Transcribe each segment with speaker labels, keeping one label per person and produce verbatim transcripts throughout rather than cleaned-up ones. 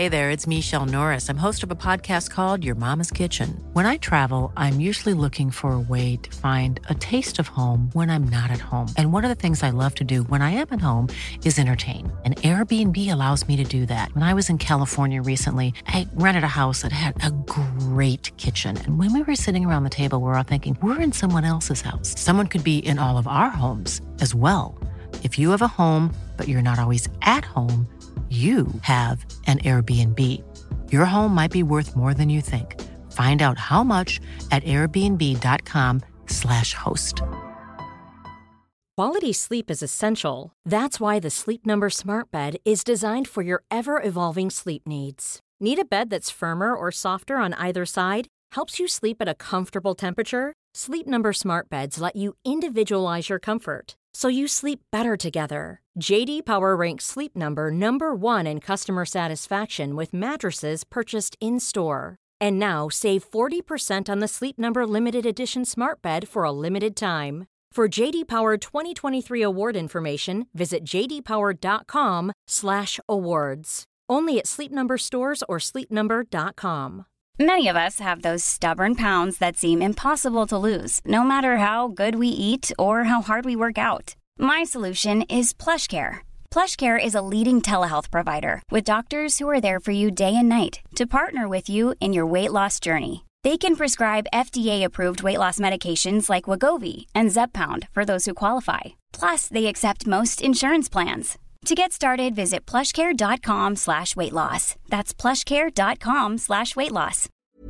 Speaker 1: Hey there, it's Michelle Norris. I'm host of a podcast called Your Mama's Kitchen. When I travel, I'm usually looking for a way to find a taste of home when I'm not at home. And one of the things I love to do when I am at home is entertain. And Airbnb allows me to do that. When I was in California recently, I rented a house that had a great kitchen. And when we were sitting around the table, we were all thinking, we're in someone else's house. Someone could be in all of our homes as well. If you have a home, but you're not always at home, you have an Airbnb. Your home might be worth more than you think. Find out how much at airbnb.com slash host.
Speaker 2: Quality sleep is essential. That's why the Sleep Number Smart Bed is designed for your ever-evolving sleep needs. Need a bed that's firmer or softer on either side? Helps you sleep at a comfortable temperature? Sleep Number Smart Beds let you individualize your comfort, so you sleep better together. J D Power ranks Sleep Number number one in customer satisfaction with mattresses purchased in-store. And now save forty percent on the Sleep Number Limited Edition Smart Bed for a limited time. For J D Power twenty twenty-three award information, visit jdpower.com slash awards. Only at Sleep Number stores or sleep number dot com.
Speaker 3: Many of us have those stubborn pounds that seem impossible to lose, no matter how good we eat or how hard we work out. My solution is PlushCare. PlushCare is a leading telehealth provider with doctors who are there for you day and night to partner with you in your weight loss journey. They can prescribe F D A-approved weight loss medications like Wegovy and Zepbound for those who qualify. Plus, they accept most insurance plans. To get started, visit plushcare.com slash weight loss. That's plushcare.com slash weight loss.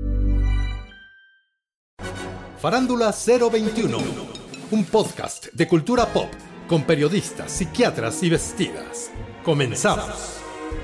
Speaker 4: Farándula cero veintiuno, un podcast de cultura pop con periodistas, psiquiatras y vestidas. Comenzamos.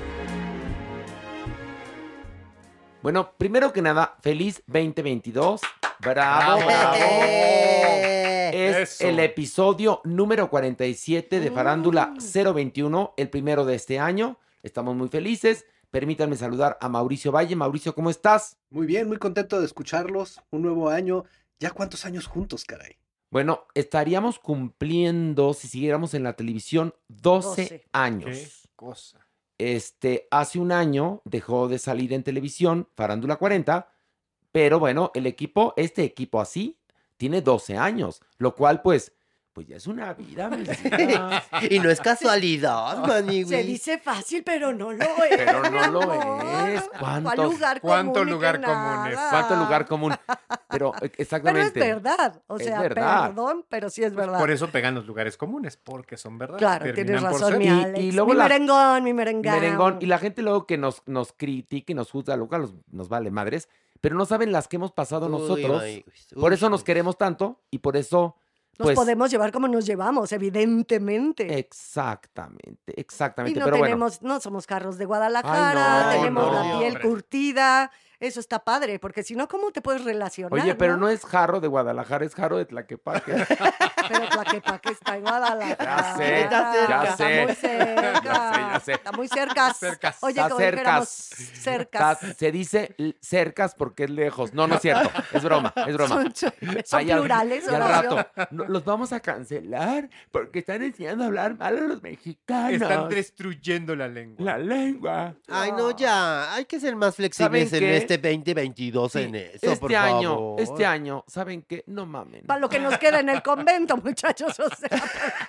Speaker 5: Bueno, primero que nada, feliz veinte veintidós. ¡Bravo, bravo! Es
Speaker 6: Eso.
Speaker 5: el episodio número cuarenta y siete de Farándula cero veintiuno, el primero de este año. Estamos muy felices. Permítanme saludar a Mauricio Valle. Mauricio, ¿cómo estás?
Speaker 6: Muy bien, muy contento de escucharlos. Un nuevo año. ¿Ya cuántos años juntos, caray?
Speaker 5: Bueno, estaríamos cumpliendo, si siguiéramos en la televisión, doce,
Speaker 7: doce.
Speaker 5: años.
Speaker 6: Qué cosa.
Speaker 5: Este, hace un año dejó de salir en televisión Farándula cuarenta, pero bueno, el equipo, este equipo así, tiene doce años, lo cual pues, pues ya es una vida, mis hijas.
Speaker 7: Y no es casualidad, Manigüis.
Speaker 8: Se dice fácil, pero no lo es.
Speaker 5: Pero no
Speaker 8: mi
Speaker 5: lo
Speaker 8: amor.
Speaker 5: es.
Speaker 8: ¿Cuál
Speaker 5: ¿Cuántos-
Speaker 8: lugar
Speaker 6: cuánto
Speaker 8: común ni
Speaker 6: lugar
Speaker 8: qué
Speaker 6: común es?
Speaker 8: nada?
Speaker 5: ¿Cuánto lugar común? Pero eh,
Speaker 8: Pero
Speaker 5: exactamente.
Speaker 8: es verdad. O
Speaker 5: Es
Speaker 8: sea,
Speaker 5: verdad.
Speaker 8: perdón, pero sí es verdad.
Speaker 6: Por eso pegan los lugares comunes, porque son verdad.
Speaker 8: Claro,
Speaker 6: Terminan
Speaker 8: tienes
Speaker 6: por
Speaker 8: razón,
Speaker 6: ser.
Speaker 8: mi
Speaker 5: Y-
Speaker 8: Alex.
Speaker 5: y luego
Speaker 8: mi
Speaker 5: la-
Speaker 8: merengón, mi merengón.
Speaker 5: Merengón. Y la gente luego que nos, nos critica y nos juzga, lo cual nos, nos vale madres, pero no saben las que hemos pasado
Speaker 7: Uy,
Speaker 5: nosotros.
Speaker 7: Manigüis,
Speaker 5: Por
Speaker 7: uy,
Speaker 5: eso nos
Speaker 7: uy.
Speaker 5: queremos tanto y por eso,
Speaker 8: Nos
Speaker 5: pues...
Speaker 8: podemos llevar como nos llevamos, evidentemente.
Speaker 5: Exactamente,
Speaker 8: Y
Speaker 5: exactamente.
Speaker 8: no
Speaker 5: pero bueno,
Speaker 8: tenemos, no somos carros de Guadalajara,
Speaker 5: Ay, no,
Speaker 8: tenemos
Speaker 5: no,
Speaker 8: la piel
Speaker 6: hombre.
Speaker 8: curtida. Eso está padre, porque si no, ¿cómo te puedes relacionar?
Speaker 5: oye, pero no es jarro de Guadalajara, es jarro de Tlaquepaque.
Speaker 8: Pero Tlaquepaque está en Guadalajara.
Speaker 5: Ya sé,
Speaker 7: Está cerca.
Speaker 5: ya sé.
Speaker 8: Está muy cerca.
Speaker 5: Ya sé, ya sé.
Speaker 8: Está muy cerca.
Speaker 6: Cercas.
Speaker 8: Oye,
Speaker 5: Está
Speaker 8: como dijéramos,
Speaker 5: cercas.
Speaker 8: cercas.
Speaker 5: Está- se dice l- cercas porque es lejos. No, no es cierto. Es broma, es broma.
Speaker 8: Son, son
Speaker 5: Ay, al-
Speaker 8: plurales,
Speaker 5: y al
Speaker 8: Horacio.
Speaker 5: rato, no, los vamos a cancelar porque están enseñando a hablar mal a los mexicanos.
Speaker 6: Están destruyendo la lengua.
Speaker 5: La lengua.
Speaker 7: Ay, no, ya. Hay que ser más flexibles en
Speaker 5: qué?
Speaker 7: este veinte veintidós
Speaker 5: Sí,
Speaker 7: en eso,
Speaker 5: este
Speaker 7: por
Speaker 5: año,
Speaker 7: favor.
Speaker 5: este año, ¿saben qué? No mamen.
Speaker 8: Para lo que nos queda en el convento, muchachos. O sea,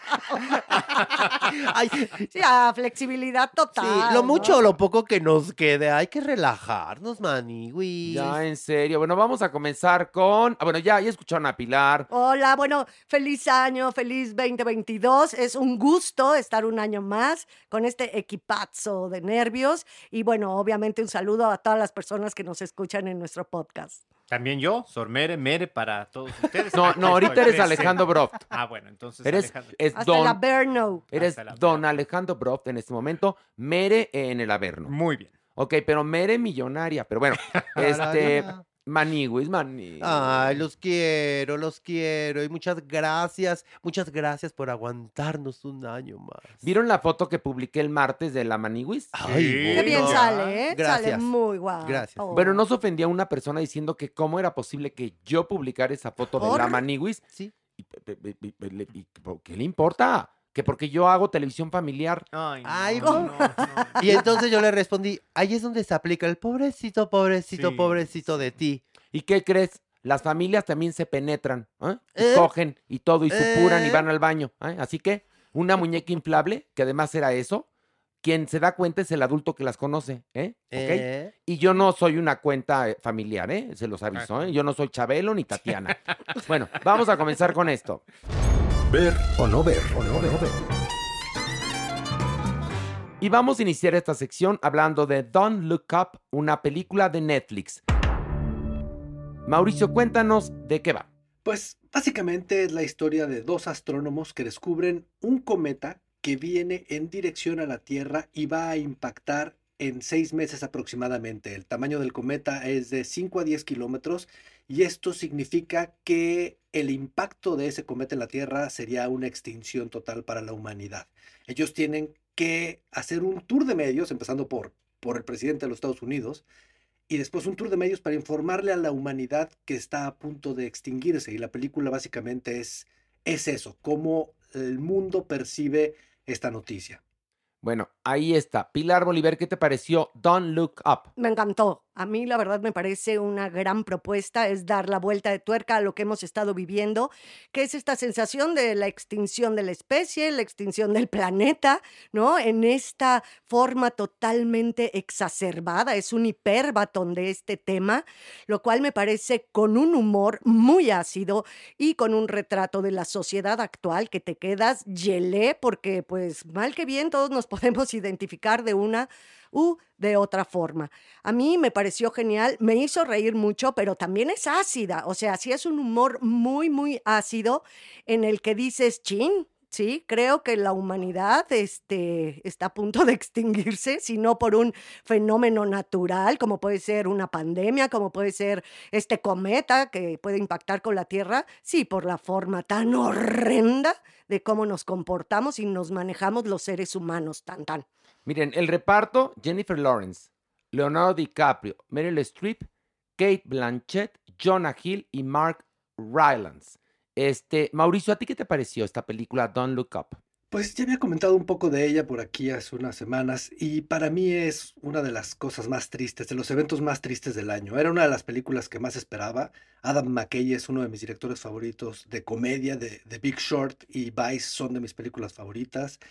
Speaker 7: Ay,
Speaker 8: sí, a flexibilidad total.
Speaker 7: sí, lo
Speaker 8: ¿no?
Speaker 7: mucho o lo poco que nos quede, hay que relajarnos, Manigüis.
Speaker 5: Ya, en serio. Bueno, vamos a comenzar con... Ah, bueno, ya, ya escucharon a Pilar.
Speaker 8: Hola, bueno, feliz año, feliz veinte veintidós. Es un gusto estar un año más con este equipazo de nervios. Y bueno, obviamente un saludo a todas las personas que nos escuchan en nuestro podcast.
Speaker 6: También yo, Sor Mere, Mere para todos ustedes.
Speaker 5: No,
Speaker 6: Aquí
Speaker 5: no, ahorita
Speaker 6: estoy
Speaker 5: eres
Speaker 6: presente.
Speaker 5: Alejandro Broft.
Speaker 6: Ah, bueno, entonces
Speaker 5: Eres,
Speaker 6: Alejandro.
Speaker 5: es
Speaker 8: Hasta
Speaker 5: don,
Speaker 8: la Berno.
Speaker 5: eres
Speaker 6: Hasta la
Speaker 5: don
Speaker 6: Berno.
Speaker 5: Alejandro Broft en este momento. Mere en el Averno.
Speaker 6: Muy bien.
Speaker 5: Ok, pero Mere millonaria. Pero bueno, este... Maniguis, Maniguis.
Speaker 7: Ay, los quiero, los quiero. Y muchas gracias, muchas gracias por aguantarnos un año más.
Speaker 5: ¿Vieron la foto que publiqué el martes de la Maniguis?
Speaker 7: Ay,
Speaker 6: Sí,
Speaker 8: Qué
Speaker 7: bueno.
Speaker 8: bien
Speaker 6: ya.
Speaker 8: sale, ¿eh? Sale
Speaker 7: Gracias.
Speaker 8: muy guapo.
Speaker 7: Gracias.
Speaker 5: Bueno, no se ofendía una persona diciendo que cómo era posible que yo publicara esa foto de la
Speaker 8: ¿Por?
Speaker 5: Maniguis.
Speaker 7: Sí.
Speaker 5: Y, pe- pe- pe- pe- le- y, ¿qué le importa? que porque yo hago televisión familiar.
Speaker 9: Ay, no,
Speaker 7: Ay,
Speaker 9: no,
Speaker 7: no.
Speaker 9: no, no.
Speaker 7: Y entonces yo le respondí, ahí es donde se aplica el pobrecito, pobrecito,
Speaker 9: Sí,
Speaker 7: pobrecito
Speaker 9: sí.
Speaker 7: de ti.
Speaker 5: ¿Y qué crees? Las familias también se penetran, ¿eh? Y
Speaker 7: ¿Eh?
Speaker 5: cogen y todo, y supuran y
Speaker 7: ¿Eh?
Speaker 5: van al baño. ¿eh? Así que una muñeca inflable, que además era eso, quien se da cuenta es el adulto que las conoce, ¿eh? ¿Ok?
Speaker 7: ¿Eh?
Speaker 5: Y yo no soy una cuenta eh, familiar, ¿eh? Se los aviso, ¿eh? Yo no soy Chabelo ni Tatiana. Bueno, vamos a comenzar con esto.
Speaker 4: Ver o no ver, o no ver.
Speaker 5: Y vamos a iniciar esta sección hablando de Don't Look Up, una película de Netflix. Mauricio, cuéntanos de qué va.
Speaker 6: Pues básicamente es la historia de dos astrónomos que descubren un cometa que viene en dirección a la Tierra y va a impactar en seis meses aproximadamente. El tamaño del cometa es de cinco a diez kilómetros y esto significa que el impacto de ese cometa en la Tierra sería una extinción total para la humanidad. Ellos tienen que hacer un tour de medios, empezando por, por el presidente de los Estados Unidos, y después un tour de medios para informarle a la humanidad que está a punto de extinguirse. Y la película básicamente es, es eso, cómo el mundo percibe esta noticia.
Speaker 5: Bueno, ahí está. Pilar Bolívar, ¿qué te pareció Don't Look Up?
Speaker 8: Me encantó. A mí la verdad me parece una gran propuesta, es dar la vuelta de tuerca a lo que hemos estado viviendo, que es esta sensación de la extinción de la especie, la extinción del planeta, ¿no? En esta forma totalmente exacerbada, es un hiperbatón de este tema, lo cual me parece con un humor muy ácido y con un retrato de la sociedad actual que te quedas gelé porque pues mal que bien todos nos podemos identificar de una u de otra forma. A mí me pareció genial, me hizo reír mucho, pero también es ácida, o sea, sí es un humor muy, muy ácido en el que dices, chin, sí, creo que la humanidad este, está a punto de extinguirse, si no por un fenómeno natural, como puede ser una pandemia, como puede ser este cometa que puede impactar con la Tierra, sí, por la forma tan horrenda de cómo nos comportamos y nos manejamos los seres humanos, tan, tan.
Speaker 5: Miren, el reparto, Jennifer Lawrence, Leonardo DiCaprio, Meryl Streep, Kate Blanchett, Jonah Hill y Mark Rylance. Este, Mauricio, ¿a ti qué te pareció esta película Don't Look Up?
Speaker 6: Pues ya había comentado un poco de ella por aquí hace unas semanas y para mí es una de las cosas más tristes, de los eventos más tristes del año. Era una de las películas que más esperaba. Adam McKay es uno de mis directores favoritos de comedia, de, de Big Short y Vice son de mis películas favoritas.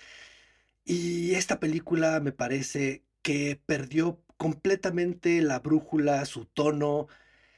Speaker 6: Y esta película me parece que perdió completamente la brújula, su tono.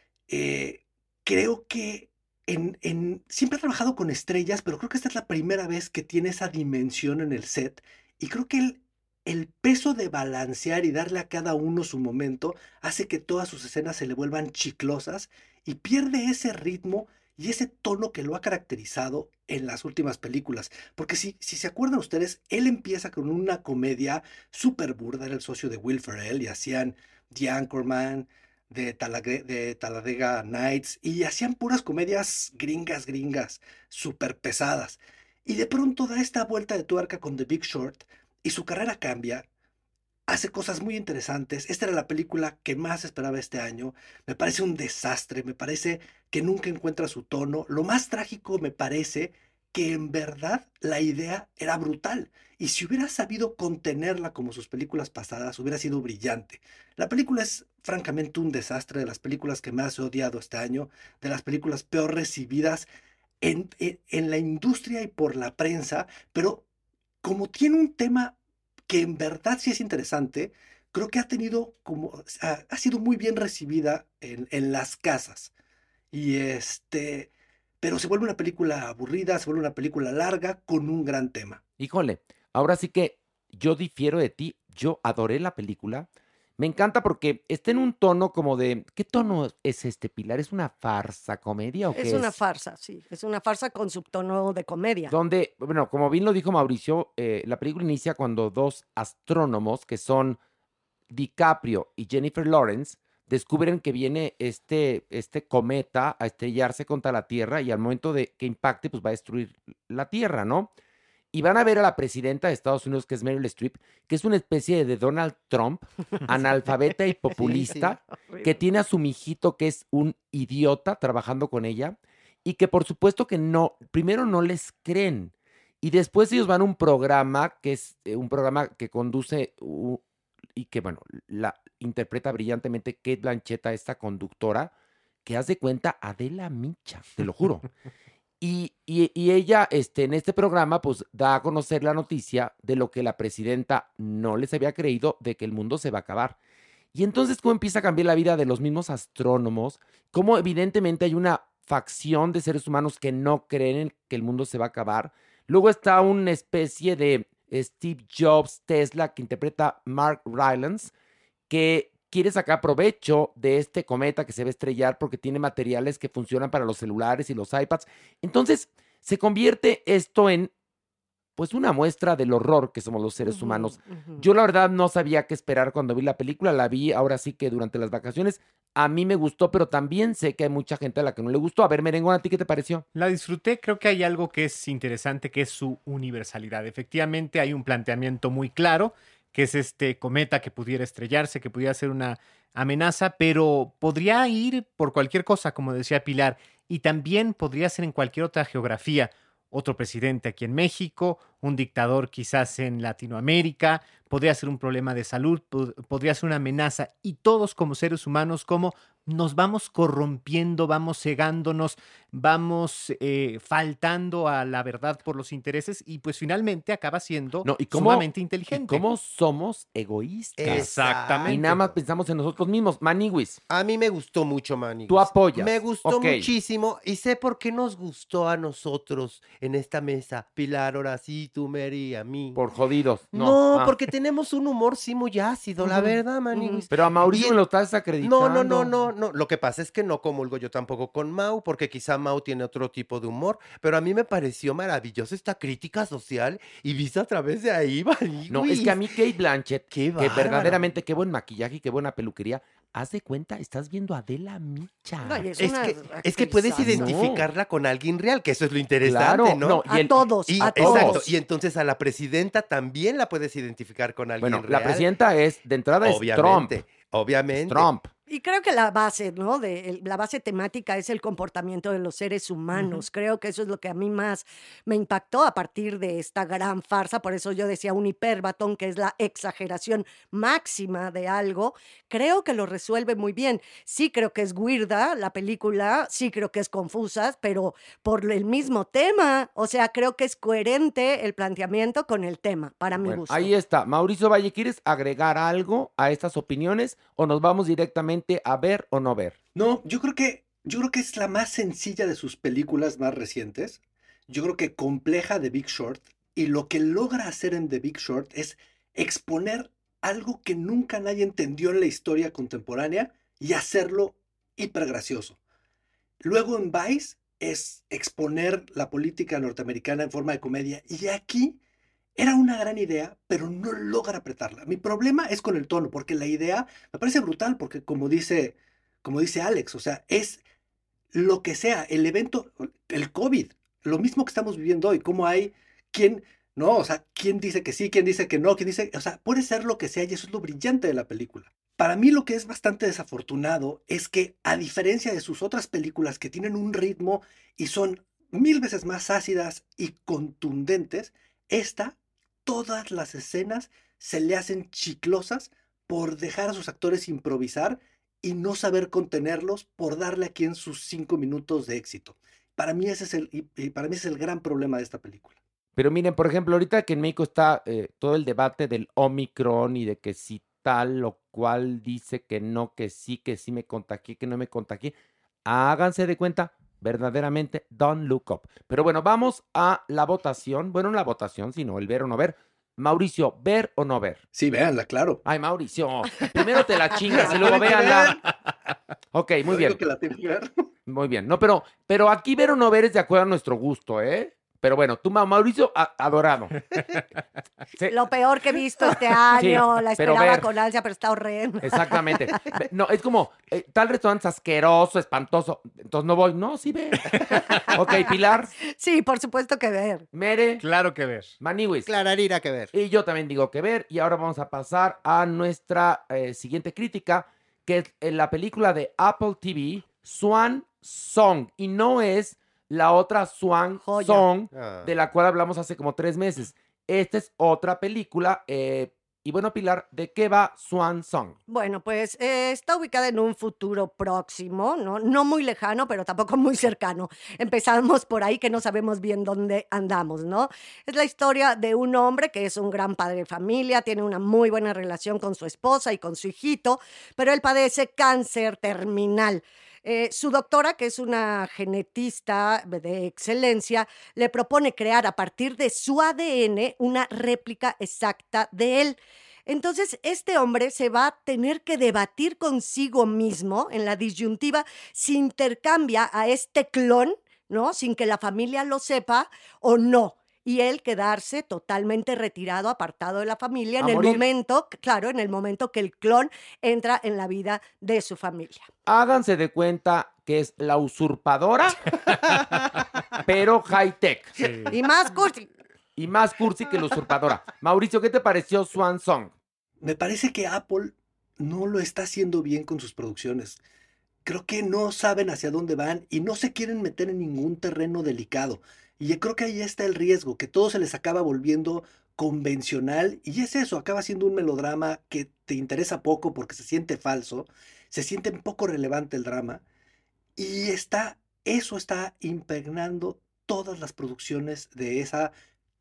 Speaker 6: Eh, creo que en, en- siempre ha trabajado con estrellas, pero creo que esta es la primera vez que tiene esa dimensión en el set. Y creo que el, el peso de balancear y darle a cada uno su momento hace que todas sus escenas se le vuelvan chiclosas y pierde ese ritmo y ese tono que lo ha caracterizado en las últimas películas. Porque si, si se acuerdan ustedes, él empieza con una comedia súper burda, era el socio de Will Ferrell y hacían The Anchorman, de, Talage- de Talladega Nights y hacían puras comedias gringas, gringas, súper pesadas. Y de pronto da esta vuelta de tuerca con The Big Short y su carrera cambia, hace cosas muy interesantes. Esta era la película que más esperaba este año. Me parece un desastre, me parece que nunca encuentra su tono. Lo más trágico me parece que en verdad la idea era brutal. Y si hubiera sabido contenerla como sus películas pasadas, hubiera sido brillante. La película es francamente un desastre, de las películas que más he odiado este año, de las películas peor recibidas en, en, en la industria y por la prensa, pero como tiene un tema que en verdad sí es interesante, creo que ha tenido como, ha, ha sido muy bien recibida en, en las casas. Y este, pero se vuelve una película aburrida, se vuelve una película larga con un gran tema.
Speaker 5: Híjole, ahora sí que yo difiero de ti. Yo adoré la película. Me encanta porque está en un tono como de... ¿Qué tono es este, Pilar? ¿Es una farsa, comedia o qué
Speaker 8: Es una
Speaker 5: es?
Speaker 8: farsa, sí, es una farsa con subtono de comedia.
Speaker 5: Donde, bueno, como bien lo dijo Mauricio, eh, la película inicia cuando dos astrónomos, que son DiCaprio y Jennifer Lawrence, descubren que viene este, este cometa a estrellarse contra la Tierra y al momento de que impacte, pues va a destruir la Tierra, ¿no? Y van a ver a la presidenta de Estados Unidos, que es Meryl Streep, que es una especie de Donald Trump, analfabeta y
Speaker 7: Sí, sí.
Speaker 5: populista, que
Speaker 8: Horrible.
Speaker 5: tiene a su mijito que es un idiota trabajando con ella y que por supuesto que no, primero no les creen Y después ellos van a un programa que es eh, un programa que conduce u- y que, bueno, la interpreta brillantemente Kate Blanchett, a esta conductora, que haz de cuenta Adela Micha, te lo juro. Y, y- y ella, este, en este programa, pues da a conocer la noticia de lo que la presidenta no les había creído, de que el mundo se va a acabar. Y entonces, ¿cómo empieza a cambiar la vida de los mismos astrónomos? Cómo evidentemente hay una facción de seres humanos que no creen en que el mundo se va a acabar. Luego está una especie de Steve Jobs, Tesla, que interpreta Mark Rylance, que quiere sacar provecho de este cometa que se va a estrellar porque tiene materiales que funcionan para los celulares y los iPads. Entonces, se convierte esto en, pues, una muestra del horror que somos los seres
Speaker 8: Ujú,
Speaker 5: humanos.
Speaker 8: ujú.
Speaker 5: Yo la verdad no sabía qué esperar cuando vi la película, la vi ahora sí que durante las vacaciones. A mí me gustó, pero también sé que hay mucha gente a la que no le gustó. A ver, Merengón, ¿a ti qué te pareció?
Speaker 9: La disfruté, creo que hay algo que es interesante, que es su universalidad. Efectivamente, hay un planteamiento muy claro, que es este cometa que pudiera estrellarse, que pudiera ser una amenaza, pero podría ir por cualquier cosa, como decía Pilar, y también podría ser en cualquier otra geografía. Otro presidente aquí en México, un dictador quizás en Latinoamérica, podría ser un problema de salud, pod- podría ser una amenaza, y todos como seres humanos, como nos vamos corrompiendo, vamos cegándonos, vamos eh, faltando a la verdad por los intereses y pues finalmente acaba siendo
Speaker 5: No, ¿y cómo,
Speaker 9: sumamente
Speaker 5: y
Speaker 9: inteligente.
Speaker 5: cómo somos egoístas? Y
Speaker 9: Exactamente.
Speaker 5: nada más pensamos en nosotros mismos. Maniwis,
Speaker 7: A mí me gustó mucho, Manny.
Speaker 5: tú apoyas.
Speaker 7: Me gustó
Speaker 5: Ok.
Speaker 7: muchísimo y sé por qué nos gustó a nosotros en esta mesa. Pilar, ahora sí, tú, Mary, a mí.
Speaker 5: Por jodidos. No.
Speaker 7: No,
Speaker 5: Ah.
Speaker 7: porque tenemos un humor sí muy ácido, la
Speaker 8: Ujú,
Speaker 7: verdad, Manny.
Speaker 8: ujú.
Speaker 5: Pero a Mauricio
Speaker 7: Y-
Speaker 5: me lo estás desacreditando.
Speaker 7: No, no, no, no, no. Lo que pasa es que no comulgo yo tampoco con Mau, porque quizá Mau tiene otro tipo de humor, pero a mí me pareció maravillosa esta crítica social y vista a través de ahí, Manny.
Speaker 5: No, es que a mí Kate Blanchett,
Speaker 7: Qué
Speaker 5: que
Speaker 7: bárbara.
Speaker 5: verdaderamente qué buen maquillaje y qué buena peluquería, haz de cuenta, estás viendo a Adela Micha.
Speaker 8: No, y es
Speaker 7: Es
Speaker 8: una
Speaker 7: que, es que puedes
Speaker 8: actrizaza.
Speaker 7: identificarla con alguien real, que eso es lo interesante,
Speaker 5: Claro,
Speaker 7: ¿no?
Speaker 5: no,
Speaker 8: A
Speaker 5: y el-
Speaker 8: todos,
Speaker 7: Y,
Speaker 8: a
Speaker 7: exacto,
Speaker 8: todos.
Speaker 7: y entonces a la presidenta también la puedes identificar con alguien
Speaker 5: Bueno,
Speaker 7: real.
Speaker 5: la presidenta es, de entrada es Trump.
Speaker 7: Obviamente,
Speaker 5: Es
Speaker 7: obviamente.
Speaker 5: Trump.
Speaker 8: Y creo que la base, ¿no? De, el- la base temática es el comportamiento de los seres humanos. Creo que eso es lo que a mí más me impactó a partir de esta gran farsa. Por eso yo decía un hiperbatón, que es la exageración máxima de algo. Creo que lo resuelve muy bien. Sí creo que es weirda la película, sí creo que es confusa, pero por el mismo tema. O sea, creo que es coherente el planteamiento con el tema, para mi
Speaker 5: Bueno,
Speaker 8: gusto.
Speaker 5: ahí está. Mauricio Valle, ¿quieres agregar algo a estas opiniones o nos vamos directamente a ver o no ver?
Speaker 6: No, yo creo que, yo creo que es la más sencilla de sus películas más recientes. Yo creo que compleja The Big Short. Y lo que logra hacer en The Big Short es exponer algo que nunca nadie entendió en la historia contemporánea y hacerlo hiper gracioso. Luego en Vice es exponer la política norteamericana en forma de comedia. Y aquí era una gran idea, pero no logra apretarla. Mi problema es con el tono, porque la idea me parece brutal, porque como dice, como dice Alex, o sea, es lo que sea, el evento, el COVID, lo mismo que estamos viviendo hoy, como hay quien, no, o sea, quién dice que sí, quién dice que no, quién dice, o sea, puede ser lo que sea y eso es lo brillante de la película. Para mí lo que es bastante desafortunado es que, a diferencia de sus otras películas que tienen un ritmo y son mil veces más ácidas y contundentes, esta, todas las escenas se le hacen chiclosas por dejar a sus actores improvisar y no saber contenerlos por darle a quien sus cinco minutos de éxito. Para mí ese es el, y- y para mí ese es el gran problema de esta película.
Speaker 5: Pero miren, por ejemplo, ahorita que en México está eh, todo el debate del Omicron y de que si tal o cual dice que no, que sí, que sí me contagié, que no me contagié, háganse de cuenta, verdaderamente, don't look up. Pero bueno, vamos a la votación. Bueno, no la votación, sino el ver o no ver. Mauricio, ¿ver o no ver?
Speaker 6: Sí, véanla, claro.
Speaker 5: Ay, Mauricio, primero te la chingas y luego
Speaker 6: Tienen que
Speaker 5: véanla. Ok, muy
Speaker 6: Yo
Speaker 5: bien.
Speaker 6: digo que la tienen que ver.
Speaker 5: Muy bien. No, pero, pero aquí ver o no ver es de acuerdo a nuestro gusto, ¿eh? Pero bueno, tú, Ma- Mauricio, a- adorado. Sí,
Speaker 8: Lo peor que he visto este año, la
Speaker 5: pero
Speaker 8: esperaba
Speaker 5: ver.
Speaker 8: con ansia, pero está horrendo.
Speaker 5: exactamente. Ve- No, es como, eh, tal restaurante es asqueroso, espantoso. Entonces no voy. No, sí ve. Ok, Pilar,
Speaker 8: Sí, por supuesto que ver.
Speaker 5: Mere,
Speaker 9: Claro que ver.
Speaker 5: Maniwis.
Speaker 7: Clararira que ver.
Speaker 5: Y yo también digo que ver. Y ahora vamos a pasar a nuestra eh, siguiente crítica, que es en la película de Apple T V, Swan Song. Y no es la otra Swan
Speaker 8: Joya.
Speaker 5: Song,
Speaker 7: Ah.
Speaker 5: de la cual hablamos hace como tres meses. Esta es otra película. eh, y bueno, Pilar, ¿de qué va Swan Song?
Speaker 8: Bueno, pues eh, está ubicada en un futuro próximo, ¿no? No muy lejano, pero tampoco muy cercano. Empezamos por ahí que no sabemos bien dónde andamos, ¿no? Es la historia de un hombre que es un gran padre de familia, tiene una muy buena relación con su esposa y con su hijito, pero él padece cáncer terminal. Eh, su doctora, que es una genetista de excelencia, le propone crear a partir de su A D N una réplica exacta de él. Entonces, este hombre se va a tener que debatir consigo mismo en la disyuntiva si intercambia a este clon, ¿no? Sin que la familia lo sepa o no. Y él quedarse totalmente retirado, apartado de la familia
Speaker 5: A
Speaker 8: en el
Speaker 5: morir.
Speaker 8: momento, claro, en el momento que el clon entra en la vida de su familia.
Speaker 5: Háganse de cuenta que es la usurpadora, pero high-tech.
Speaker 9: Sí.
Speaker 8: Y más cursi.
Speaker 5: Y más cursi que la usurpadora. Mauricio, ¿qué te pareció Swan Song?
Speaker 6: Me parece que Apple no lo está haciendo bien con sus producciones. Creo que no saben hacia dónde van y no se quieren meter en ningún terreno delicado. Y yo creo que ahí está el riesgo, que todo se les acaba volviendo convencional y es eso, acaba siendo un melodrama que te interesa poco porque se siente falso, se siente poco relevante el drama y está, eso está impregnando todas las producciones de esa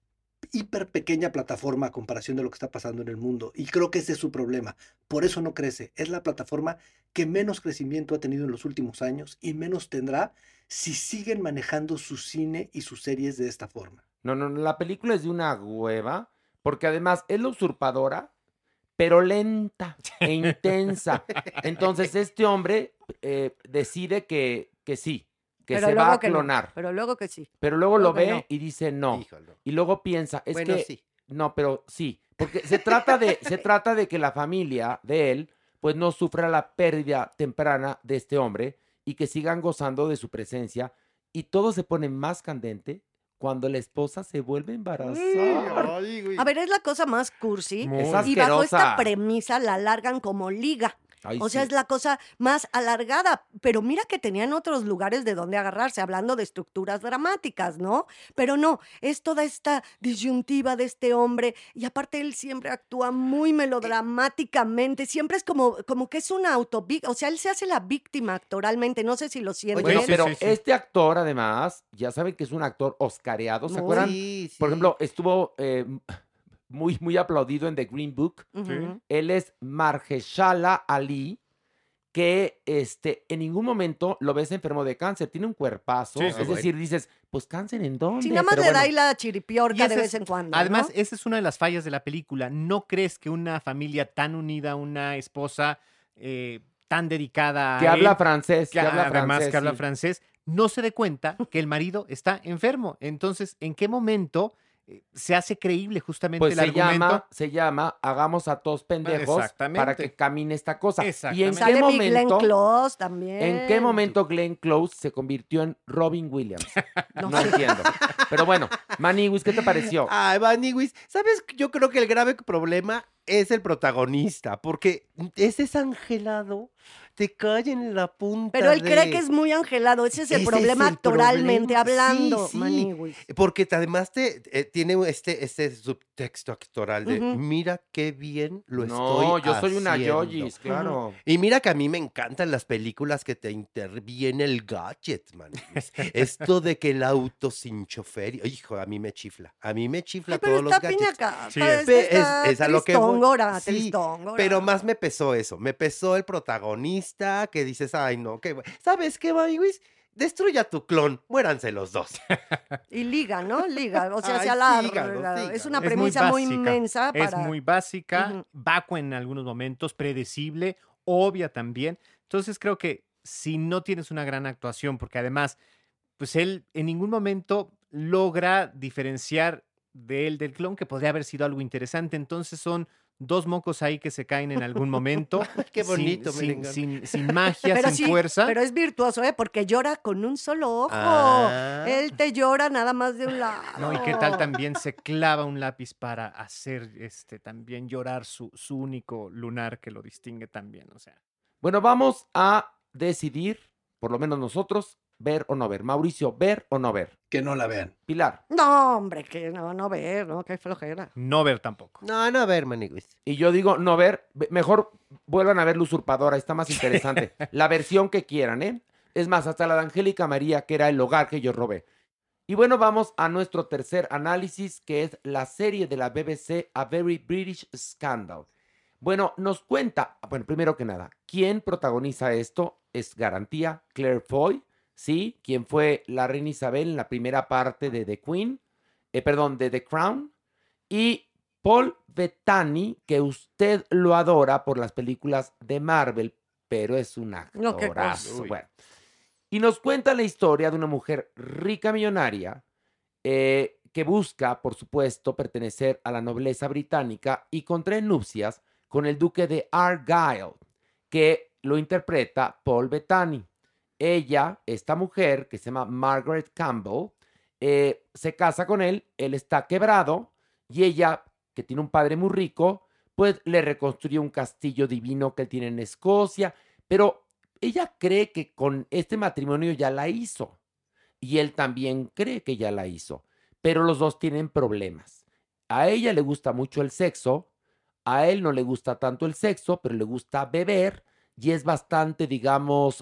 Speaker 6: hiper pequeña plataforma a comparación de lo que está pasando en el mundo. Y creo que ese es su problema. Por eso no crece. Es la plataforma que menos crecimiento ha tenido en los últimos años y menos tendrá si siguen manejando su cine y sus series de esta forma.
Speaker 5: No, no, no, la película es de una hueva, porque además es la usurpadora, pero lenta e intensa. Entonces este hombre eh, decide que, que sí, que
Speaker 8: Pero
Speaker 5: se
Speaker 8: luego
Speaker 5: va a
Speaker 8: que no,
Speaker 5: clonar.
Speaker 8: pero luego que sí.
Speaker 5: Pero luego lo
Speaker 8: Luego que
Speaker 5: ve
Speaker 8: no.
Speaker 5: y dice no.
Speaker 7: Híjole.
Speaker 5: Y luego piensa, es
Speaker 7: Bueno,
Speaker 5: que
Speaker 7: sí.
Speaker 5: no, pero sí, porque se trata de se trata de que la familia de él pues no sufra la pérdida temprana de este hombre y que sigan gozando de su presencia y todo se pone más candente cuando la esposa se vuelve a embarazar.
Speaker 7: Ay, güey.
Speaker 8: A ver, es la cosa más cursi.
Speaker 9: Muy.
Speaker 5: Es
Speaker 8: Y bajo esta
Speaker 5: asquerosa.
Speaker 8: premisa la alargan como liga.
Speaker 5: Ay,
Speaker 8: O sea,
Speaker 5: sí.
Speaker 8: es la cosa más alargada. Pero mira que tenían otros lugares de donde agarrarse, hablando de estructuras dramáticas, ¿no? Pero no, es toda esta disyuntiva de este hombre. Y aparte él siempre actúa muy melodramáticamente. Siempre es como, como que es una autovíctima. O sea, él se hace la víctima actoralmente. No sé si lo sienten.
Speaker 5: Bueno,
Speaker 9: sí,
Speaker 5: pero
Speaker 9: sí, sí.
Speaker 5: este actor, además, ya saben que es un actor oscareado, ¿se
Speaker 8: Muy.
Speaker 5: acuerdan?
Speaker 7: Sí, sí.
Speaker 5: Por ejemplo, estuvo eh, muy, muy aplaudido en The Green Book.
Speaker 8: Ujú.
Speaker 5: Él es Mahershala Ali, que este, en ningún momento lo ves enfermo de cáncer. Tiene un cuerpazo.
Speaker 9: Sí, sí,
Speaker 5: es
Speaker 7: bueno.
Speaker 5: decir, dices, pues cáncer en dónde.
Speaker 8: Si nada más
Speaker 5: Pero
Speaker 8: le
Speaker 5: bueno,
Speaker 8: da ahí la
Speaker 9: Y
Speaker 8: chiripiorca de
Speaker 9: ese
Speaker 8: vez
Speaker 9: es-
Speaker 8: en cuando.
Speaker 9: Además,
Speaker 8: ¿no?
Speaker 9: esa es una de las fallas de la película. ¿No crees que una familia tan unida, una esposa eh, tan dedicada a
Speaker 5: que habla
Speaker 9: él,
Speaker 5: francés, que,
Speaker 9: que
Speaker 5: habla
Speaker 9: además
Speaker 5: francés.
Speaker 9: que habla
Speaker 5: sí.
Speaker 9: francés, no se dé cuenta que el marido está enfermo? Entonces, ¿en qué momento eh, se hace creíble justamente
Speaker 5: Pues
Speaker 9: el
Speaker 5: se
Speaker 9: argumento?
Speaker 5: llama, se llama Hagamos a todos pendejos para
Speaker 9: Exactamente.
Speaker 5: que camine esta cosa. ¿Y en
Speaker 9: Exactamente.
Speaker 5: qué
Speaker 8: Sale mi Glenn
Speaker 5: momento?
Speaker 8: Close también.
Speaker 5: ¿En qué momento Glenn Close se convirtió en Robin Williams?
Speaker 8: No
Speaker 5: No,
Speaker 8: sé.
Speaker 5: entiendo. Pero bueno, Maniwis, ¿qué te pareció?
Speaker 7: Ay, Maniwis, ¿sabes? Yo creo que el grave problema es el protagonista, porque ese es angelado, te cae en la punta
Speaker 8: Pero él cree
Speaker 7: de-
Speaker 8: que es muy angelado. Ese es el
Speaker 7: Ese es
Speaker 8: problema
Speaker 7: el
Speaker 8: actoralmente
Speaker 7: problema.
Speaker 8: hablando,
Speaker 7: Sí, sí.
Speaker 8: Maniwis.
Speaker 7: Porque te- además te eh, tiene este, este subtexto actoral de
Speaker 8: Ujú.
Speaker 7: mira qué bien lo
Speaker 5: No,
Speaker 7: estoy
Speaker 5: yo soy una
Speaker 7: haciendo".
Speaker 5: yoyis, claro.
Speaker 7: Y mira que a mí me encantan las películas que te interviene el gadget, man. Esto de que el auto sin chofer, y- hijo, a mí me chifla. A mí me chifla
Speaker 8: Ay, pero
Speaker 7: todos los
Speaker 8: está
Speaker 7: gadgets.
Speaker 8: piñaca.
Speaker 9: Sí,
Speaker 8: es,
Speaker 9: es-
Speaker 7: Pe-
Speaker 8: está
Speaker 7: es- es a lo que voy.
Speaker 8: tristóngora,
Speaker 7: Sí,
Speaker 8: tristóngora.
Speaker 7: Pero más me pesó eso. Me pesó el protagonista que dices, ay, no, qué bu- ¿sabes qué, Maniwis? Destruya tu clon, muéranse los dos.
Speaker 8: Y liga, ¿no? Liga. O sea,
Speaker 7: Ay,
Speaker 8: se alarga.
Speaker 7: síganos,
Speaker 8: Es
Speaker 7: síganos.
Speaker 8: una
Speaker 9: Es muy
Speaker 8: premisa muy,
Speaker 9: básica,
Speaker 8: inmensa para...
Speaker 9: Es muy básica,
Speaker 8: Ujú.
Speaker 9: vacua en algunos momentos, predecible, obvia también. Entonces creo que si no tienes una gran actuación, porque además, pues él en ningún momento logra diferenciar de él del clon, que podría haber sido algo interesante. Entonces son dos mocos ahí que se caen en algún momento.
Speaker 7: Qué
Speaker 9: sin-
Speaker 7: bonito,
Speaker 9: sin,
Speaker 7: merengón.
Speaker 9: sin, sin magia,
Speaker 8: Pero
Speaker 9: sin
Speaker 8: sí,
Speaker 9: fuerza.
Speaker 8: pero es virtuoso, ¿eh? Porque llora con un solo ojo.
Speaker 7: Ah.
Speaker 8: Él te llora nada más de un lado.
Speaker 9: No, y qué tal también se clava un lápiz para hacer este también llorar su, su único lunar que lo distingue también. O sea.
Speaker 5: Bueno, vamos a decidir, por lo menos nosotros, ¿Ver o no ver? Mauricio, ¿ver o no ver?
Speaker 6: Que no la vean.
Speaker 5: Pilar.
Speaker 8: No, hombre, que no, no ver, no, qué flojera.
Speaker 9: No ver tampoco.
Speaker 7: No, no, a ver, maniguis.
Speaker 5: Y yo digo no ver, ve- mejor vuelvan a ver La Usurpadora, está más interesante. La versión que quieran, ¿eh? Es más, hasta la de Angélica María, que era El hogar que yo robé. Y bueno, vamos a nuestro tercer análisis, que es la serie de la B B C, A Very British Scandal. Bueno, nos cuenta, bueno, primero que nada, ¿quién protagoniza esto? Es garantía Claire Foy, ¿sí? Quien fue la reina Isabel en la primera parte de The Queen, eh, perdón, de The Crown. Y Paul Bettany, que usted lo adora por las películas de Marvel, pero es un
Speaker 8: No, qué cosa.
Speaker 5: actorazo.
Speaker 7: Uy.
Speaker 5: Bueno, y nos cuenta la historia de una mujer rica millonaria eh, que busca, por supuesto, pertenecer a la nobleza británica y contrae nupcias con el duque de Argyle, que lo interpreta Paul Bettany. Ella, esta mujer, que se llama Margaret Campbell, eh, se casa con él, él está quebrado y ella, que tiene un padre muy rico, pues le reconstruye un castillo divino que él tiene en Escocia, pero ella cree que con este matrimonio ya la hizo y él también cree que ya la hizo, pero los dos tienen problemas. A ella le gusta mucho el sexo, a él no le gusta tanto el sexo, pero le gusta beber y es bastante, digamos,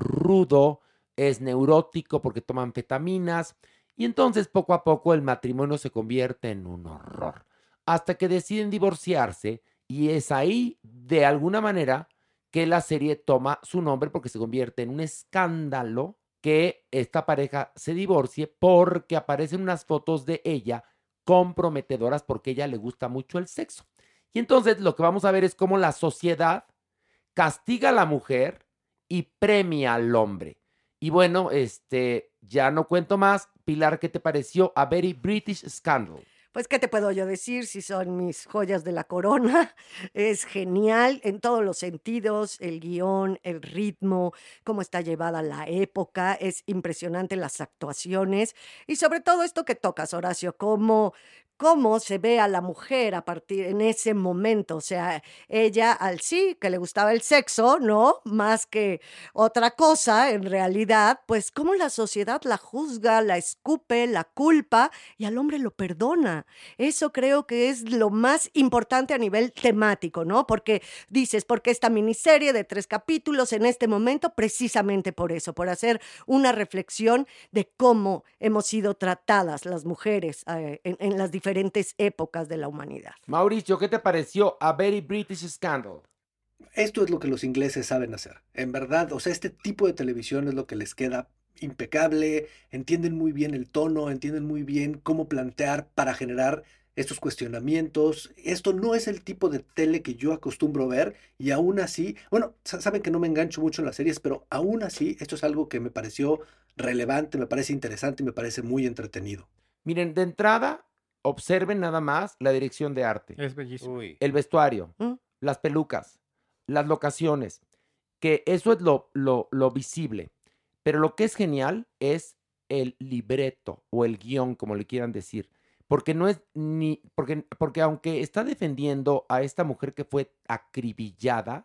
Speaker 5: rudo, es neurótico porque toma anfetaminas y entonces poco a poco el matrimonio se convierte en un horror hasta que deciden divorciarse y es ahí, de alguna manera, que la serie toma su nombre porque se convierte en un escándalo que esta pareja se divorcie porque aparecen unas fotos de ella comprometedoras porque a ella le gusta mucho el sexo. Y entonces lo que vamos a ver es cómo la sociedad castiga a la mujer y premia al hombre. Y bueno, este, ya no cuento más. Pilar, ¿qué te pareció A Very British Scandal?
Speaker 8: Pues, ¿qué te puedo yo decir? Si son mis joyas de la corona. Es genial en todos los sentidos, el guión, el ritmo, cómo está llevada la época, es impresionante las actuaciones y sobre todo esto que tocas, Horacio, cómo, cómo se ve a la mujer a partir en ese momento. O sea, ella al sí que le gustaba el sexo, ¿no? Más que otra cosa, en realidad, pues cómo la sociedad la juzga, la escupe, la culpa y al hombre lo perdona. Eso creo que es lo más importante a nivel temático, ¿no? Porque dices, porque esta miniserie de tres capítulos en este momento, precisamente por eso, por hacer una reflexión de cómo hemos sido tratadas las mujeres eh, en, en las diferentes épocas de la humanidad.
Speaker 5: Mauricio, ¿qué te pareció A Very British Scandal?
Speaker 6: Esto es lo que los ingleses saben hacer. En verdad, o sea, este tipo de televisión es lo que les queda impecable, entienden muy bien el tono, entienden muy bien cómo plantear para generar estos cuestionamientos. Esto no es el tipo de tele que yo acostumbro ver y aún así, bueno, sa- saben que no me engancho mucho en las series, pero aún así esto es algo que me pareció relevante, me parece interesante y me parece muy entretenido.
Speaker 5: Miren, de entrada, observen nada más la dirección de arte,
Speaker 9: Es bellísimo.
Speaker 7: Uy.
Speaker 5: el vestuario,
Speaker 8: ¿Mm?
Speaker 5: las pelucas, las locaciones, que eso es lo, lo, lo visible. Pero lo que es genial es el libreto o el guión, como le quieran decir. Porque no es ni. Porque, porque aunque está defendiendo a esta mujer que fue acribillada,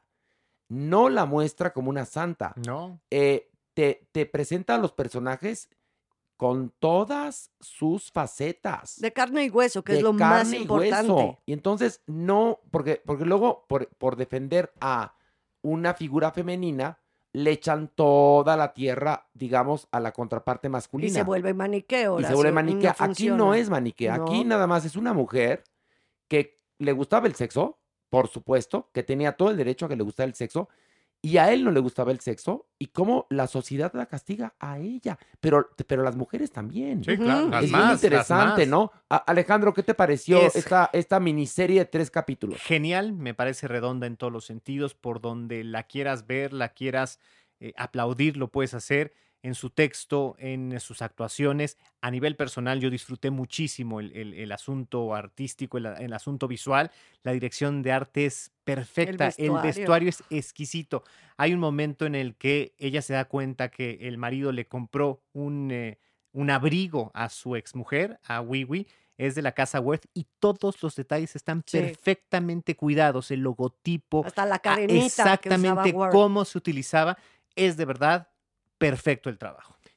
Speaker 5: no la muestra como una santa.
Speaker 9: No.
Speaker 5: Eh, te, te presenta a los personajes con todas sus facetas.
Speaker 8: De carne y hueso, que
Speaker 5: de
Speaker 8: es lo más
Speaker 5: carne y
Speaker 8: importante.
Speaker 5: hueso. Y entonces no, porque, porque luego por, por defender a una figura femenina, le echan toda la tierra, digamos, a la contraparte
Speaker 8: Y
Speaker 5: masculina.
Speaker 8: se vuelve maniqueo,
Speaker 5: Y se
Speaker 8: Horacio,
Speaker 5: vuelve
Speaker 8: y
Speaker 5: maniquea.
Speaker 8: no
Speaker 5: Aquí no
Speaker 8: funciona.
Speaker 5: es maniquea. Aquí
Speaker 8: No.
Speaker 5: nada más es una mujer que le gustaba el sexo, por supuesto, que tenía todo el derecho a que le gustara el sexo, y a él no le gustaba el sexo, y cómo la sociedad la castiga a ella, pero, pero las mujeres también.
Speaker 9: Sí, claro.
Speaker 8: Ujú.
Speaker 9: Las
Speaker 5: Es
Speaker 9: más,
Speaker 5: bien
Speaker 9: las
Speaker 5: interesante,
Speaker 9: más.
Speaker 5: ¿no? A- Alejandro, ¿qué te pareció
Speaker 9: Es-
Speaker 5: esta, esta miniserie de tres capítulos?
Speaker 9: Genial, me parece redonda en todos los sentidos, por donde la quieras ver, la quieras eh, aplaudir, lo puedes hacer en su texto, en sus actuaciones. A nivel personal, yo disfruté muchísimo el, el- el asunto artístico, el, el asunto visual. La dirección de arte es perfecta, el
Speaker 8: vestuario.
Speaker 9: vestuario es exquisito. Hay un momento en el que ella se da cuenta que el marido le compró un, eh, un abrigo a su exmujer, a Wiwi, es de la casa Worth y todos los detalles están
Speaker 8: Sí.
Speaker 9: perfectamente cuidados, el logotipo,
Speaker 8: Hasta la
Speaker 9: ah,
Speaker 8: cadenita que usaba
Speaker 9: exactamente
Speaker 8: Word.
Speaker 9: cómo se utilizaba, es de verdad perfecto el trabajo.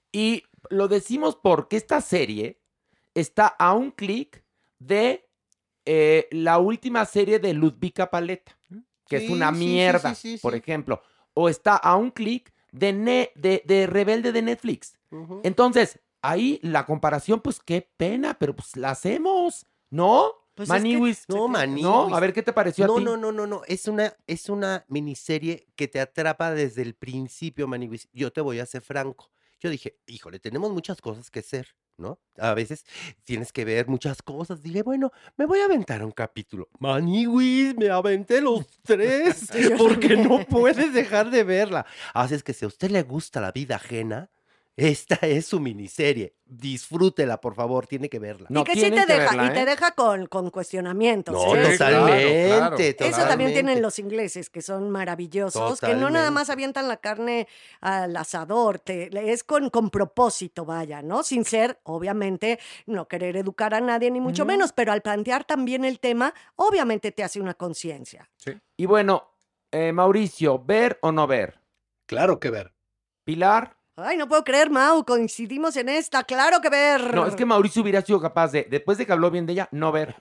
Speaker 5: Y lo decimos porque esta serie está a un clic de eh, la última serie de Ludvika Paleta, que
Speaker 7: Sí,
Speaker 5: es una
Speaker 7: sí, sí,
Speaker 5: mierda,
Speaker 7: sí, sí,
Speaker 5: por
Speaker 7: sí.
Speaker 5: ejemplo. O está a un clic de, ne- de, de Rebelde de Netflix.
Speaker 7: Ujú.
Speaker 5: Entonces, ahí la comparación, pues qué pena, pero pues la hacemos, ¿no?
Speaker 8: Pues es que
Speaker 5: Maniwis,
Speaker 7: No, Maniwis.
Speaker 5: ¿no? A ver, ¿qué te pareció a
Speaker 7: No,
Speaker 5: ti?
Speaker 7: no, no, no, no. Es una, es una miniserie que te atrapa desde el principio, Maniwis. Yo te voy a ser franco. Yo dije, híjole, tenemos muchas cosas que hacer, ¿no? A veces tienes que ver muchas cosas. Dije, bueno, me voy a aventar un capítulo. Maniwis, me aventé los tres
Speaker 8: Yo
Speaker 7: porque no
Speaker 8: también.
Speaker 7: puedes dejar de verla. Así es que si a usted le gusta la vida ajena, esta es su miniserie. Disfrútela, por favor, tiene que verla.
Speaker 5: No,
Speaker 8: y que sí
Speaker 5: tienen
Speaker 8: te
Speaker 5: que
Speaker 8: deja,
Speaker 5: verla,
Speaker 8: y te
Speaker 5: ¿eh?
Speaker 8: deja con, con cuestionamientos.
Speaker 7: No,
Speaker 8: ¿eh?
Speaker 9: Sí, claro,
Speaker 7: totalmente,
Speaker 9: claro.
Speaker 8: Eso también
Speaker 7: totalmente.
Speaker 8: tienen los ingleses, que son maravillosos, que no nada más
Speaker 7: Totalmente.
Speaker 8: avientan la carne al asador, te- es con, con propósito, vaya, ¿no? Sin ser, obviamente, no querer educar a nadie, ni mucho
Speaker 5: Ujú.
Speaker 8: menos, pero al plantear también el tema, obviamente te hace una conciencia.
Speaker 9: Sí.
Speaker 5: Y bueno, eh, Mauricio, ¿ver o no ver?
Speaker 6: Claro que ver.
Speaker 5: Pilar.
Speaker 8: Ay, no puedo creer, Mau, coincidimos en esta, claro que ver.
Speaker 5: No, es que Mauricio hubiera sido capaz de, después de que habló bien de ella, no ver.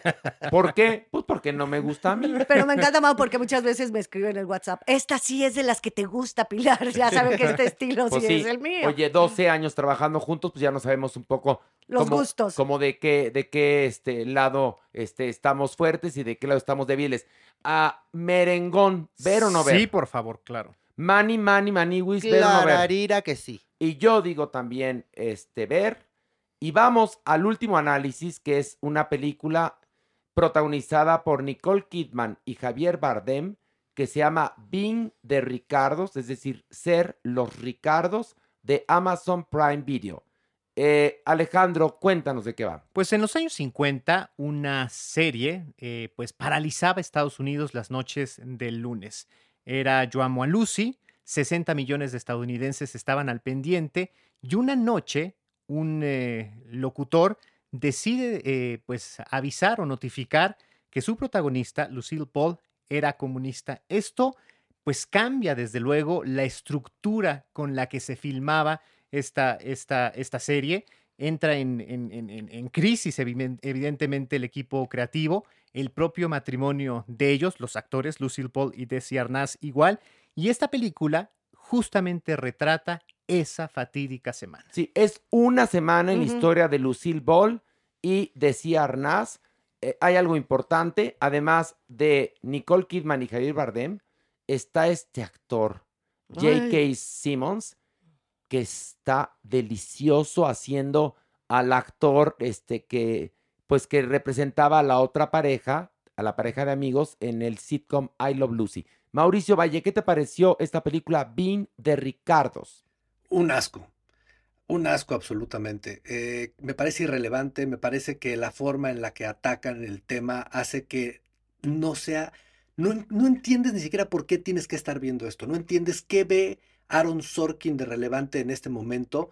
Speaker 5: ¿Por qué? Pues porque no me gusta a mí.
Speaker 8: Pero me encanta, Mau, porque muchas veces me escriben en el WhatsApp, esta sí es de las que te gusta, Pilar, ya saben que este estilo
Speaker 5: Pues
Speaker 8: sí,
Speaker 5: sí,
Speaker 8: es el mío.
Speaker 5: oye, doce años trabajando juntos, pues ya no sabemos un poco
Speaker 8: Los
Speaker 5: como,
Speaker 8: gustos.
Speaker 5: como de qué, de qué este, lado este, estamos fuertes y de qué lado estamos débiles. A merengón, ¿ver o no ver?
Speaker 9: Sí, por favor, claro.
Speaker 5: Mani, mani, maniwis, ¿ver o no ver?
Speaker 7: Clararira que sí.
Speaker 5: Y yo digo también, este, ver. Y vamos al último análisis, que es una película protagonizada por Nicole Kidman y Javier Bardem, que se llama Being de Ricardos, es decir, Ser los Ricardos, de Amazon Prime Video. Eh, Alejandro, cuéntanos de qué va.
Speaker 9: Pues en los años cincuenta, una serie eh, pues paralizaba Estados Unidos las noches del lunes. Era Yo amo a Lucy, sesenta millones de estadounidenses estaban al pendiente y una noche un eh, locutor decide eh, pues avisar o notificar que su protagonista, Lucille Ball, era comunista. Esto pues cambia desde luego la estructura con la que se filmaba esta, esta, esta serie. Entra en, en, en, en crisis evidentemente el equipo creativo, el propio matrimonio de ellos, los actores Lucille Ball y Desi Arnaz igual, y esta película justamente retrata esa fatídica semana.
Speaker 5: Sí, es una semana en la
Speaker 8: Ujú.
Speaker 5: historia de Lucille Ball y Desi Arnaz. Eh, hay algo importante, además de Nicole Kidman y Javier Bardem, está este actor, J K.
Speaker 8: Ay.
Speaker 5: Simmons, que está delicioso haciendo al actor este que pues que representaba a la otra pareja, a la pareja de amigos en el sitcom I Love Lucy. Mauricio Valle, ¿qué te pareció esta película Being de Ricardos?
Speaker 6: Un asco. Un asco absolutamente. Eh, me parece irrelevante, me parece que la forma en la que atacan el tema hace que no sea, no, en- no entiendes ni siquiera por qué tienes que estar viendo esto, no entiendes qué ve Aaron Sorkin de relevante en este momento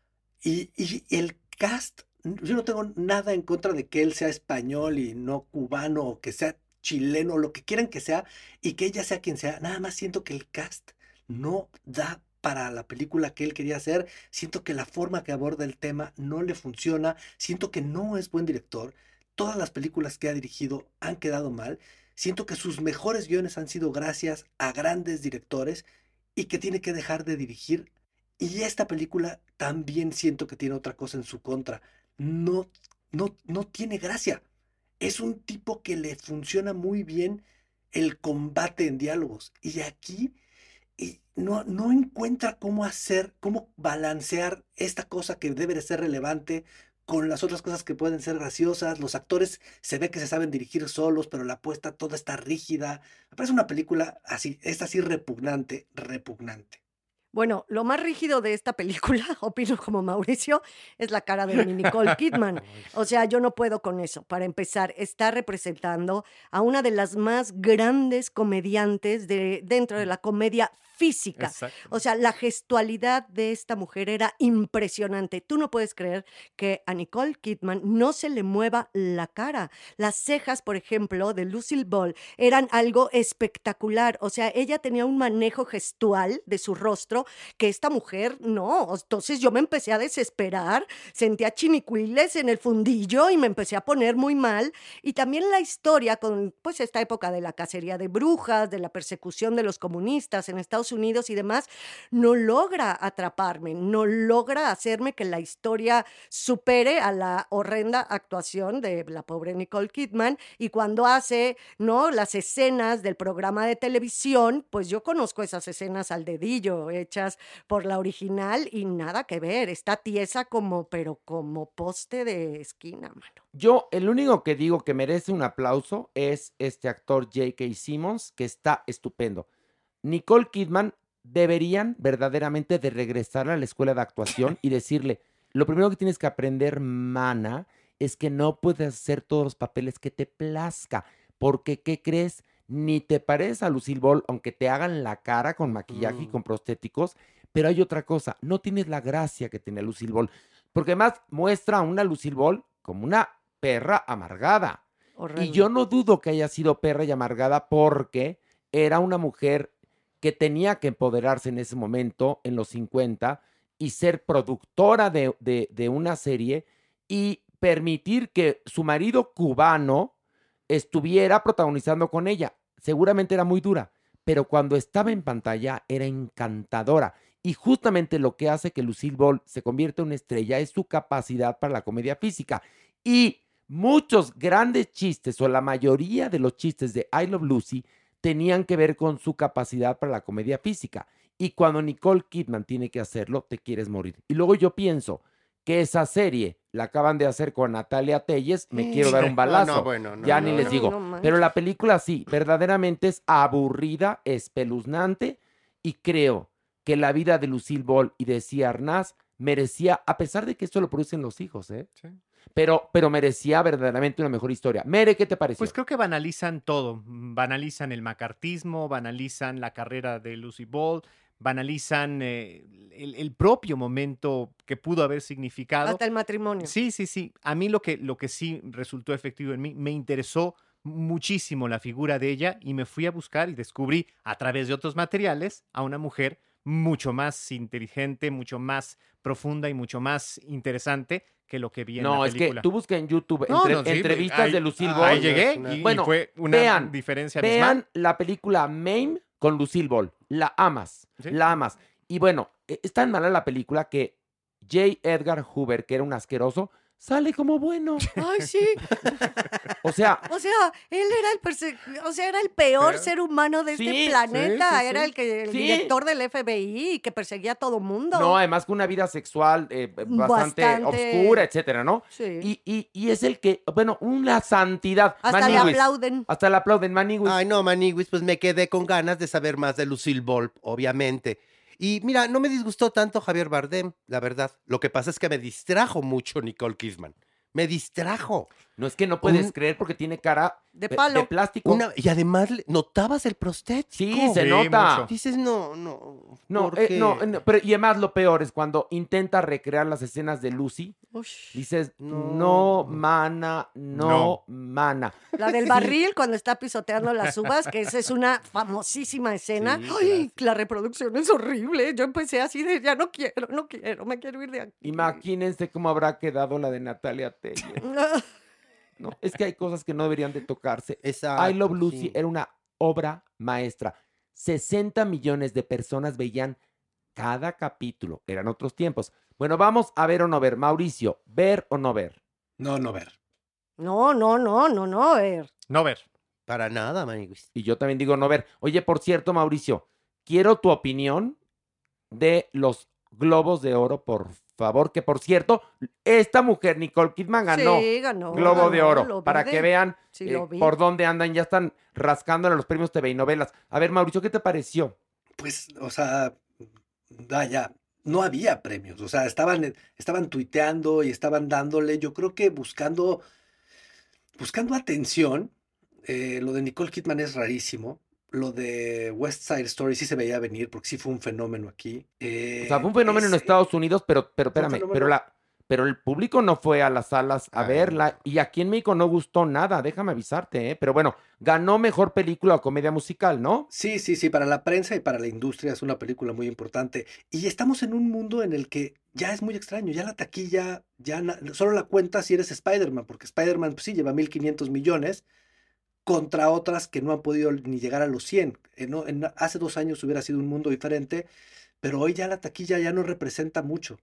Speaker 6: y, y el cast, yo no tengo nada en contra de que él sea español y no cubano o que sea chileno, lo que quieran que sea y que ella sea quien sea, nada más siento que el cast no da para la película que él quería hacer. Siento que la forma que aborda el tema no le funciona. Siento que no es buen director. Todas las películas que ha dirigido han quedado mal. Siento que sus mejores guiones han sido gracias a grandes directores y que tiene que dejar de dirigir. Y esta película también siento que tiene otra cosa en su contra. No, no, no tiene gracia. Es un tipo que le funciona muy bien el combate en diálogos. Y aquí y no, no encuentra cómo hacer, cómo balancear esta cosa que debe de ser relevante con las otras cosas que pueden ser graciosas. Los actores se ve que se saben dirigir solos, pero la apuesta toda está rígida. Me parece una película así, es así repugnante, repugnante.
Speaker 8: Bueno, lo más rígido de esta película, opino como Mauricio, es la cara de mi Nicole Kidman. O sea, yo no puedo con eso. Para empezar, está representando a una de las más grandes comediantes de, dentro de la comedia física.
Speaker 9: Exacto.
Speaker 8: O sea, la gestualidad de esta mujer era impresionante. Tú no puedes creer que a Nicole Kidman no se le mueva la cara. Las cejas, por ejemplo, de Lucille Ball eran algo espectacular. O sea, ella tenía un manejo gestual de su rostro que esta mujer no. Entonces yo me empecé a desesperar, sentía chinicuiles en el fundillo y me empecé a poner muy mal. Y también la historia con pues esta época de la cacería de brujas, de la persecución de los comunistas en Estados Unidos y demás, no logra atraparme, no logra hacerme que la historia supere a la horrenda actuación de la pobre Nicole Kidman. Y cuando hace, ¿no?, las escenas del programa de televisión, pues yo conozco esas escenas al dedillo, hechas por la original y nada que ver, está tiesa como, pero como poste de esquina, mano.
Speaker 5: Yo, el único que digo que merece un aplauso es este actor J K. Simmons, que está estupendo. Nicole Kidman deberían verdaderamente de regresar a la escuela de actuación y decirle, lo primero que tienes que aprender, mana, es que no puedes hacer todos los papeles que te plazca, porque, ¿qué crees? Ni te pareces a Lucille Ball, aunque te hagan la cara con maquillaje y
Speaker 7: Mm.
Speaker 5: con prostéticos, pero hay otra cosa, no tienes la gracia que tenía Lucille Ball, porque además muestra a una Lucille Ball como una perra amargada. Y
Speaker 8: Horrendo.
Speaker 5: yo no dudo que haya sido perra y amargada porque era una mujer que tenía que empoderarse en ese momento, en los cincuenta, y ser productora de, de- de una serie y permitir que su marido cubano estuviera protagonizando con ella. Seguramente era muy dura, pero cuando estaba en pantalla era encantadora. Y justamente lo que hace que Lucille Ball se convierta en una estrella es su capacidad para la comedia física. Y muchos grandes chistes, o la mayoría de los chistes de I Love Lucy, tenían que ver con su capacidad para la comedia física. Y cuando Nicole Kidman tiene que hacerlo, te quieres morir. Y luego yo pienso que esa serie la acaban de hacer con Natalia Telles, me quiero dar un
Speaker 7: No,
Speaker 5: balazo.
Speaker 7: no, bueno, no,
Speaker 5: ya
Speaker 7: no,
Speaker 5: ni les
Speaker 7: no.
Speaker 5: digo.
Speaker 8: No manches.
Speaker 5: Pero la película sí, verdaderamente es aburrida, espeluznante, y creo que la vida de Lucille Ball y de Cia Arnaz merecía, a pesar de que esto lo producen los hijos, ¿eh?
Speaker 9: Sí.
Speaker 5: Pero, pero merecía verdaderamente una mejor historia. Mere, ¿qué te pareció?
Speaker 9: Pues creo que banalizan todo. mm, Banalizan el macartismo, banalizan la carrera de Lucy Ball, banalizan eh, el, el propio momento que pudo haber significado.
Speaker 8: Hasta el matrimonio.
Speaker 9: Sí, sí, sí. A mí lo que, lo que sí resultó efectivo en mí, me interesó muchísimo la figura de ella y me fui a buscar y descubrí a través de otros materiales a una mujer mucho más inteligente, mucho más profunda y mucho más interesante que lo que vi en
Speaker 5: no,
Speaker 9: la
Speaker 5: es que
Speaker 9: película.
Speaker 5: tú busca en YouTube
Speaker 9: No,
Speaker 5: entre-
Speaker 9: no, sí,
Speaker 5: entrevistas
Speaker 9: ahí-
Speaker 5: de Lucille
Speaker 7: ah,
Speaker 5: Ball.
Speaker 9: Ahí
Speaker 7: no,
Speaker 9: llegué
Speaker 7: es una-
Speaker 9: y, y
Speaker 5: Bueno,
Speaker 9: fue una
Speaker 5: vean,
Speaker 9: diferencia abismal.
Speaker 5: Vean la película Mame con Lucille Ball. La amas,
Speaker 9: Sí.
Speaker 5: la amas. Y bueno, e- es tan mala la película que J. Edgar Hoover, que era un asqueroso, sale como bueno.
Speaker 8: Ay, sí.
Speaker 5: O sea,
Speaker 8: O sea, él era el perse- o sea, era el peor
Speaker 9: Pero-
Speaker 8: ser humano de este
Speaker 5: Sí,
Speaker 8: planeta.
Speaker 9: sí, sí,
Speaker 8: Era
Speaker 9: sí.
Speaker 8: el que el
Speaker 5: Sí.
Speaker 8: director del F B I y que perseguía a todo mundo.
Speaker 5: no, además con una vida sexual eh, bastante,
Speaker 8: Bastante-
Speaker 5: obscura, etcétera, ¿no?
Speaker 8: Sí.
Speaker 5: Y, y- y es el que, bueno, una santidad.
Speaker 8: Hasta le
Speaker 5: Maniwis.
Speaker 8: aplauden.
Speaker 5: Hasta le aplauden, Maniwis.
Speaker 7: Ay, no, Maniwis, pues me quedé con ganas de saber más de Lucille Ball, obviamente. Y mira, no me disgustó tanto Javier Bardem, la verdad. Lo que pasa es que me distrajo mucho Nicole Kidman. Me distrajo.
Speaker 5: No es que no puedes
Speaker 7: Un-
Speaker 5: creer porque tiene cara
Speaker 8: De
Speaker 5: de,
Speaker 8: palo.
Speaker 5: de plástico.
Speaker 7: Una, y además le- notabas el prostético.
Speaker 5: Sí, se
Speaker 9: Sí,
Speaker 5: nota.
Speaker 9: mucho.
Speaker 7: Dices, no, no.
Speaker 5: No,
Speaker 7: ¿por
Speaker 5: eh,
Speaker 7: qué?
Speaker 5: no, no, pero y además lo peor es cuando intenta recrear las escenas de Lucy,
Speaker 8: Ush.
Speaker 5: dices, no,
Speaker 7: No.
Speaker 5: mana, no,
Speaker 9: No.
Speaker 5: mana.
Speaker 8: La del
Speaker 5: Sí.
Speaker 8: barril cuando está pisoteando las uvas, que esa es una famosísima escena.
Speaker 7: Sí,
Speaker 8: Ay,
Speaker 7: clásico.
Speaker 8: la reproducción es horrible. Yo empecé así de ya no quiero, no quiero, me quiero ir de aquí.
Speaker 5: Imagínense cómo habrá quedado la de Natalia Telles. No, es que hay cosas que no deberían de tocarse.
Speaker 7: Exacto,
Speaker 5: I Love Lucy
Speaker 7: sí.
Speaker 5: era una obra maestra. sesenta millones de personas veían cada capítulo. Eran otros tiempos. Bueno, vamos a ver o no ver. Mauricio, ¿ver o no ver?
Speaker 6: No, no ver.
Speaker 8: No, no, no, no, no, a ver.
Speaker 9: No ver.
Speaker 7: Para nada, Maniwis.
Speaker 5: Y yo también digo no ver. Oye, por cierto, Mauricio, quiero tu opinión de los Globos de Oro, por favor. Que por cierto, esta mujer, Nicole Kidman, ganó
Speaker 8: Sí, ganó.
Speaker 5: Globo de
Speaker 8: ganó,
Speaker 5: Oro.
Speaker 8: lo vi
Speaker 5: Para
Speaker 8: de-
Speaker 5: que vean
Speaker 8: Sí,
Speaker 5: eh,
Speaker 8: lo vi.
Speaker 5: por dónde andan. Ya están rascándole a los premios T V y novelas. A ver, Mauricio, ¿qué te pareció?
Speaker 6: Pues, o sea, vaya, no había premios. O sea, estaban, estaban tuiteando y estaban dándole, yo creo que buscando, buscando atención. Eh, lo de Nicole Kidman es rarísimo. Lo de West Side Story sí se veía venir porque sí fue un fenómeno aquí.
Speaker 5: O sea, fue un fenómeno en
Speaker 6: Eh,
Speaker 5: Estados Unidos, pero, pero
Speaker 6: fue un
Speaker 5: espérame,
Speaker 6: fenómeno-
Speaker 5: pero la, pero el público no fue a las salas a
Speaker 7: Ay,
Speaker 5: verla. Y aquí en México no gustó nada, déjame avisarte, ¿eh? Pero bueno, ganó mejor película o comedia musical, ¿no?
Speaker 6: Sí, sí, sí, para la prensa y para la industria es una película muy importante. Y estamos en un mundo en el que ya es muy extraño, ya la taquilla, ya na- solo la cuenta si eres Spider-Man, porque Spider-Man pues sí lleva mil quinientos millones contra otras que no han podido ni llegar a los cien. En, o- en- hace dos años hubiera sido un mundo diferente, pero hoy ya la taquilla ya no representa mucho.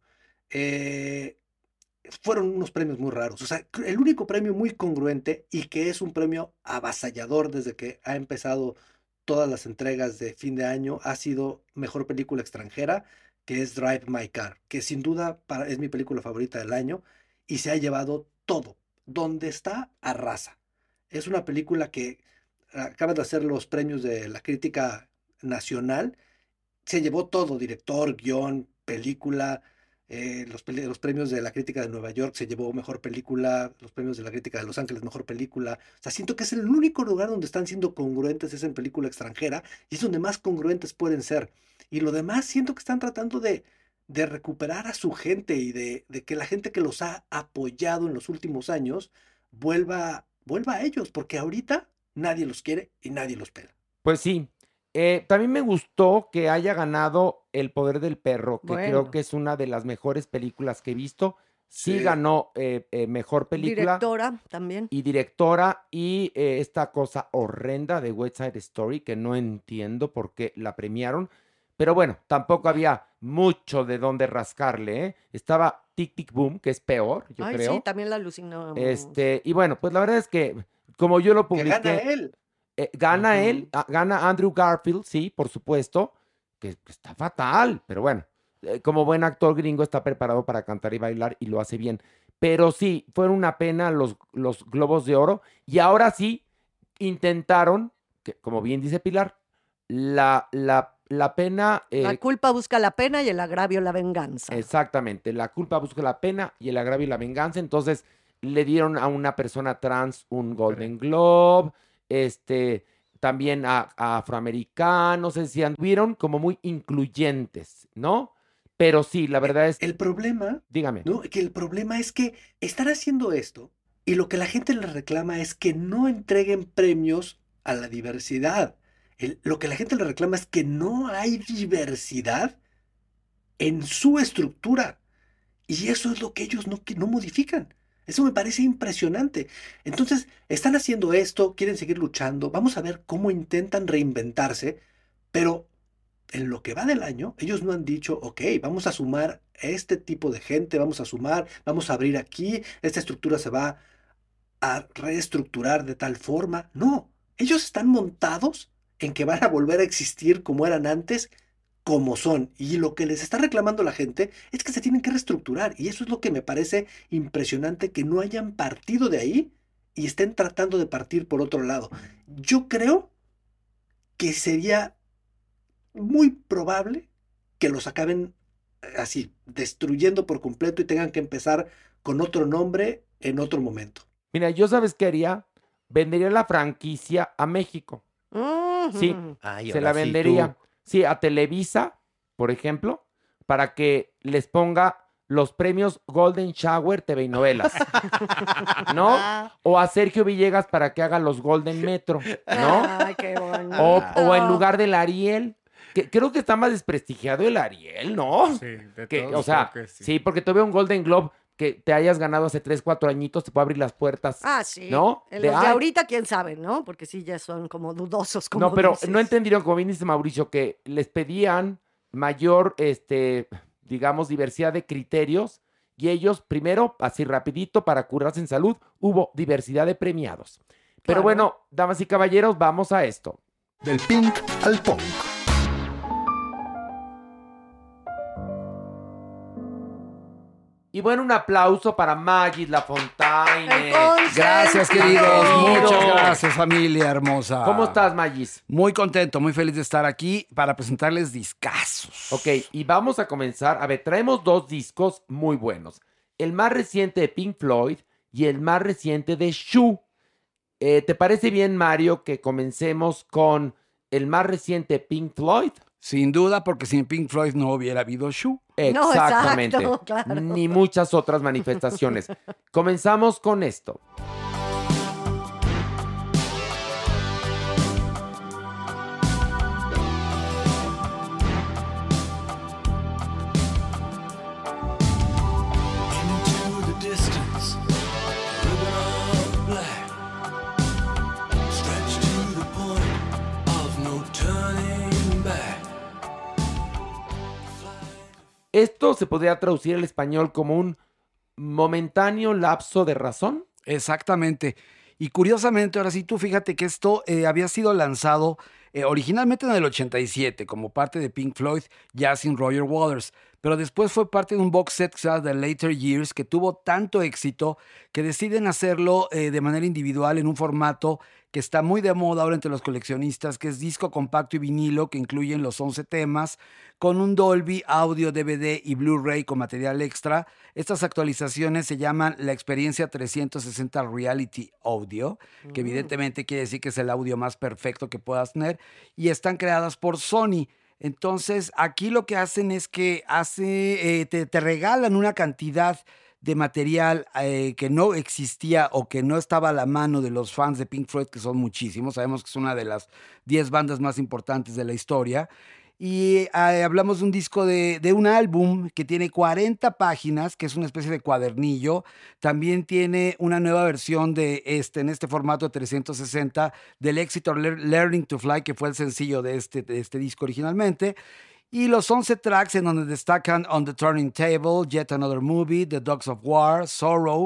Speaker 6: Eh, Fueron unos premios muy raros. O sea, el único premio muy congruente y que es un premio avasallador desde que ha empezado todas las entregas de fin de año ha sido Mejor Película Extranjera, que es Drive My Car, que sin duda para, es mi película favorita del año y se ha llevado todo. Donde está, arrasa. Es una película que acaba de hacer los premios de la crítica nacional, se llevó todo, director, guión, película, eh, los, peli- los premios de la crítica de Nueva York se llevó mejor película, los premios de la crítica de Los Ángeles mejor película. O sea, siento que es el único lugar donde están siendo congruentes es en película extranjera y es donde más congruentes pueden ser. Y lo demás siento que están tratando de, de recuperar a su gente y de, de que la gente que los ha apoyado en los últimos años vuelva, vuelva a ellos, porque ahorita nadie los quiere y nadie los pela.
Speaker 5: Pues sí. Eh, también me gustó que haya ganado El Poder del Perro, que creo
Speaker 8: Bueno.
Speaker 5: que es una de las mejores películas que he visto. Sí,
Speaker 6: Sí.
Speaker 5: ganó eh, eh, mejor película
Speaker 8: Directora también.
Speaker 5: y directora y eh, esta cosa horrenda de West Side Story que no entiendo por qué la premiaron. Pero bueno, tampoco había mucho de dónde rascarle, ¿eh? Estaba Tic Tic Boom, que es peor, yo
Speaker 8: Ay,
Speaker 5: creo.
Speaker 8: sí, también la alucinamos.
Speaker 5: Este, y bueno, pues la verdad es que como yo lo
Speaker 6: Que gana
Speaker 5: publiqué,
Speaker 6: él.
Speaker 5: eh, gana
Speaker 6: Ujú.
Speaker 5: él, ah, gana Andrew Garfield, sí, por supuesto, que que está fatal, pero bueno, eh, como buen actor gringo está preparado para cantar y bailar y lo hace bien. Pero sí, fueron una pena los, los Globos de Oro y ahora sí intentaron, que, como bien dice Pilar, la, la, la pena,
Speaker 8: La
Speaker 5: eh,
Speaker 8: culpa busca la pena y el agravio la venganza.
Speaker 5: exactamente, la culpa busca la pena y el agravio y la venganza. Entonces le dieron a una persona trans un Golden Globe, este, también a, a afroamericanos, es decir, anduvieron como muy incluyentes, ¿no? Pero sí, la verdad es,
Speaker 6: El problema,
Speaker 5: dígame,
Speaker 6: ¿no? Que el problema es que están haciendo esto y lo que la gente les reclama es que no entreguen premios a la diversidad. El- lo que la gente le reclama es que no hay diversidad en su estructura. Y eso es lo que ellos no, que no modifican. Eso me parece impresionante. Entonces, están haciendo esto, quieren seguir luchando. Vamos a ver cómo intentan reinventarse, pero en lo que va del año, ellos no han dicho, ok, vamos a sumar este tipo de gente, vamos a sumar, vamos a abrir aquí, esta estructura se va a reestructurar de tal forma. No, ellos están montados en que van a volver a existir como eran antes, como son. Y lo que les está reclamando la gente es que se tienen que reestructurar. Y eso es lo que me parece impresionante, que no hayan partido de ahí y estén tratando de partir por otro lado. Yo creo que sería muy probable que los acaben eh, así, destruyendo por completo y tengan que empezar con otro nombre en otro momento.
Speaker 5: mira, yo sabes qué haría, vendería la franquicia a México, sí,
Speaker 8: Ujú.
Speaker 7: Ay,
Speaker 5: se
Speaker 7: ahora
Speaker 5: la
Speaker 7: sí,
Speaker 5: vendería,
Speaker 7: tú.
Speaker 5: sí, a Televisa, por ejemplo, para que les ponga los premios Golden Shower T V y novelas, ¿no? O a Sergio Villegas para que haga los Golden Metro, ¿no?
Speaker 8: Ay, qué bonito.
Speaker 5: O, o en lugar del Ariel, que creo que está más desprestigiado el Ariel, ¿no?
Speaker 9: Sí, de
Speaker 5: Que,
Speaker 9: todos
Speaker 5: o sea,
Speaker 9: creo que sí.
Speaker 5: sí. porque todavía un Golden Globe que te hayas ganado hace tres, cuatro añitos te puede abrir las puertas,
Speaker 8: Ah, sí.
Speaker 5: ¿no?
Speaker 8: En
Speaker 5: De,
Speaker 8: los de
Speaker 5: ay,
Speaker 8: ahorita, quién sabe, ¿no? Porque sí, ya son como dudosos, como
Speaker 5: no, pero
Speaker 8: dices.
Speaker 5: no entendieron, como bien dice Mauricio, que les pedían mayor, este, digamos, diversidad de criterios y ellos, primero, así rapidito, para curarse en salud, hubo diversidad de premiados. Pero
Speaker 8: Claro.
Speaker 5: bueno, damas y caballeros, vamos a esto.
Speaker 4: Del pink al punk.
Speaker 5: Y bueno, un aplauso para Magis Lafontaine.
Speaker 8: El consentido.
Speaker 10: Gracias, queridos.
Speaker 5: Querido.
Speaker 10: Muchas gracias, familia hermosa.
Speaker 5: ¿Cómo estás, Magis?
Speaker 10: Muy contento, muy feliz de estar aquí para presentarles discazos.
Speaker 5: Ok, y vamos a comenzar. A ver, traemos dos discos muy buenos. El más reciente de Pink Floyd y el más reciente de Shoe. Eh, ¿te parece bien, Mario, que comencemos con el más reciente Pink Floyd?
Speaker 10: Sin duda, porque sin Pink Floyd no hubiera habido Shoe.
Speaker 5: Exactamente.
Speaker 8: No, exacto, claro.
Speaker 5: Ni muchas otras manifestaciones. Comenzamos con esto. Esto se podría traducir al español como un momentáneo lapso de razón.
Speaker 10: Exactamente. Y curiosamente, ahora sí, tú fíjate que esto eh, había sido lanzado eh, originalmente en el ochenta y siete como parte de Pink Floyd, ya sin Roger Waters, pero después fue parte de un box set que se llama The Later Years, que tuvo tanto éxito que deciden hacerlo eh, de manera individual en un formato que está muy de moda ahora entre los coleccionistas, que es disco compacto y vinilo, que incluyen los once temas, con un Dolby, audio, D V D y Blu-ray con material extra. Estas actualizaciones se llaman la experiencia trescientos sesenta Reality Audio, que evidentemente quiere decir que es el audio más perfecto que puedas tener, y están creadas por Sony. Entonces, aquí lo que hacen es que hace, eh, te, te regalan una cantidad de material eh, que no existía o que no estaba a la mano de los fans de Pink Floyd, que son muchísimos. Sabemos que es una de las diez bandas más importantes de la historia. Y eh, hablamos de un disco de, de un álbum que tiene cuarenta páginas, que es una especie de cuadernillo. También tiene una nueva versión de este, en este formato de trescientos sesenta, del éxito Lear- Learning to Fly, que fue el sencillo de este, de este disco originalmente. Y los once tracks en donde destacan On the Turning Table, Yet Another Movie, The Dogs of War, Sorrow,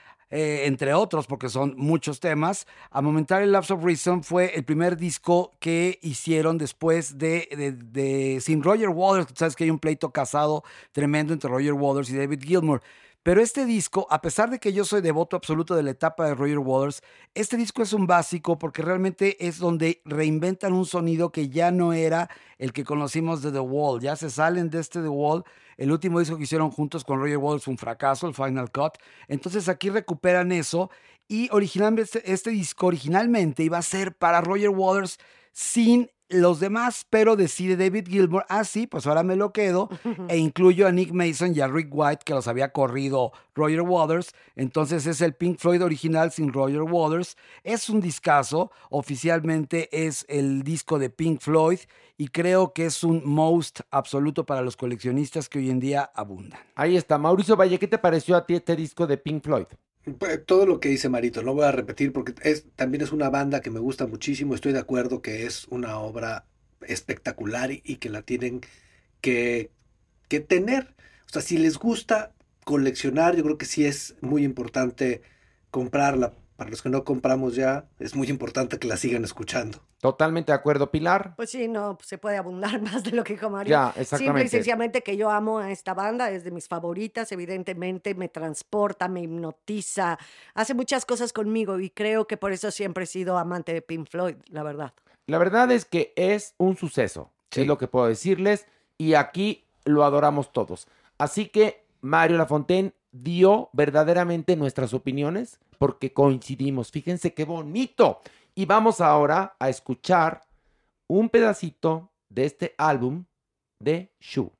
Speaker 10: eh, entre otros, porque son muchos temas. A Momentary Lapse of Reason fue el primer disco que hicieron después de, de, de sin Roger Waters. Tú sabes que hay un pleito casado tremendo entre Roger Waters y David Gilmour. Pero este disco, a pesar de que yo soy devoto absoluto de la etapa de Roger Waters, este disco es un básico porque realmente es donde reinventan un sonido que ya no era el que conocimos de The Wall. Ya se salen de este The Wall. El último disco que hicieron juntos con Roger Waters fue un fracaso, el Final Cut. Entonces aquí recuperan eso. Y originalmente este, este disco originalmente iba a ser para Roger Waters sin los demás, pero decide David Gilmour, ah, sí, pues ahora me lo quedo, e incluyo a Nick Mason y a Rick White, que los había corrido Roger Waters. Entonces es el Pink Floyd original sin Roger Waters. Es un discazo, oficialmente es el disco de Pink Floyd, y creo que es un must absoluto para los coleccionistas que hoy en día abundan.
Speaker 5: Ahí está. Mauricio Valle, ¿qué te pareció a ti este disco de Pink Floyd?
Speaker 6: Pues, todo lo que dice Marito, no voy a repetir porque es, también es una banda que me gusta muchísimo. Estoy de acuerdo que es una obra espectacular y, y que la tienen que, que tener. O sea, si les gusta coleccionar, yo creo que sí es muy importante comprarla. Para los que no compramos ya, es muy importante que la sigan escuchando.
Speaker 5: Totalmente de acuerdo, Pilar.
Speaker 8: Pues sí, no se puede abundar más de lo que dijo Mario.
Speaker 5: Ya,
Speaker 8: Simple y
Speaker 5: exactamente.
Speaker 8: sencillamente que yo amo a esta banda, es de mis favoritas, evidentemente me transporta, me hipnotiza, hace muchas cosas conmigo y creo que por eso siempre he sido amante de Pink Floyd, la verdad.
Speaker 5: La verdad es que es un suceso,
Speaker 10: Sí.
Speaker 5: es lo que puedo decirles, y aquí lo adoramos todos. Así que Mario Lafontaine dio verdaderamente nuestras opiniones porque coincidimos. Fíjense qué bonito. Y vamos ahora a escuchar un pedacito de este álbum de Shoe.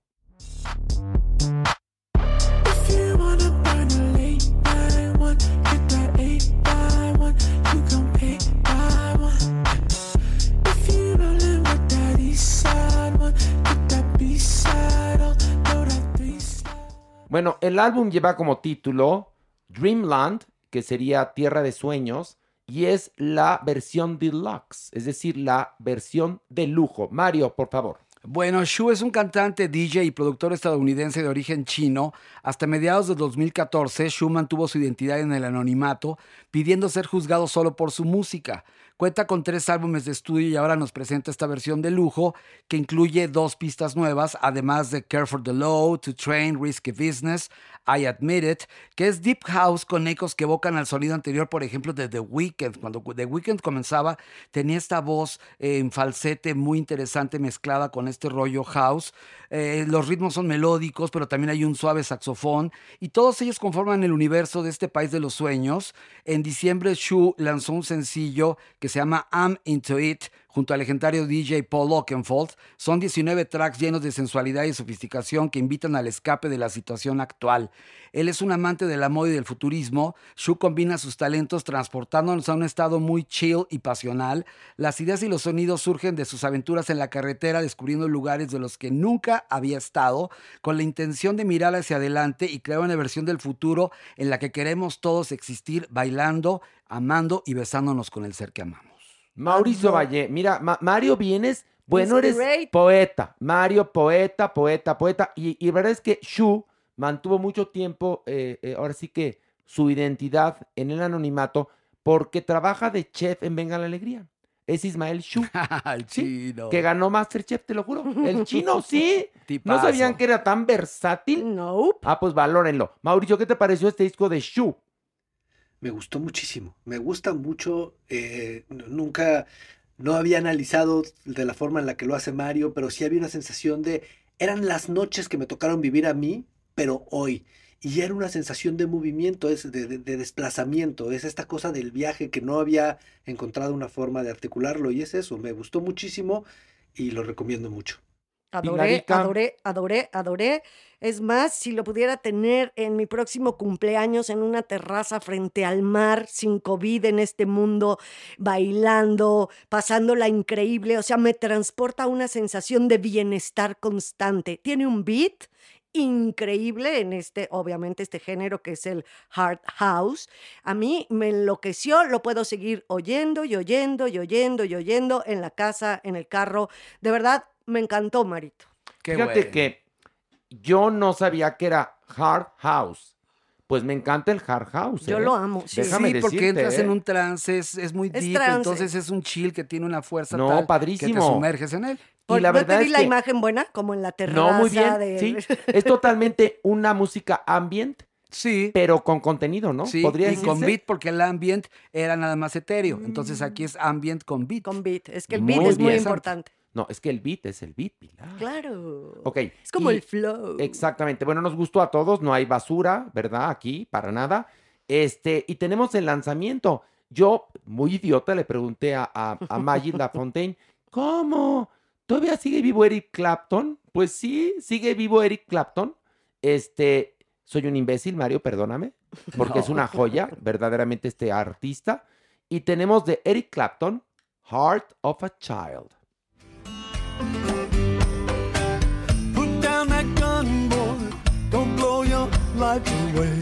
Speaker 11: If you wanna burn a late night one, get that eight by one, you gon' pay by one. If you rollin' with that east side one, get that B-side on, know that three-side.
Speaker 5: Bueno, el álbum lleva como título Dreamland, que sería Tierra de Sueños, y es la versión deluxe, es decir, la versión de lujo. Mario, por favor.
Speaker 10: Bueno, Shu es un cantante, D J y productor estadounidense de origen chino. Hasta mediados de dos mil catorce, Shu mantuvo su identidad en el anonimato, pidiendo ser juzgado solo por su música. Cuenta con tres álbumes de estudio y ahora nos presenta esta versión de lujo que incluye dos pistas nuevas, además de Care for the Low, To Train, Risky Business, I Admit It, que es Deep House con ecos que evocan al sonido anterior, por ejemplo, de The Weeknd. Cuando The Weeknd comenzaba, tenía esta voz eh, en falsete muy interesante mezclada con este rollo house. Eh, los ritmos son melódicos, pero también hay un suave saxofón, y todos ellos conforman el universo de este país de los sueños. En diciembre, Shu lanzó un sencillo que se llama I'm Into It, junto al legendario D J Paul Oakenfold. Son diecinueve tracks llenos de sensualidad y sofisticación que invitan al escape de la situación actual. Él es un amante del amor y del futurismo. Shu combina sus talentos transportándonos a un estado muy chill y pasional. Las ideas y los sonidos surgen de sus aventuras en la carretera, descubriendo lugares de los que nunca había estado, con la intención de mirar hacia adelante y crear una versión del futuro en la que queremos todos existir bailando, amando y besándonos con el ser que amamos.
Speaker 5: Mauricio Valle, mira, Ma- Mario vienes, bueno, eres
Speaker 8: Inspirate.
Speaker 5: poeta. Mario, poeta, poeta, poeta. Y, y verdad es que Shu mantuvo mucho tiempo, eh, eh, ahora sí que su identidad en el anonimato, porque trabaja de chef en Venga la Alegría. Es Ismael Shu,
Speaker 10: El
Speaker 5: ¿sí?
Speaker 10: chino.
Speaker 5: Que ganó MasterChef, te lo juro. El chino, sí.
Speaker 10: Tipazo.
Speaker 5: ¿No sabían que era tan versátil?
Speaker 8: Nope.
Speaker 5: Ah, pues valórenlo. Mauricio, ¿qué te pareció este disco de Shu?
Speaker 6: Me gustó muchísimo, me gusta mucho, eh, n- nunca, no había analizado de la forma en la que lo hace Mario, pero sí había una sensación de, eran las noches que me tocaron vivir a mí, pero hoy, y era una sensación de movimiento, es de, de- de desplazamiento, es esta cosa del viaje que no había encontrado una forma de articularlo, y es eso, me gustó muchísimo y lo recomiendo mucho.
Speaker 8: Adoré,
Speaker 5: Pilarica.
Speaker 8: adoré, adoré, adoré. Es más, si lo pudiera tener en mi próximo cumpleaños en una terraza frente al mar, sin COVID en este mundo, bailando, pasándola increíble, o sea, me transporta a una sensación de bienestar constante. Tiene un beat increíble en este, obviamente, este género que es el hard house. A mí me enloqueció, lo puedo seguir oyendo y oyendo y oyendo y oyendo en la casa, en el carro. De verdad, me encantó, Marito.
Speaker 10: Qué
Speaker 5: Fíjate
Speaker 10: bueno.
Speaker 5: que yo no sabía que era Hard House. Pues me encanta el Hard House.
Speaker 8: Yo
Speaker 5: ¿eh?
Speaker 8: lo amo, sí.
Speaker 5: Déjame
Speaker 10: Sí, porque
Speaker 5: decirte,
Speaker 10: entras en
Speaker 5: ¿eh?
Speaker 10: un trance, es, es muy
Speaker 8: Es
Speaker 10: deep,
Speaker 8: trance.
Speaker 10: entonces es un chill que tiene una fuerza
Speaker 5: No,
Speaker 10: tal que te
Speaker 5: padrísimo.
Speaker 10: sumerges en él.
Speaker 5: Y la
Speaker 8: ¿No
Speaker 5: verdad
Speaker 8: te di
Speaker 5: es
Speaker 8: la
Speaker 5: que
Speaker 8: imagen buena? Como en la terraza
Speaker 5: no, muy bien,
Speaker 8: de...
Speaker 5: sí. Es totalmente una música ambient,
Speaker 10: Sí,
Speaker 5: pero con contenido, ¿no?
Speaker 10: sí,
Speaker 5: Podría
Speaker 10: y con
Speaker 5: decirse.
Speaker 10: beat porque el ambient era nada más etéreo, entonces aquí es ambient con beat.
Speaker 8: Con beat. Es que el
Speaker 5: Muy
Speaker 8: beat es muy
Speaker 5: bien.
Speaker 8: importante.
Speaker 5: No, es que el beat es el beat, Pilar.
Speaker 8: Claro.
Speaker 5: Ok.
Speaker 8: Es como
Speaker 5: y-
Speaker 8: el flow.
Speaker 5: Exactamente. Bueno, nos gustó a todos, no hay basura, ¿verdad? Aquí, para nada. Este, y tenemos el lanzamiento. Yo, muy idiota, le pregunté a, a, a Maggie Lafontaine, ¿cómo? ¿Todavía sigue vivo Eric Clapton? Pues sí, sigue vivo Eric Clapton. Este, soy un imbécil, Mario, perdóname, porque es una joya, verdaderamente, este artista. Y tenemos de Eric Clapton, Heart of a Child.
Speaker 11: Put down that gun, boy. Don't blow your life away.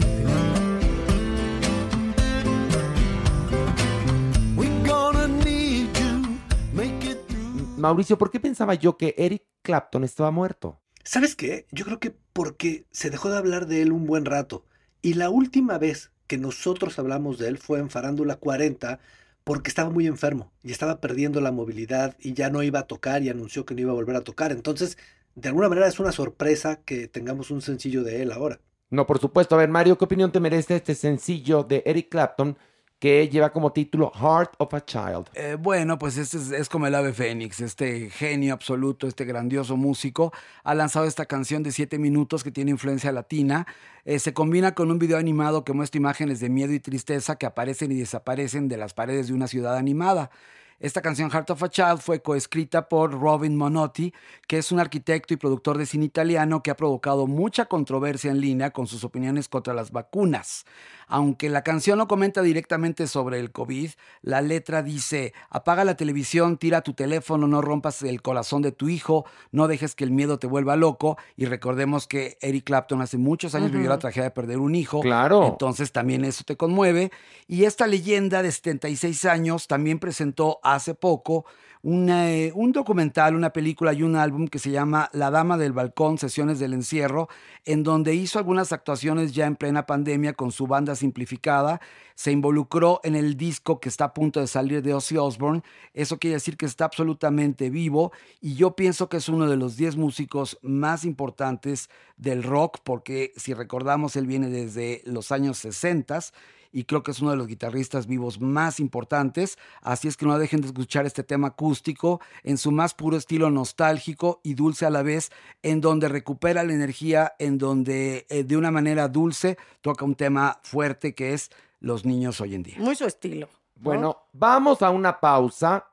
Speaker 11: We're gonna need you. Make it through.
Speaker 5: Mauricio, ¿por qué pensaba yo que Eric Clapton estaba muerto?
Speaker 6: ¿Sabes qué? Yo creo que porque se dejó de hablar de él un buen rato. Y la última vez que nosotros hablamos de él fue en Farándula cuarenta, porque estaba muy enfermo y estaba perdiendo la movilidad y ya no iba a tocar y anunció que no iba a volver a tocar. Entonces, de alguna manera es una sorpresa que tengamos un sencillo de él ahora.
Speaker 5: No, por supuesto. A ver, Mario, ¿qué opinión te merece este sencillo de Eric Clapton que lleva como título Heart of a Child?
Speaker 10: Eh, bueno, pues este es, es como el ave fénix, este genio absoluto, este grandioso músico, ha lanzado esta canción de siete minutos que tiene influencia latina. Eh, se combina con un video animado que muestra imágenes de miedo y tristeza que aparecen y desaparecen de las paredes de una ciudad animada. Esta canción, Heart of a Child, fue coescrita por Robin Monotti, que es un arquitecto y productor de cine italiano que ha provocado mucha controversia en línea con sus opiniones contra las vacunas. Aunque la canción no comenta directamente sobre el COVID, la letra dice: apaga la televisión, tira tu teléfono, no rompas el corazón de tu hijo, no dejes que el miedo te vuelva loco. Y recordemos que Eric Clapton hace muchos años vivió la tragedia de perder un hijo.
Speaker 5: Claro.
Speaker 10: Entonces también eso te conmueve. Y esta leyenda de setenta y seis años también presentó hace poco una, eh, un documental, una película y un álbum que se llama La Dama del Balcón, Sesiones del Encierro, en donde hizo algunas actuaciones ya en plena pandemia con su banda simplificada. Se involucró en el disco que está a punto de salir de Ozzy Osbourne. Eso quiere decir que está absolutamente vivo y yo pienso que es uno de los diez músicos más importantes del rock, porque si recordamos, él viene desde los años sesenta y creo que es uno de los guitarristas vivos más importantes. Así es que no dejen de escuchar este tema acústico en su más puro estilo nostálgico y dulce a la vez, en donde recupera la energía, en donde eh, de una manera dulce toca un tema fuerte que es los niños hoy en día.
Speaker 8: Muy su estilo. ¿no?
Speaker 5: Bueno, vamos a una pausa.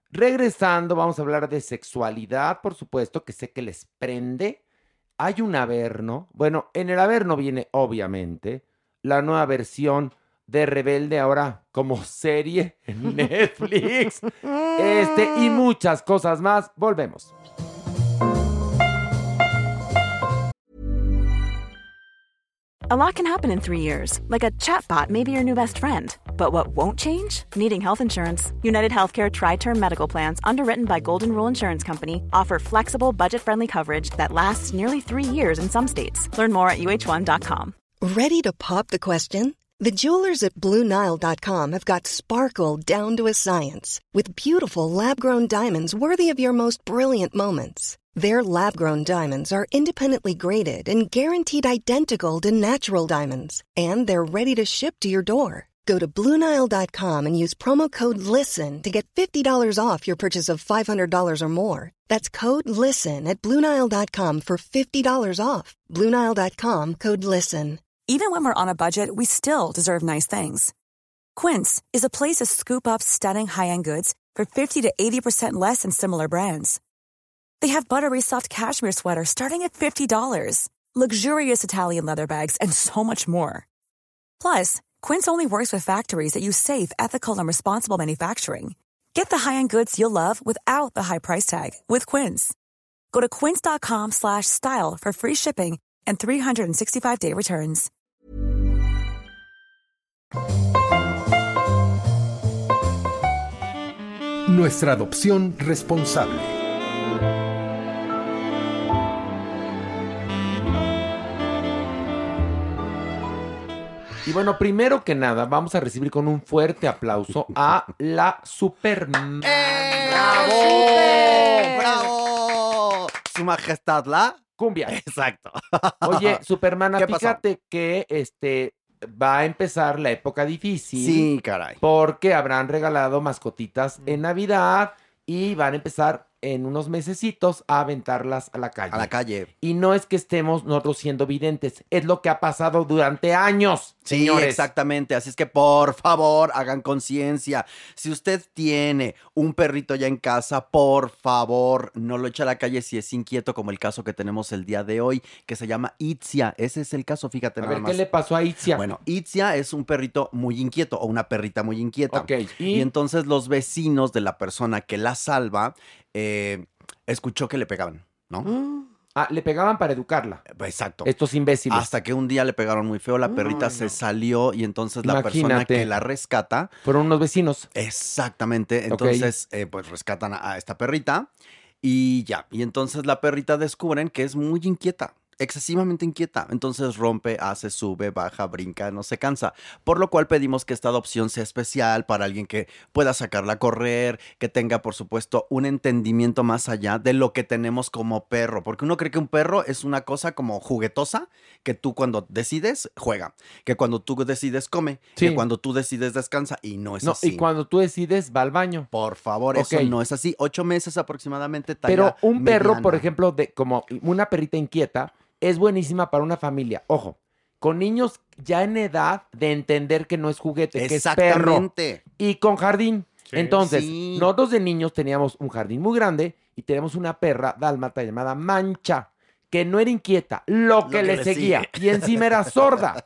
Speaker 5: Regresando, vamos a hablar de sexualidad, por supuesto, que sé que les prende. Hay un Averno. Bueno, en el Averno viene, obviamente, la nueva versión de Rebelde, ahora como serie en Netflix. Este y muchas cosas más. Volvemos.
Speaker 12: A lot can happen in three years, like a chatbot may be your new best friend. But what won't change? Needing health insurance. United Healthcare Tri-Term Medical Plans, underwritten by Golden Rule Insurance Company, offer flexible, budget-friendly coverage that lasts nearly three years in some states. Learn more at U H one dot com.
Speaker 13: Ready to pop the question? The jewelers at Blue Nile dot com have got sparkle down to a science with beautiful lab-grown diamonds worthy of your most brilliant moments. Their lab-grown diamonds are independently graded and guaranteed identical to natural diamonds, and they're ready to ship to your door. Go to Blue Nile dot com and use promo code LISTEN to get fifty dollars off your purchase of five hundred dollars or more. That's code LISTEN at Blue Nile dot com for fifty dollars off. Blue Nile dot com, code LISTEN.
Speaker 12: Even when we're on a budget, we still deserve nice things. Quince is a place to scoop up stunning high-end goods for fifty to eighty percent less than similar brands. They have buttery soft cashmere sweaters starting at fifty dollars, luxurious Italian leather bags, and so much more. Plus, Quince only works with factories that use safe, ethical, and responsible manufacturing. Get the high-end goods you'll love without the high price tag with Quince. Go to quince dot com slash style for free shipping and three sixty-five day returns.
Speaker 4: Nuestra adopción responsable.
Speaker 5: Y bueno, primero que nada, vamos a recibir con un fuerte aplauso a la Superman.
Speaker 7: ¡Eh!
Speaker 8: ¡Bravo!
Speaker 7: ¡Bravo! Su majestad la
Speaker 5: cumbia.
Speaker 7: Exacto.
Speaker 5: Oye, Supermana,
Speaker 7: ¿Qué pasó?
Speaker 5: fíjate que este va a empezar la época difícil.
Speaker 7: Sí, caray.
Speaker 5: Porque habrán regalado mascotitas en Navidad y van a empezar en unos mesecitos a aventarlas a la calle.
Speaker 7: A la calle.
Speaker 5: Y no es que estemos nosotros siendo videntes, es lo que ha pasado durante años,
Speaker 7: Sí,
Speaker 5: señores.
Speaker 7: exactamente. Así es que, por favor, hagan conciencia. Si usted tiene un perrito ya en casa, por favor, no lo eche a la calle si es inquieto, como el caso que tenemos el día de hoy, que se llama Itzia. Ese es el caso, fíjate
Speaker 5: A
Speaker 7: nada
Speaker 5: ver,
Speaker 7: más.
Speaker 5: ¿qué le pasó a Itzia?
Speaker 7: Bueno, Itzia es un perrito muy inquieto o una perrita muy inquieta.
Speaker 5: Ok, ¿y?
Speaker 7: Y entonces los vecinos de la persona que la salva eh, escuchó que le pegaban, ¿no?
Speaker 5: Ah, le pegaban para educarla.
Speaker 7: Exacto.
Speaker 5: Estos imbéciles.
Speaker 7: Hasta que un día le pegaron muy feo, la perrita
Speaker 5: Ay,
Speaker 7: se
Speaker 5: no.
Speaker 7: salió y entonces la persona
Speaker 5: Imagínate.
Speaker 7: que la rescata.
Speaker 5: Fueron unos vecinos.
Speaker 7: Exactamente.
Speaker 5: Ok.
Speaker 7: Entonces, eh, pues rescatan a, a esta perrita y ya. Y entonces la perrita descubren que es muy inquieta. Excesivamente inquieta. Entonces rompe, hace, sube, baja, brinca, no se cansa. Por lo cual pedimos que esta adopción sea especial para alguien que pueda sacarla a correr, que tenga, por supuesto, un entendimiento más allá de lo que tenemos como perro. Porque uno cree que un perro es una cosa como juguetosa, que tú cuando decides, juega. Que cuando tú decides, come.
Speaker 5: Sí.
Speaker 7: Que cuando tú decides, descansa. Y no es
Speaker 5: No,
Speaker 7: así.
Speaker 5: y cuando tú decides, va al baño.
Speaker 7: Por favor,
Speaker 5: Ok.
Speaker 7: eso no es así. Ocho meses aproximadamente, talla
Speaker 5: Pero un perro, por
Speaker 7: mediana.
Speaker 5: ejemplo, de como una perrita inquieta, es buenísima para una familia. Ojo, con niños ya en edad de entender que no es juguete, que es perro.
Speaker 7: Exactamente.
Speaker 5: Y con jardín.
Speaker 9: Sí.
Speaker 5: Entonces,
Speaker 7: Sí.
Speaker 5: nosotros de niños teníamos un jardín muy grande y tenemos una perra dálmata llamada Mancha, que no era inquieta, lo que,
Speaker 7: que
Speaker 5: le
Speaker 7: le
Speaker 5: seguía. Y encima era sorda.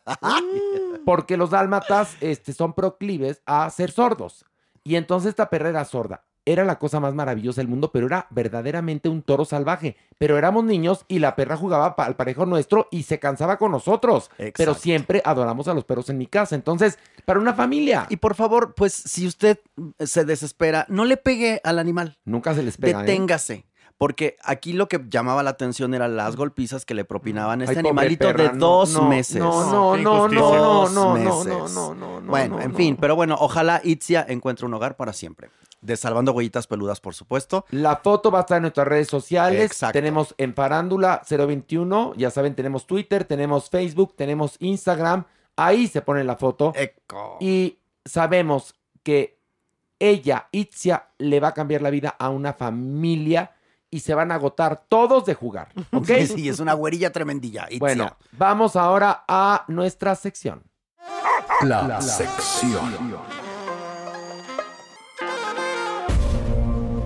Speaker 5: Porque los dálmatas este, son proclives a ser sordos. Y entonces esta perra era sorda. Era la cosa más maravillosa del mundo, pero era verdaderamente un toro salvaje. Pero éramos niños y la perra jugaba pa- al parejo nuestro y se cansaba con nosotros. Pero
Speaker 7: Exacto.
Speaker 5: siempre adoramos a los perros en mi casa. Entonces, para una familia.
Speaker 7: Y por favor, pues si usted se desespera, no le pegue al animal.
Speaker 5: Nunca se les pega, ¿eh?
Speaker 7: Deténgase. Porque aquí lo que llamaba la atención eran las golpizas que le propinaban a este
Speaker 5: Ay, pobre
Speaker 7: animalito
Speaker 5: perra,
Speaker 7: de
Speaker 5: no,
Speaker 7: dos
Speaker 5: no,
Speaker 7: meses.
Speaker 5: No, no,
Speaker 9: Qué
Speaker 5: no, no,
Speaker 9: injusticia.
Speaker 5: no,
Speaker 7: Dos
Speaker 5: no, no, no,
Speaker 7: meses.
Speaker 5: no, no, no.
Speaker 7: Bueno,
Speaker 5: no,
Speaker 7: en
Speaker 5: no.
Speaker 7: fin, pero bueno, ojalá Itzia encuentre un hogar para siempre. De Salvando Huellitas Peludas, por supuesto.
Speaker 5: La foto va a estar en nuestras redes sociales.
Speaker 7: Exacto.
Speaker 5: Tenemos en Farándula cero veintiuno. Ya saben, tenemos Twitter, tenemos Facebook, tenemos Instagram. Ahí se pone la foto.
Speaker 7: Eco.
Speaker 5: Y sabemos que ella, Itzia, le va a cambiar la vida a una familia y se van a agotar todos de jugar. ¿Ok?
Speaker 7: Sí, sí, es una güerilla tremendilla. Itzia.
Speaker 5: Bueno, vamos ahora a nuestra sección.
Speaker 4: La, sección.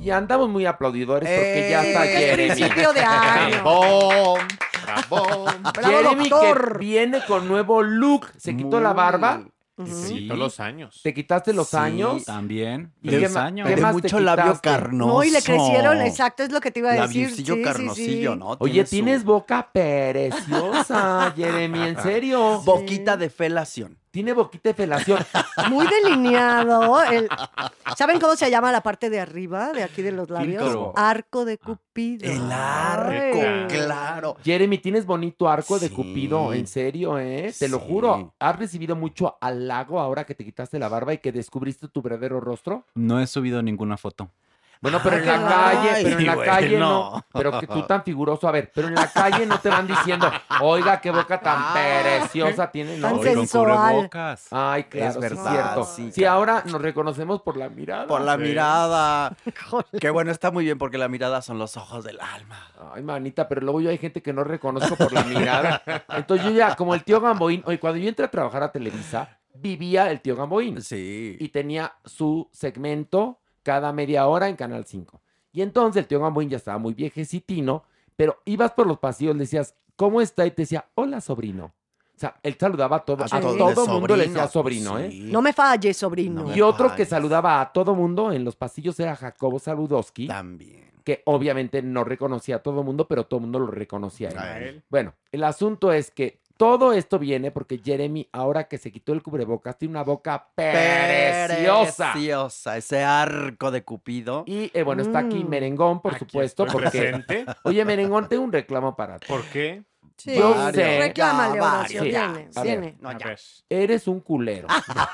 Speaker 5: Y andamos muy aplaudidores porque ya está
Speaker 8: Es
Speaker 5: Jeremy.
Speaker 8: principio de año.
Speaker 7: ¡Bom! ¡Bom!
Speaker 8: Bravo,
Speaker 5: Jeremy
Speaker 8: doctor.
Speaker 5: que viene con nuevo look. Se quitó la barba.
Speaker 9: Y se
Speaker 10: Sí.
Speaker 9: quitó los años.
Speaker 5: Te quitaste los
Speaker 7: Sí,
Speaker 5: años.
Speaker 10: También.
Speaker 5: ¿Y
Speaker 10: De
Speaker 5: qué
Speaker 10: qué
Speaker 5: ma-
Speaker 10: años.
Speaker 5: qué
Speaker 7: De
Speaker 5: más te
Speaker 7: mucho labio
Speaker 5: quitaste?
Speaker 7: carnoso.
Speaker 8: No, y le crecieron, exacto, es lo que te iba a decir.
Speaker 7: Labiocillo
Speaker 8: sí, sí,
Speaker 7: carnosillo,
Speaker 8: sí.
Speaker 7: ¿no?
Speaker 5: Oye,
Speaker 7: Tiene su
Speaker 5: tienes boca preciosa, Jeremy, en serio.
Speaker 7: boquita de felación.
Speaker 5: Tiene boquita de felación.
Speaker 8: Muy delineado. el- ¿Saben cómo se llama la parte de arriba, de aquí de los labios?
Speaker 10: Filtro.
Speaker 8: Arco de Cupido.
Speaker 7: El
Speaker 8: Ay.
Speaker 7: arco, claro.
Speaker 5: Jeremy, tienes bonito arco de
Speaker 7: Sí.
Speaker 5: Cupido, en serio, ¿eh? Te lo
Speaker 7: Sí.
Speaker 5: juro. ¿Has recibido mucho halago ahora que te quitaste la barba y que descubriste tu verdadero rostro?
Speaker 14: No he subido ninguna foto.
Speaker 5: Bueno, pero en la
Speaker 7: Ay,
Speaker 5: calle, pero en la
Speaker 7: bueno.
Speaker 5: calle no. Pero que tú tan figuroso, a ver, pero en la calle no te van diciendo, oiga, qué boca tan preciosa tiene, ¿no?
Speaker 8: Tan
Speaker 14: Hoy con
Speaker 8: sensual.
Speaker 14: cubrebocas.
Speaker 5: Ay, claro,
Speaker 7: Es
Speaker 5: sí
Speaker 7: verdad,
Speaker 5: cierto.
Speaker 7: sí,
Speaker 5: Sí,
Speaker 7: claro.
Speaker 5: ahora nos reconocemos por la mirada.
Speaker 7: Por la
Speaker 9: Sí.
Speaker 7: mirada. Qué bueno, está muy bien porque la mirada son los ojos del alma.
Speaker 5: Ay, manita, pero luego yo hay gente que no reconozco por la mirada. Entonces yo ya, como el tío Gamboín, oye, cuando yo entré a trabajar a Televisa, vivía el tío Gamboín.
Speaker 7: Sí.
Speaker 5: Y tenía su segmento cada media hora en Canal cinco. Y entonces el tío Gamboín ya estaba muy viejecitino, pero ibas por los pasillos, le decías, ¿cómo está? Y te decía, hola, sobrino. O sea, él saludaba a todo, a
Speaker 8: Sí.
Speaker 5: todo
Speaker 7: de
Speaker 5: mundo le decía
Speaker 7: sobrino,
Speaker 5: sobrino, ¿eh?
Speaker 7: sí.
Speaker 8: No me falles, sobrino.
Speaker 7: No me
Speaker 5: Y otro que
Speaker 7: falles.
Speaker 5: saludaba a todo mundo en los pasillos era Jacobo Saludowski,
Speaker 7: También.
Speaker 5: que obviamente no reconocía a todo mundo, pero todo mundo lo reconocía a él.
Speaker 7: A
Speaker 9: él.
Speaker 5: Bueno, el asunto es que todo esto viene porque Jeremy, ahora que se quitó el cubrebocas, tiene una boca preciosa.
Speaker 7: Preciosa. Ese arco de Cupido.
Speaker 5: Y eh, bueno, está aquí
Speaker 8: Mm.
Speaker 5: Merengón, por
Speaker 9: Aquí
Speaker 5: supuesto,
Speaker 9: estoy
Speaker 5: porque...
Speaker 9: presente.
Speaker 5: Oye, Merengón, tengo un reclamo para ti.
Speaker 9: ¿Por qué?
Speaker 8: Sí,
Speaker 5: Yo
Speaker 8: varios.
Speaker 5: sé.
Speaker 8: Reclámale,
Speaker 7: Ya,
Speaker 8: Horacio,
Speaker 5: varios.
Speaker 8: viene,
Speaker 5: A ver.
Speaker 8: viene.
Speaker 7: No,
Speaker 9: A
Speaker 7: ya.
Speaker 9: ver.
Speaker 5: Eres un culero.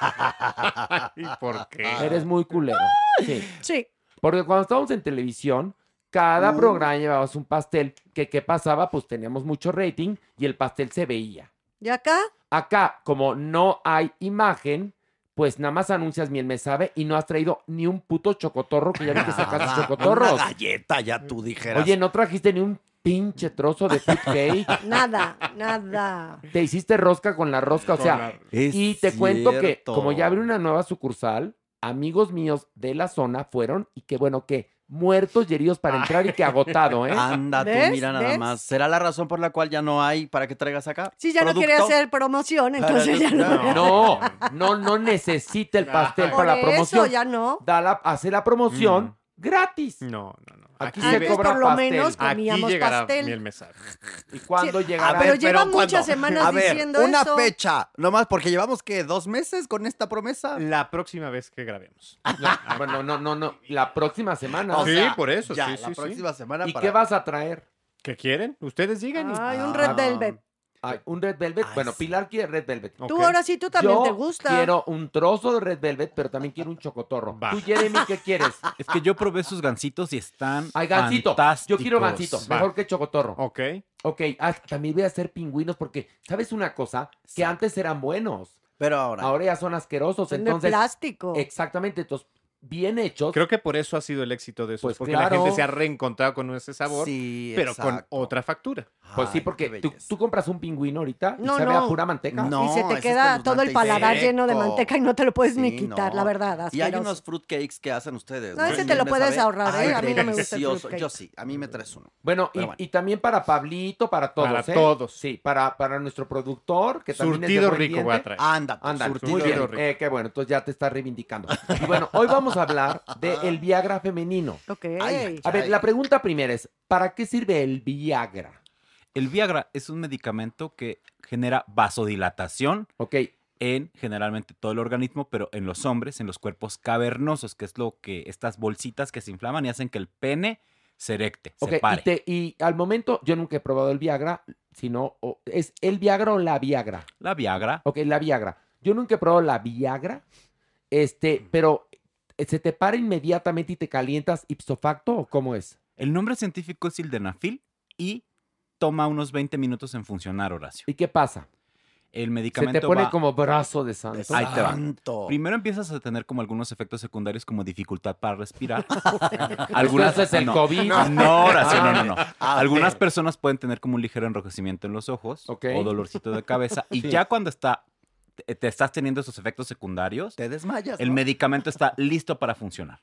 Speaker 9: ¿Y por qué?
Speaker 5: Eres muy culero. Sí.
Speaker 8: Sí.
Speaker 5: Porque cuando estábamos en televisión, cada
Speaker 7: Mm.
Speaker 5: programa llevabas un pastel. Que qué pasaba, pues teníamos mucho rating y el pastel se veía.
Speaker 8: ¿Y acá?
Speaker 5: Acá, como no hay imagen, pues nada más anuncias miel me sabe y no has traído ni un puto chocotorro, que ya vi que sacas
Speaker 7: Nada,
Speaker 5: chocotorros.
Speaker 7: Una galleta, ya tú dijeras.
Speaker 5: Oye, no trajiste ni un pinche trozo de fruit cake.
Speaker 8: Nada, nada.
Speaker 5: Te hiciste rosca con la rosca, o
Speaker 9: Con
Speaker 5: sea,
Speaker 9: la-
Speaker 7: Es
Speaker 5: y te cuento que
Speaker 7: cierto.
Speaker 5: como ya abrió una nueva sucursal, amigos míos de la zona fueron y que bueno, que muertos y heridos para entrar y que agotado, ¿eh?
Speaker 7: Anda, tú
Speaker 8: ¿Ves?
Speaker 7: mira nada
Speaker 8: ¿Ves?
Speaker 7: más. ¿Será la razón por la cual ya no hay para que traigas acá?
Speaker 8: Sí, ya no quiere
Speaker 7: ¿Producto?
Speaker 8: hacer promoción, entonces ya no.
Speaker 5: No, no, no necesita el pastel
Speaker 8: Por
Speaker 5: para la promoción.
Speaker 8: eso ya no.
Speaker 5: Da la, hace la promoción
Speaker 9: Mm.
Speaker 5: gratis.
Speaker 9: No, no, no.
Speaker 5: Aquí
Speaker 9: Aquí,
Speaker 5: se
Speaker 8: Antes,
Speaker 5: cobra
Speaker 8: por lo
Speaker 5: pastel.
Speaker 8: menos,
Speaker 9: aquí
Speaker 8: comíamos
Speaker 9: llegará
Speaker 8: pastel.
Speaker 9: miel me sabe.
Speaker 5: ¿Y cuándo
Speaker 8: Sí,
Speaker 5: llegará?
Speaker 8: a Pero lleva
Speaker 7: ¿cuándo?
Speaker 8: muchas semanas
Speaker 7: A ver,
Speaker 8: diciendo
Speaker 7: una
Speaker 8: eso.
Speaker 7: fecha, nomás porque llevamos, ¿qué? ¿Dos meses con esta promesa?
Speaker 9: La próxima vez que grabemos.
Speaker 5: No, bueno, no, no, no. La próxima semana.
Speaker 7: O
Speaker 9: Sí,
Speaker 7: sea,
Speaker 9: por eso,
Speaker 7: ya,
Speaker 9: sí,
Speaker 7: la
Speaker 9: sí, sí.
Speaker 7: próxima semana
Speaker 5: ¿Y
Speaker 7: para...
Speaker 5: qué vas a traer?
Speaker 9: ¿Qué quieren? Ustedes digan. y-
Speaker 8: Ay, un
Speaker 7: Ah.
Speaker 8: Red Velvet.
Speaker 5: Ay, ¿un Red Velvet?
Speaker 7: Ay,
Speaker 5: Bueno,
Speaker 7: sí.
Speaker 5: Pilar quiere Red Velvet.
Speaker 9: Ok.
Speaker 8: Tú ahora sí, tú también
Speaker 5: Yo
Speaker 8: te gusta.
Speaker 5: quiero un trozo de Red Velvet, pero también quiero un chocotorro.
Speaker 9: Va.
Speaker 5: Tú, Jeremy, ¿qué quieres?
Speaker 14: Es que yo probé sus gancitos y están
Speaker 5: Ay, gansito. Yo
Speaker 14: fantásticos.
Speaker 5: quiero gansito,
Speaker 9: Va.
Speaker 5: mejor que chocotorro.
Speaker 9: Ok.
Speaker 5: Ok, ah, también voy a hacer pingüinos porque, ¿sabes una cosa? Que
Speaker 7: Sí.
Speaker 5: antes eran buenos.
Speaker 7: Pero ahora...
Speaker 5: Ahora ya son asquerosos.
Speaker 8: Son de
Speaker 5: Entonces,
Speaker 8: plástico.
Speaker 5: exactamente, entonces, bien hechos.
Speaker 9: Creo que por eso ha sido el éxito de esos.
Speaker 5: Pues
Speaker 9: porque
Speaker 5: claro.
Speaker 9: la gente se ha reencontrado con ese sabor,
Speaker 7: Sí,
Speaker 9: pero con
Speaker 7: exacto.
Speaker 9: otra factura.
Speaker 5: Pues sí,
Speaker 7: Ay,
Speaker 5: porque
Speaker 7: qué
Speaker 5: tú,
Speaker 7: belleza.
Speaker 5: tú compras un pingüino ahorita y
Speaker 8: No,
Speaker 5: sabe
Speaker 8: no.
Speaker 5: a pura manteca.
Speaker 7: No.
Speaker 8: y se te
Speaker 7: ese
Speaker 8: queda
Speaker 7: es
Speaker 8: todo el
Speaker 7: espeluznante y
Speaker 8: paladar lleno de
Speaker 7: seco.
Speaker 8: manteca y no te lo puedes ni
Speaker 7: Sí,
Speaker 8: quitar,
Speaker 7: no.
Speaker 8: la verdad.
Speaker 7: Y hay
Speaker 8: asqueroso.
Speaker 7: unos fruitcakes que hacen ustedes.
Speaker 8: No, ese
Speaker 7: ¿no?
Speaker 8: te lo
Speaker 7: ¿Me
Speaker 8: puedes
Speaker 7: sabe?
Speaker 8: ahorrar, ¿eh?
Speaker 7: Ay,
Speaker 8: A mí no me gusta el
Speaker 7: delicioso.
Speaker 8: fruitcake.
Speaker 7: Yo sí, a mí me traes uno.
Speaker 5: Bueno, y,
Speaker 7: Pero bueno.
Speaker 5: y también para Pablito, para todos,
Speaker 9: Para
Speaker 5: ¿eh?
Speaker 9: todos.
Speaker 5: Sí, para, para nuestro productor, que también es de
Speaker 9: Surtido
Speaker 5: buen
Speaker 9: rico
Speaker 5: diente.
Speaker 9: voy a traer.
Speaker 7: Anda, pues,
Speaker 5: Anda,
Speaker 7: surtido
Speaker 5: muy bien.
Speaker 9: rico.
Speaker 5: Eh, qué bueno, entonces ya te estás reivindicando. Y bueno, hoy vamos a hablar del Viagra femenino.
Speaker 8: Ok.
Speaker 7: Ay, ay,
Speaker 5: A ver,
Speaker 7: Ay.
Speaker 5: la pregunta primera es, ¿para qué sirve el Viagra?
Speaker 14: El Viagra es un medicamento que genera vasodilatación
Speaker 5: Ok,
Speaker 14: en generalmente todo el organismo, pero en los hombres, en los cuerpos cavernosos, que es lo que estas bolsitas que se inflaman y hacen que el pene se erecte,
Speaker 5: ok.
Speaker 14: se
Speaker 5: Y,
Speaker 14: pare.
Speaker 5: te- y al momento, yo nunca he probado el Viagra, sino, o- ¿es el Viagra o la Viagra?
Speaker 14: La Viagra,
Speaker 5: Ok, la Viagra. Yo nunca he probado la Viagra, este, pero eh, ¿se te para inmediatamente y te calientas ipso facto o cómo es?
Speaker 14: el nombre científico es sildenafil y toma unos veinte minutos en funcionar, Horacio.
Speaker 5: ¿Y qué pasa?
Speaker 14: El
Speaker 5: Se
Speaker 14: medicamento
Speaker 5: te pone
Speaker 14: va-
Speaker 5: como brazo de santo.
Speaker 14: Ahí te va.
Speaker 7: Santo.
Speaker 14: Primero empiezas a tener como algunos efectos secundarios como dificultad para respirar.
Speaker 5: Algunas es el
Speaker 14: no,
Speaker 5: COVID.
Speaker 14: No, Horacio, no, no, no.
Speaker 7: A
Speaker 14: Algunas
Speaker 7: ver.
Speaker 14: personas pueden tener como un ligero enrojecimiento en los ojos
Speaker 5: Ok.
Speaker 14: o dolorcito de cabeza. Y
Speaker 5: Sí.
Speaker 14: ya cuando está, te, te estás teniendo esos efectos secundarios,
Speaker 7: Te desmayas,
Speaker 14: el
Speaker 7: ¿no?
Speaker 14: medicamento está listo para funcionar.
Speaker 7: Ah.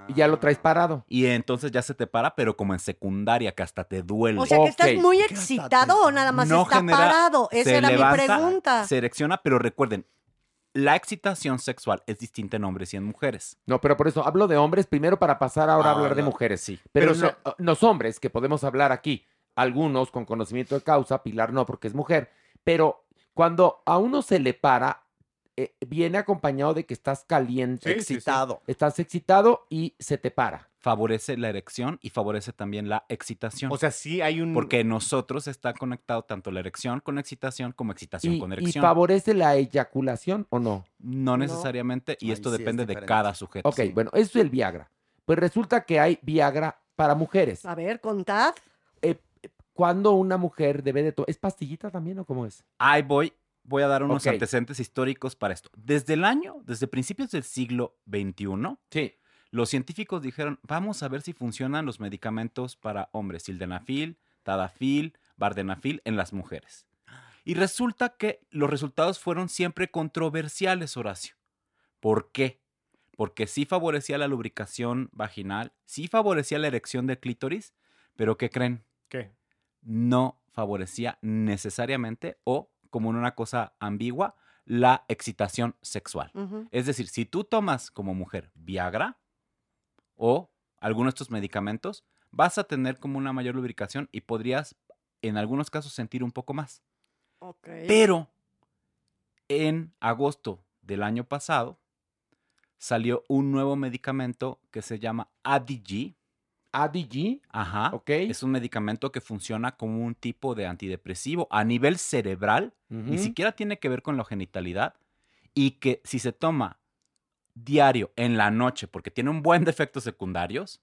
Speaker 5: Y ya lo traes parado.
Speaker 14: Y entonces ya se te para, pero como en secundaria, que hasta te duele.
Speaker 8: O sea, que estás
Speaker 5: Ok.
Speaker 8: muy excitado o nada más
Speaker 14: No
Speaker 8: está
Speaker 14: genera-
Speaker 8: parado. Esa
Speaker 14: se
Speaker 8: era mi
Speaker 14: levanta,
Speaker 8: pregunta.
Speaker 14: Se erecciona, pero recuerden, la excitación sexual es distinta en hombres y en mujeres.
Speaker 5: No, pero por eso hablo de hombres primero para pasar ahora a
Speaker 14: Ah,
Speaker 5: hablar de
Speaker 14: la-
Speaker 5: mujeres.
Speaker 14: sí.
Speaker 5: Pero,
Speaker 9: Pero
Speaker 5: no- uh, los hombres, que podemos hablar aquí, algunos con conocimiento de causa, Pilar no, porque es mujer, pero cuando a uno se le para, eh, viene acompañado de que estás caliente,
Speaker 9: Sí, sí, sí.
Speaker 7: Excitado.
Speaker 5: estás excitado y se te para.
Speaker 14: Favorece la erección y favorece también la excitación.
Speaker 9: O sea, sí hay un...
Speaker 14: porque nosotros está conectado tanto la erección con excitación como excitación
Speaker 5: Y,
Speaker 14: con
Speaker 5: y
Speaker 14: erección.
Speaker 5: favorece la eyaculación o no.
Speaker 14: No necesariamente, y
Speaker 7: Ay,
Speaker 14: esto
Speaker 7: sí, es
Speaker 14: depende de
Speaker 7: diferente.
Speaker 14: cada sujeto.
Speaker 5: Ok, bueno, eso es el Viagra. Pues resulta que hay Viagra para mujeres.
Speaker 8: A ver, contad.
Speaker 5: Eh, ¿Cuándo una mujer debe de tomar? ¿Es pastillita también o cómo es?
Speaker 14: Ahí voy, voy a dar unos
Speaker 5: Ok.
Speaker 14: antecedentes históricos para esto. Desde el año, desde principios del siglo veintiuno,
Speaker 5: Sí.
Speaker 14: los científicos dijeron, vamos a ver si funcionan los medicamentos para hombres, sildenafil, tadafil, vardenafil en las mujeres. Y resulta que los resultados fueron siempre controversiales, Horacio. ¿Por qué? Porque sí favorecía la lubricación vaginal, sí favorecía la erección del clítoris, pero ¿qué creen?
Speaker 9: ¿Qué?
Speaker 14: No favorecía necesariamente o, como en una cosa ambigua, la excitación sexual.
Speaker 8: Ujú.
Speaker 14: Es decir, si tú tomas como mujer Viagra o alguno de estos medicamentos, vas a tener como una mayor lubricación y podrías en algunos casos sentir un poco más.
Speaker 8: Ok.
Speaker 14: Pero en agosto del año pasado salió un nuevo medicamento que se llama A D G.
Speaker 5: A D G.
Speaker 14: Ajá.
Speaker 5: Ok.
Speaker 14: Es un medicamento que funciona como un tipo de antidepresivo a nivel cerebral. Ni
Speaker 5: Ujú.
Speaker 14: siquiera tiene que ver con la genitalidad. Y que si se toma diario en la noche, porque tiene un buen de efectos secundarios,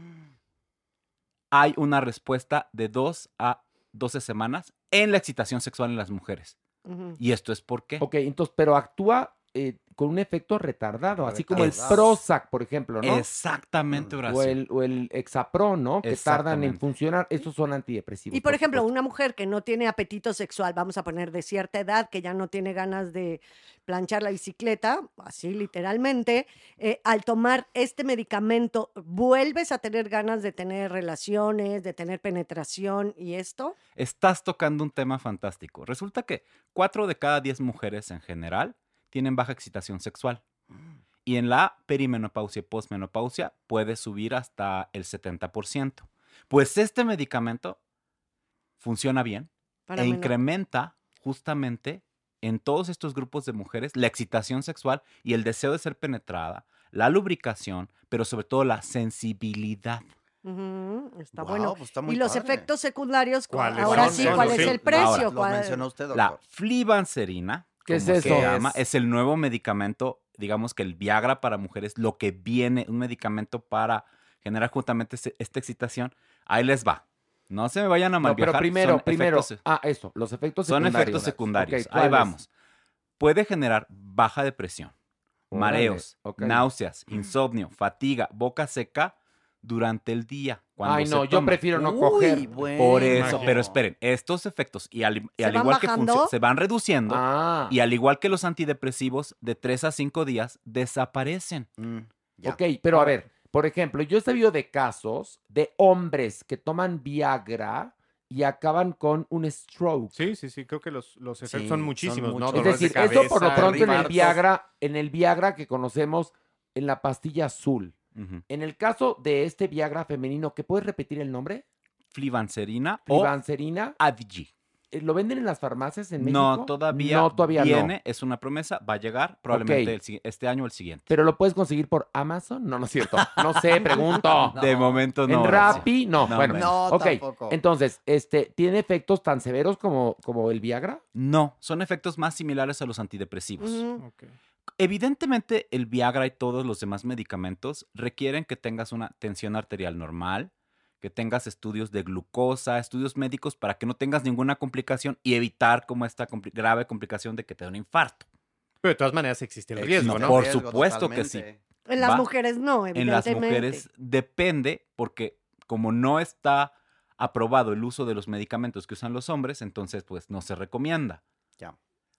Speaker 14: hay una respuesta de dos a doce semanas en la excitación sexual en las mujeres.
Speaker 8: Ujú.
Speaker 14: ¿Y esto es por qué?
Speaker 5: Ok, entonces, pero actúa eh, con un efecto retardado, así como el
Speaker 7: Retardado.
Speaker 5: Prozac, por ejemplo, ¿no?
Speaker 14: Exactamente, Horacio.
Speaker 5: O el, o el Hexapro, ¿no? Que tardan en
Speaker 14: Exactamente.
Speaker 5: funcionar. Esos son antidepresivos.
Speaker 8: Y por ejemplo,
Speaker 5: supuesto.
Speaker 8: una mujer que no tiene apetito sexual, vamos a poner de cierta edad, que ya no tiene ganas de planchar la bicicleta, así literalmente, eh, al tomar este medicamento, ¿vuelves a tener ganas de tener relaciones, de tener penetración y esto?
Speaker 14: Estás tocando un tema fantástico. Resulta que cuatro de cada diez mujeres en general tienen baja excitación sexual. Y en la perimenopausia y posmenopausia puede subir hasta el setenta por ciento. Pues este medicamento funciona bien
Speaker 8: Para
Speaker 14: e
Speaker 8: menop-
Speaker 14: incrementa justamente en todos estos grupos de mujeres la excitación sexual y el deseo de ser penetrada, la lubricación, pero sobre todo la sensibilidad.
Speaker 8: Ujú, está
Speaker 7: Guau,
Speaker 8: bueno.
Speaker 7: pues está muy
Speaker 8: y los
Speaker 7: padre.
Speaker 8: efectos secundarios, cua-
Speaker 9: ¿Cuáles
Speaker 8: ahora
Speaker 7: son?
Speaker 8: sí,
Speaker 7: Son
Speaker 8: ¿cuál
Speaker 7: los-
Speaker 8: es
Speaker 7: sí.
Speaker 8: el precio?
Speaker 14: Ahora,
Speaker 7: Los
Speaker 8: ¿Cuál-
Speaker 7: mencionó usted, doctor.
Speaker 14: La flibanserina,
Speaker 5: ¿Qué es
Speaker 14: como
Speaker 5: eso?
Speaker 14: se
Speaker 5: ¿Qué
Speaker 14: llama,
Speaker 8: es?
Speaker 14: es el nuevo medicamento, digamos que el Viagra para mujeres, lo que viene, un medicamento para generar justamente este- esta excitación. Ahí les va. No se me vayan a
Speaker 5: No,
Speaker 14: malviajar.
Speaker 5: pero primero,
Speaker 14: son
Speaker 5: primero.
Speaker 14: efectos-
Speaker 5: Ah, eso, los efectos
Speaker 14: son
Speaker 5: secundarios.
Speaker 14: efectos secundarios.
Speaker 5: Ok,
Speaker 14: Ahí
Speaker 5: ¿cuáles?
Speaker 14: vamos. Puede generar baja depresión,
Speaker 5: Órale,
Speaker 14: mareos,
Speaker 5: ok.
Speaker 14: náuseas, insomnio, fatiga, boca seca durante el día. cuando
Speaker 5: Ay,
Speaker 14: se
Speaker 5: no, yo
Speaker 14: toma.
Speaker 5: prefiero no
Speaker 7: Uy,
Speaker 5: coger.
Speaker 7: bueno.
Speaker 14: Por eso,
Speaker 9: Imagínate.
Speaker 14: pero esperen, estos efectos, y al, y
Speaker 8: ¿Se
Speaker 14: al
Speaker 8: van
Speaker 14: igual que
Speaker 8: bajando?
Speaker 14: funcio- se van reduciendo,
Speaker 5: Ah,
Speaker 14: y al igual que los antidepresivos, de tres a cinco días desaparecen.
Speaker 7: Mm, ya.
Speaker 5: ok, pero a ver, por ejemplo, yo he sabido de casos de hombres que toman Viagra y acaban con un stroke.
Speaker 9: Sí, sí, sí, creo que los, los efectos
Speaker 7: Sí,
Speaker 9: son
Speaker 7: son
Speaker 9: muchísimos, ¿no?
Speaker 7: muchos.
Speaker 5: Es
Speaker 9: Dolores de
Speaker 5: decir, eso por lo
Speaker 9: cabeza,
Speaker 5: pronto en el
Speaker 7: infartos.
Speaker 5: Viagra, en el Viagra que conocemos en la pastilla azul.
Speaker 14: Ujú.
Speaker 5: En el caso de este Viagra femenino, ¿que puedes repetir el nombre?
Speaker 14: Flibanserina o
Speaker 5: Flibanserina.
Speaker 14: A D G.
Speaker 5: Eh, ¿Lo venden en las farmacias en México?
Speaker 14: No, todavía,
Speaker 5: No, todavía
Speaker 14: viene,
Speaker 5: no.
Speaker 14: es una promesa, va a llegar probablemente
Speaker 5: Ok.
Speaker 14: el si- este año o el siguiente.
Speaker 5: ¿Pero lo puedes conseguir por Amazon? No, no es cierto. No sé, pregunto.
Speaker 7: No.
Speaker 14: De momento no.
Speaker 5: ¿En
Speaker 14: Horacio.
Speaker 5: Rappi? No,
Speaker 14: No,
Speaker 5: bueno.
Speaker 14: bueno.
Speaker 7: No,
Speaker 5: ok,
Speaker 7: tampoco.
Speaker 5: entonces, este, ¿tiene efectos tan severos como, como el Viagra?
Speaker 14: No, son efectos más similares a los antidepresivos.
Speaker 8: Ujú.
Speaker 9: Ok.
Speaker 14: Evidentemente, el Viagra y todos los demás medicamentos requieren que tengas una tensión arterial normal, que tengas estudios de glucosa, estudios médicos para que no tengas ninguna complicación y evitar como esta compli- grave complicación de que te dé un infarto.
Speaker 9: Pero de todas maneras existe el
Speaker 7: Existe
Speaker 9: riesgo,
Speaker 14: no,
Speaker 9: ¿no?
Speaker 14: por
Speaker 7: riesgo
Speaker 14: supuesto que sí.
Speaker 7: totalmente.
Speaker 8: En las
Speaker 14: Va.
Speaker 8: mujeres no,
Speaker 14: En
Speaker 8: evidentemente.
Speaker 14: las mujeres depende porque como no está aprobado el uso de los medicamentos que usan los hombres, entonces pues no se recomienda.
Speaker 7: Ya.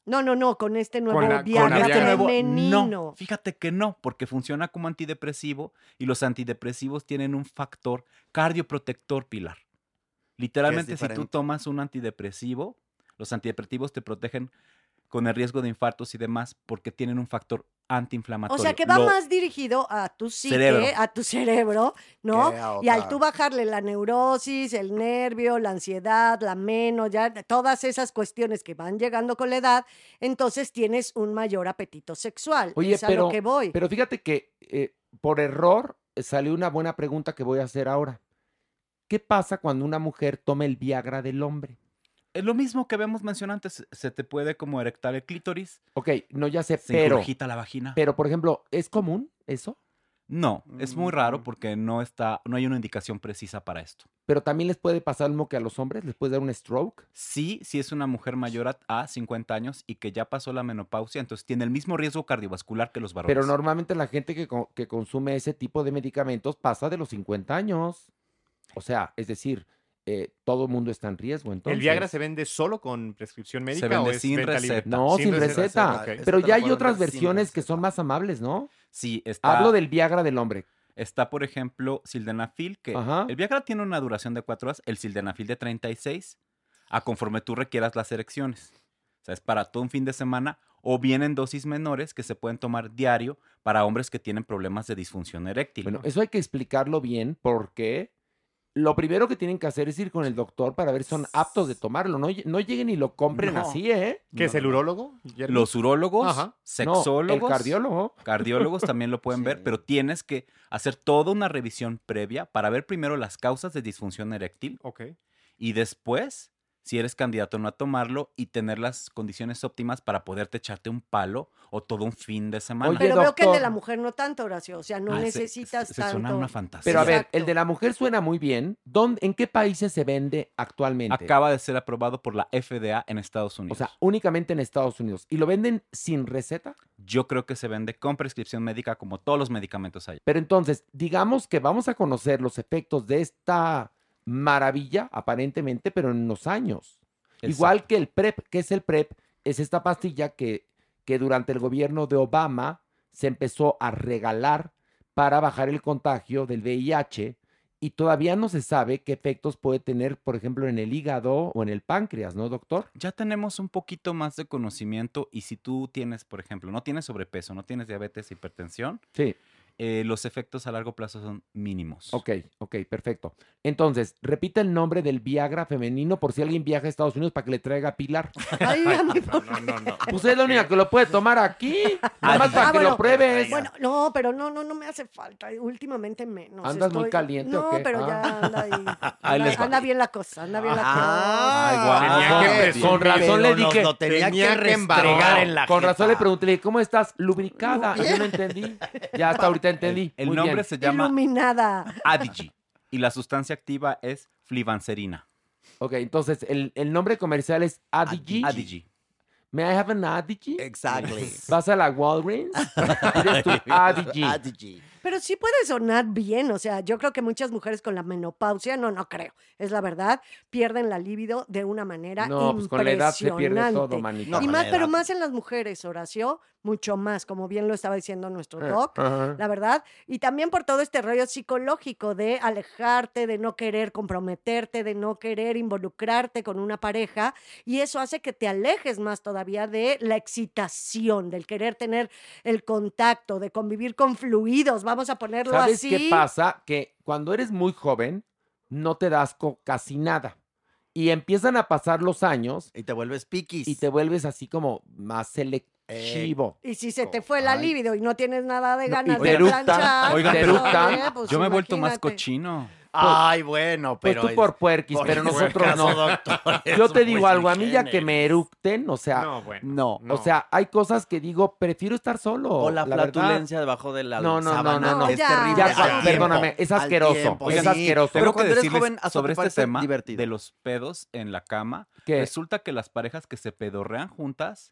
Speaker 8: No, no, no, con este nuevo
Speaker 9: Con la- con
Speaker 8: Viagra
Speaker 9: la
Speaker 14: Este nuevo,
Speaker 8: femenino.
Speaker 14: no, fíjate que no, porque funciona como antidepresivo y los antidepresivos tienen un factor cardioprotector, Pilar. Literalmente, si tú
Speaker 15: diferente.
Speaker 14: tomas un antidepresivo, los antidepresivos te protegen con el riesgo de infartos y demás porque tienen un factor
Speaker 8: O
Speaker 14: antiinflamatorio.
Speaker 8: sea, que va
Speaker 14: Lo-
Speaker 8: más dirigido a tu psique,
Speaker 14: Cerebro.
Speaker 8: a tu cerebro, ¿no?
Speaker 15: Que a
Speaker 8: Y al
Speaker 15: otra.
Speaker 8: tú bajarle la neurosis, el nervio, la ansiedad, la menos, ya todas esas cuestiones que van llegando con la edad, entonces tienes un mayor apetito sexual.
Speaker 5: Oye,
Speaker 8: es a
Speaker 5: pero,
Speaker 8: lo que voy.
Speaker 5: pero fíjate que eh, por error eh, salió una buena pregunta que voy a hacer ahora. ¿Qué pasa cuando una mujer toma el Viagra del hombre?
Speaker 14: Es lo mismo que habíamos mencionado antes, se te puede como erectar el clítoris,
Speaker 5: Ok, no, ya sé,
Speaker 14: se
Speaker 5: pero,
Speaker 14: ingurgita la vagina.
Speaker 5: pero por ejemplo, ¿es común eso?
Speaker 14: No, es muy raro
Speaker 15: Mm.
Speaker 14: porque no está, no hay una indicación precisa para esto.
Speaker 5: Pero también les puede pasar lo mismo que a los hombres, les puede dar un stroke.
Speaker 14: Sí, si es una mujer mayor a, a cincuenta años y que ya pasó la menopausia, entonces tiene el mismo riesgo cardiovascular que los varones.
Speaker 5: Pero normalmente la gente que, co- que consume ese tipo de medicamentos pasa de los cincuenta años. O sea, es decir, eh, todo el mundo está en riesgo. Entonces.
Speaker 9: ¿El Viagra se vende solo con prescripción médica
Speaker 14: vende
Speaker 9: o es
Speaker 14: sin
Speaker 9: venta libre?
Speaker 14: receta.
Speaker 5: No, sin, receta.
Speaker 9: ok.
Speaker 15: Eso
Speaker 5: Pero
Speaker 15: te
Speaker 5: ya
Speaker 15: lo
Speaker 5: hay
Speaker 15: pueden
Speaker 5: otras
Speaker 15: dar sin
Speaker 5: versiones que
Speaker 15: receta.
Speaker 5: son más amables, ¿no?
Speaker 14: Sí, está,
Speaker 5: Hablo del Viagra del hombre.
Speaker 14: está, por ejemplo, sildenafil, que
Speaker 5: Ajá.
Speaker 14: el Viagra tiene una duración de cuatro horas, el sildenafil de treinta y seis, a conforme tú requieras las erecciones. O sea, es para todo un fin de semana, o bien en dosis menores que se pueden tomar diario para hombres que tienen problemas de disfunción eréctil.
Speaker 5: Bueno, eso hay que explicarlo bien porque lo primero que tienen que hacer es ir con el doctor para ver si son aptos de tomarlo. No, lle- no lleguen y lo compren
Speaker 15: No.
Speaker 5: así, ¿eh?
Speaker 9: ¿Qué es el urólogo? Jeremy?
Speaker 14: Los urólogos,
Speaker 9: Ajá.
Speaker 5: No,
Speaker 14: sexólogos,
Speaker 5: el cardiólogo.
Speaker 14: cardiólogos también lo pueden
Speaker 15: Sí.
Speaker 14: ver, pero tienes que hacer toda una revisión previa para ver primero las causas de disfunción eréctil
Speaker 9: Ok.
Speaker 14: y después, si eres candidato o no a tomarlo y tener las condiciones óptimas para poderte echarte un palo o todo un fin de semana.
Speaker 5: Oye,
Speaker 8: Pero veo que el de
Speaker 5: doctor.
Speaker 8: la mujer no tanto, Horacio. O sea, no
Speaker 14: Ah, se-
Speaker 8: necesitas
Speaker 14: se, se
Speaker 8: tanto.
Speaker 14: suena una fantasía.
Speaker 5: Pero a ver,
Speaker 8: Exacto.
Speaker 5: el de la mujer suena muy bien. ¿Dónde, ¿En qué países se vende actualmente?
Speaker 14: Acaba de ser aprobado por la F D A en Estados
Speaker 5: O
Speaker 14: Unidos.
Speaker 5: sea, únicamente en Estados Unidos. ¿Y lo venden sin receta?
Speaker 14: Yo creo que se vende con prescripción médica como todos los medicamentos allá.
Speaker 5: Pero entonces, digamos que vamos a conocer los efectos de esta maravilla, aparentemente, pero en unos años. Igual
Speaker 14: Exacto.
Speaker 5: que el PrEP. ¿Qué es el PrEP? Es esta pastilla que, que durante el gobierno de Obama se empezó a regalar para bajar el contagio del V I H y todavía no se sabe qué efectos puede tener, por ejemplo, en el hígado o en el páncreas, ¿no, doctor?
Speaker 14: Ya tenemos un poquito más de conocimiento y si tú tienes, por ejemplo, no tienes sobrepeso, no tienes diabetes, hipertensión,
Speaker 5: Sí.
Speaker 14: eh, los efectos a largo plazo son mínimos.
Speaker 5: Ok, ok, perfecto. Entonces, repita el nombre del Viagra femenino por si alguien viaja a Estados Unidos para que le traiga a Pilar.
Speaker 8: Ay, a mi
Speaker 9: No, no, no, no.
Speaker 5: Pues es la única que lo puede tomar aquí. Nada más para
Speaker 8: Ah,
Speaker 5: que
Speaker 8: bueno,
Speaker 5: lo pruebes.
Speaker 8: Bueno, no, pero no, no, no me hace falta. Últimamente menos.
Speaker 5: ¿Andas muy caliente o
Speaker 8: No,
Speaker 5: qué?
Speaker 8: pero ya
Speaker 5: Ah.
Speaker 8: anda ahí.
Speaker 14: Ahí
Speaker 8: Anda,
Speaker 14: les va.
Speaker 8: anda bien la cosa, anda bien la
Speaker 15: Ah,
Speaker 14: Ay, guau.
Speaker 9: Tenía que
Speaker 15: ok.
Speaker 9: presumir.
Speaker 5: Con razón le
Speaker 15: Pero nos
Speaker 5: dije,
Speaker 15: lo tenía,
Speaker 9: tenía
Speaker 15: que
Speaker 9: que embarrar
Speaker 15: restregar en la
Speaker 5: Con razón le
Speaker 15: jeta.
Speaker 5: pregunté, le dije, ¿cómo estás? Lubricada. Yo no entendí. Ya hasta ahorita entendí.
Speaker 14: El
Speaker 5: Muy
Speaker 14: nombre
Speaker 5: bien.
Speaker 14: se
Speaker 8: cosa.
Speaker 14: llama
Speaker 8: Iluminada.
Speaker 14: Adigi y la sustancia activa es flibanserina.
Speaker 5: Ok, entonces el, el nombre comercial es Adigi.
Speaker 14: Adigi.
Speaker 5: ¿May I have an Adigi?
Speaker 15: Exactly.
Speaker 5: ¿Vas a la Walgreens? Pides tu Adigi.
Speaker 15: Adigi.
Speaker 8: Pero sí puede sonar bien, o sea, yo creo que muchas mujeres con la menopausia, no, no creo, es la verdad, pierden la libido de una manera
Speaker 5: No, pues con la edad se pierde todo,
Speaker 8: impresionante.
Speaker 5: manita.
Speaker 15: No,
Speaker 8: Y
Speaker 15: con
Speaker 8: más,
Speaker 15: la
Speaker 8: pero
Speaker 15: edad.
Speaker 8: más en las mujeres, Horacio, mucho más, como bien lo estaba diciendo nuestro doc,
Speaker 5: Ajá.
Speaker 8: la verdad. Y también por todo este rollo psicológico de alejarte, de no querer comprometerte, de no querer involucrarte con una pareja. Y eso hace que te alejes más todavía de la excitación, del querer tener el contacto, de convivir con fluidos, vamos a ponerlo
Speaker 5: ¿Sabes
Speaker 8: así.
Speaker 5: qué pasa? Que cuando eres muy joven, no te das asco casi nada. Y empiezan a pasar los años
Speaker 15: Y te vuelves piquis.
Speaker 5: y te vuelves así como más selectivo.
Speaker 8: Y si se te fue la
Speaker 15: Ay.
Speaker 8: libido y no tienes nada de
Speaker 5: No,
Speaker 8: ganas
Speaker 5: y
Speaker 8: de
Speaker 5: te eructan,
Speaker 8: planchar,
Speaker 14: oigan,
Speaker 8: pues,
Speaker 14: pero-
Speaker 8: oye, pues,
Speaker 14: Yo me he vuelto más
Speaker 8: imagínate.
Speaker 14: cochino.
Speaker 15: Ay, bueno,
Speaker 5: Pues
Speaker 15: pero...
Speaker 5: tú
Speaker 15: es-
Speaker 5: por puerquis,
Speaker 15: por
Speaker 5: pero
Speaker 15: ese
Speaker 5: nosotros
Speaker 15: caso,
Speaker 5: no.
Speaker 15: doctor,
Speaker 5: Yo
Speaker 15: es
Speaker 5: te digo
Speaker 15: muy
Speaker 5: algo, a mí ya que me
Speaker 15: generis.
Speaker 5: eructen, o sea,
Speaker 9: No, bueno.
Speaker 15: No.
Speaker 9: no.
Speaker 5: o sea, hay cosas que digo, prefiero estar solo.
Speaker 15: O la,
Speaker 5: verdad.
Speaker 15: flatulencia debajo de la
Speaker 5: No, no, no,
Speaker 15: sábana.
Speaker 5: no, no.
Speaker 15: Es
Speaker 8: Ya.
Speaker 15: terrible.
Speaker 5: Ya,
Speaker 15: al
Speaker 5: Juan,
Speaker 15: tiempo,
Speaker 5: perdóname, es
Speaker 15: al
Speaker 5: asqueroso,
Speaker 15: tiempo,
Speaker 5: es
Speaker 15: sí.
Speaker 5: asqueroso.
Speaker 15: Pero
Speaker 14: Tengo que
Speaker 15: cuando eres
Speaker 14: decirles
Speaker 15: joven, hasta
Speaker 14: sobre
Speaker 15: te
Speaker 14: este
Speaker 15: parece
Speaker 14: tema
Speaker 15: divertido.
Speaker 14: de los pedos en la cama.
Speaker 5: ¿Qué?
Speaker 14: Resulta que las parejas que se pedorrean juntas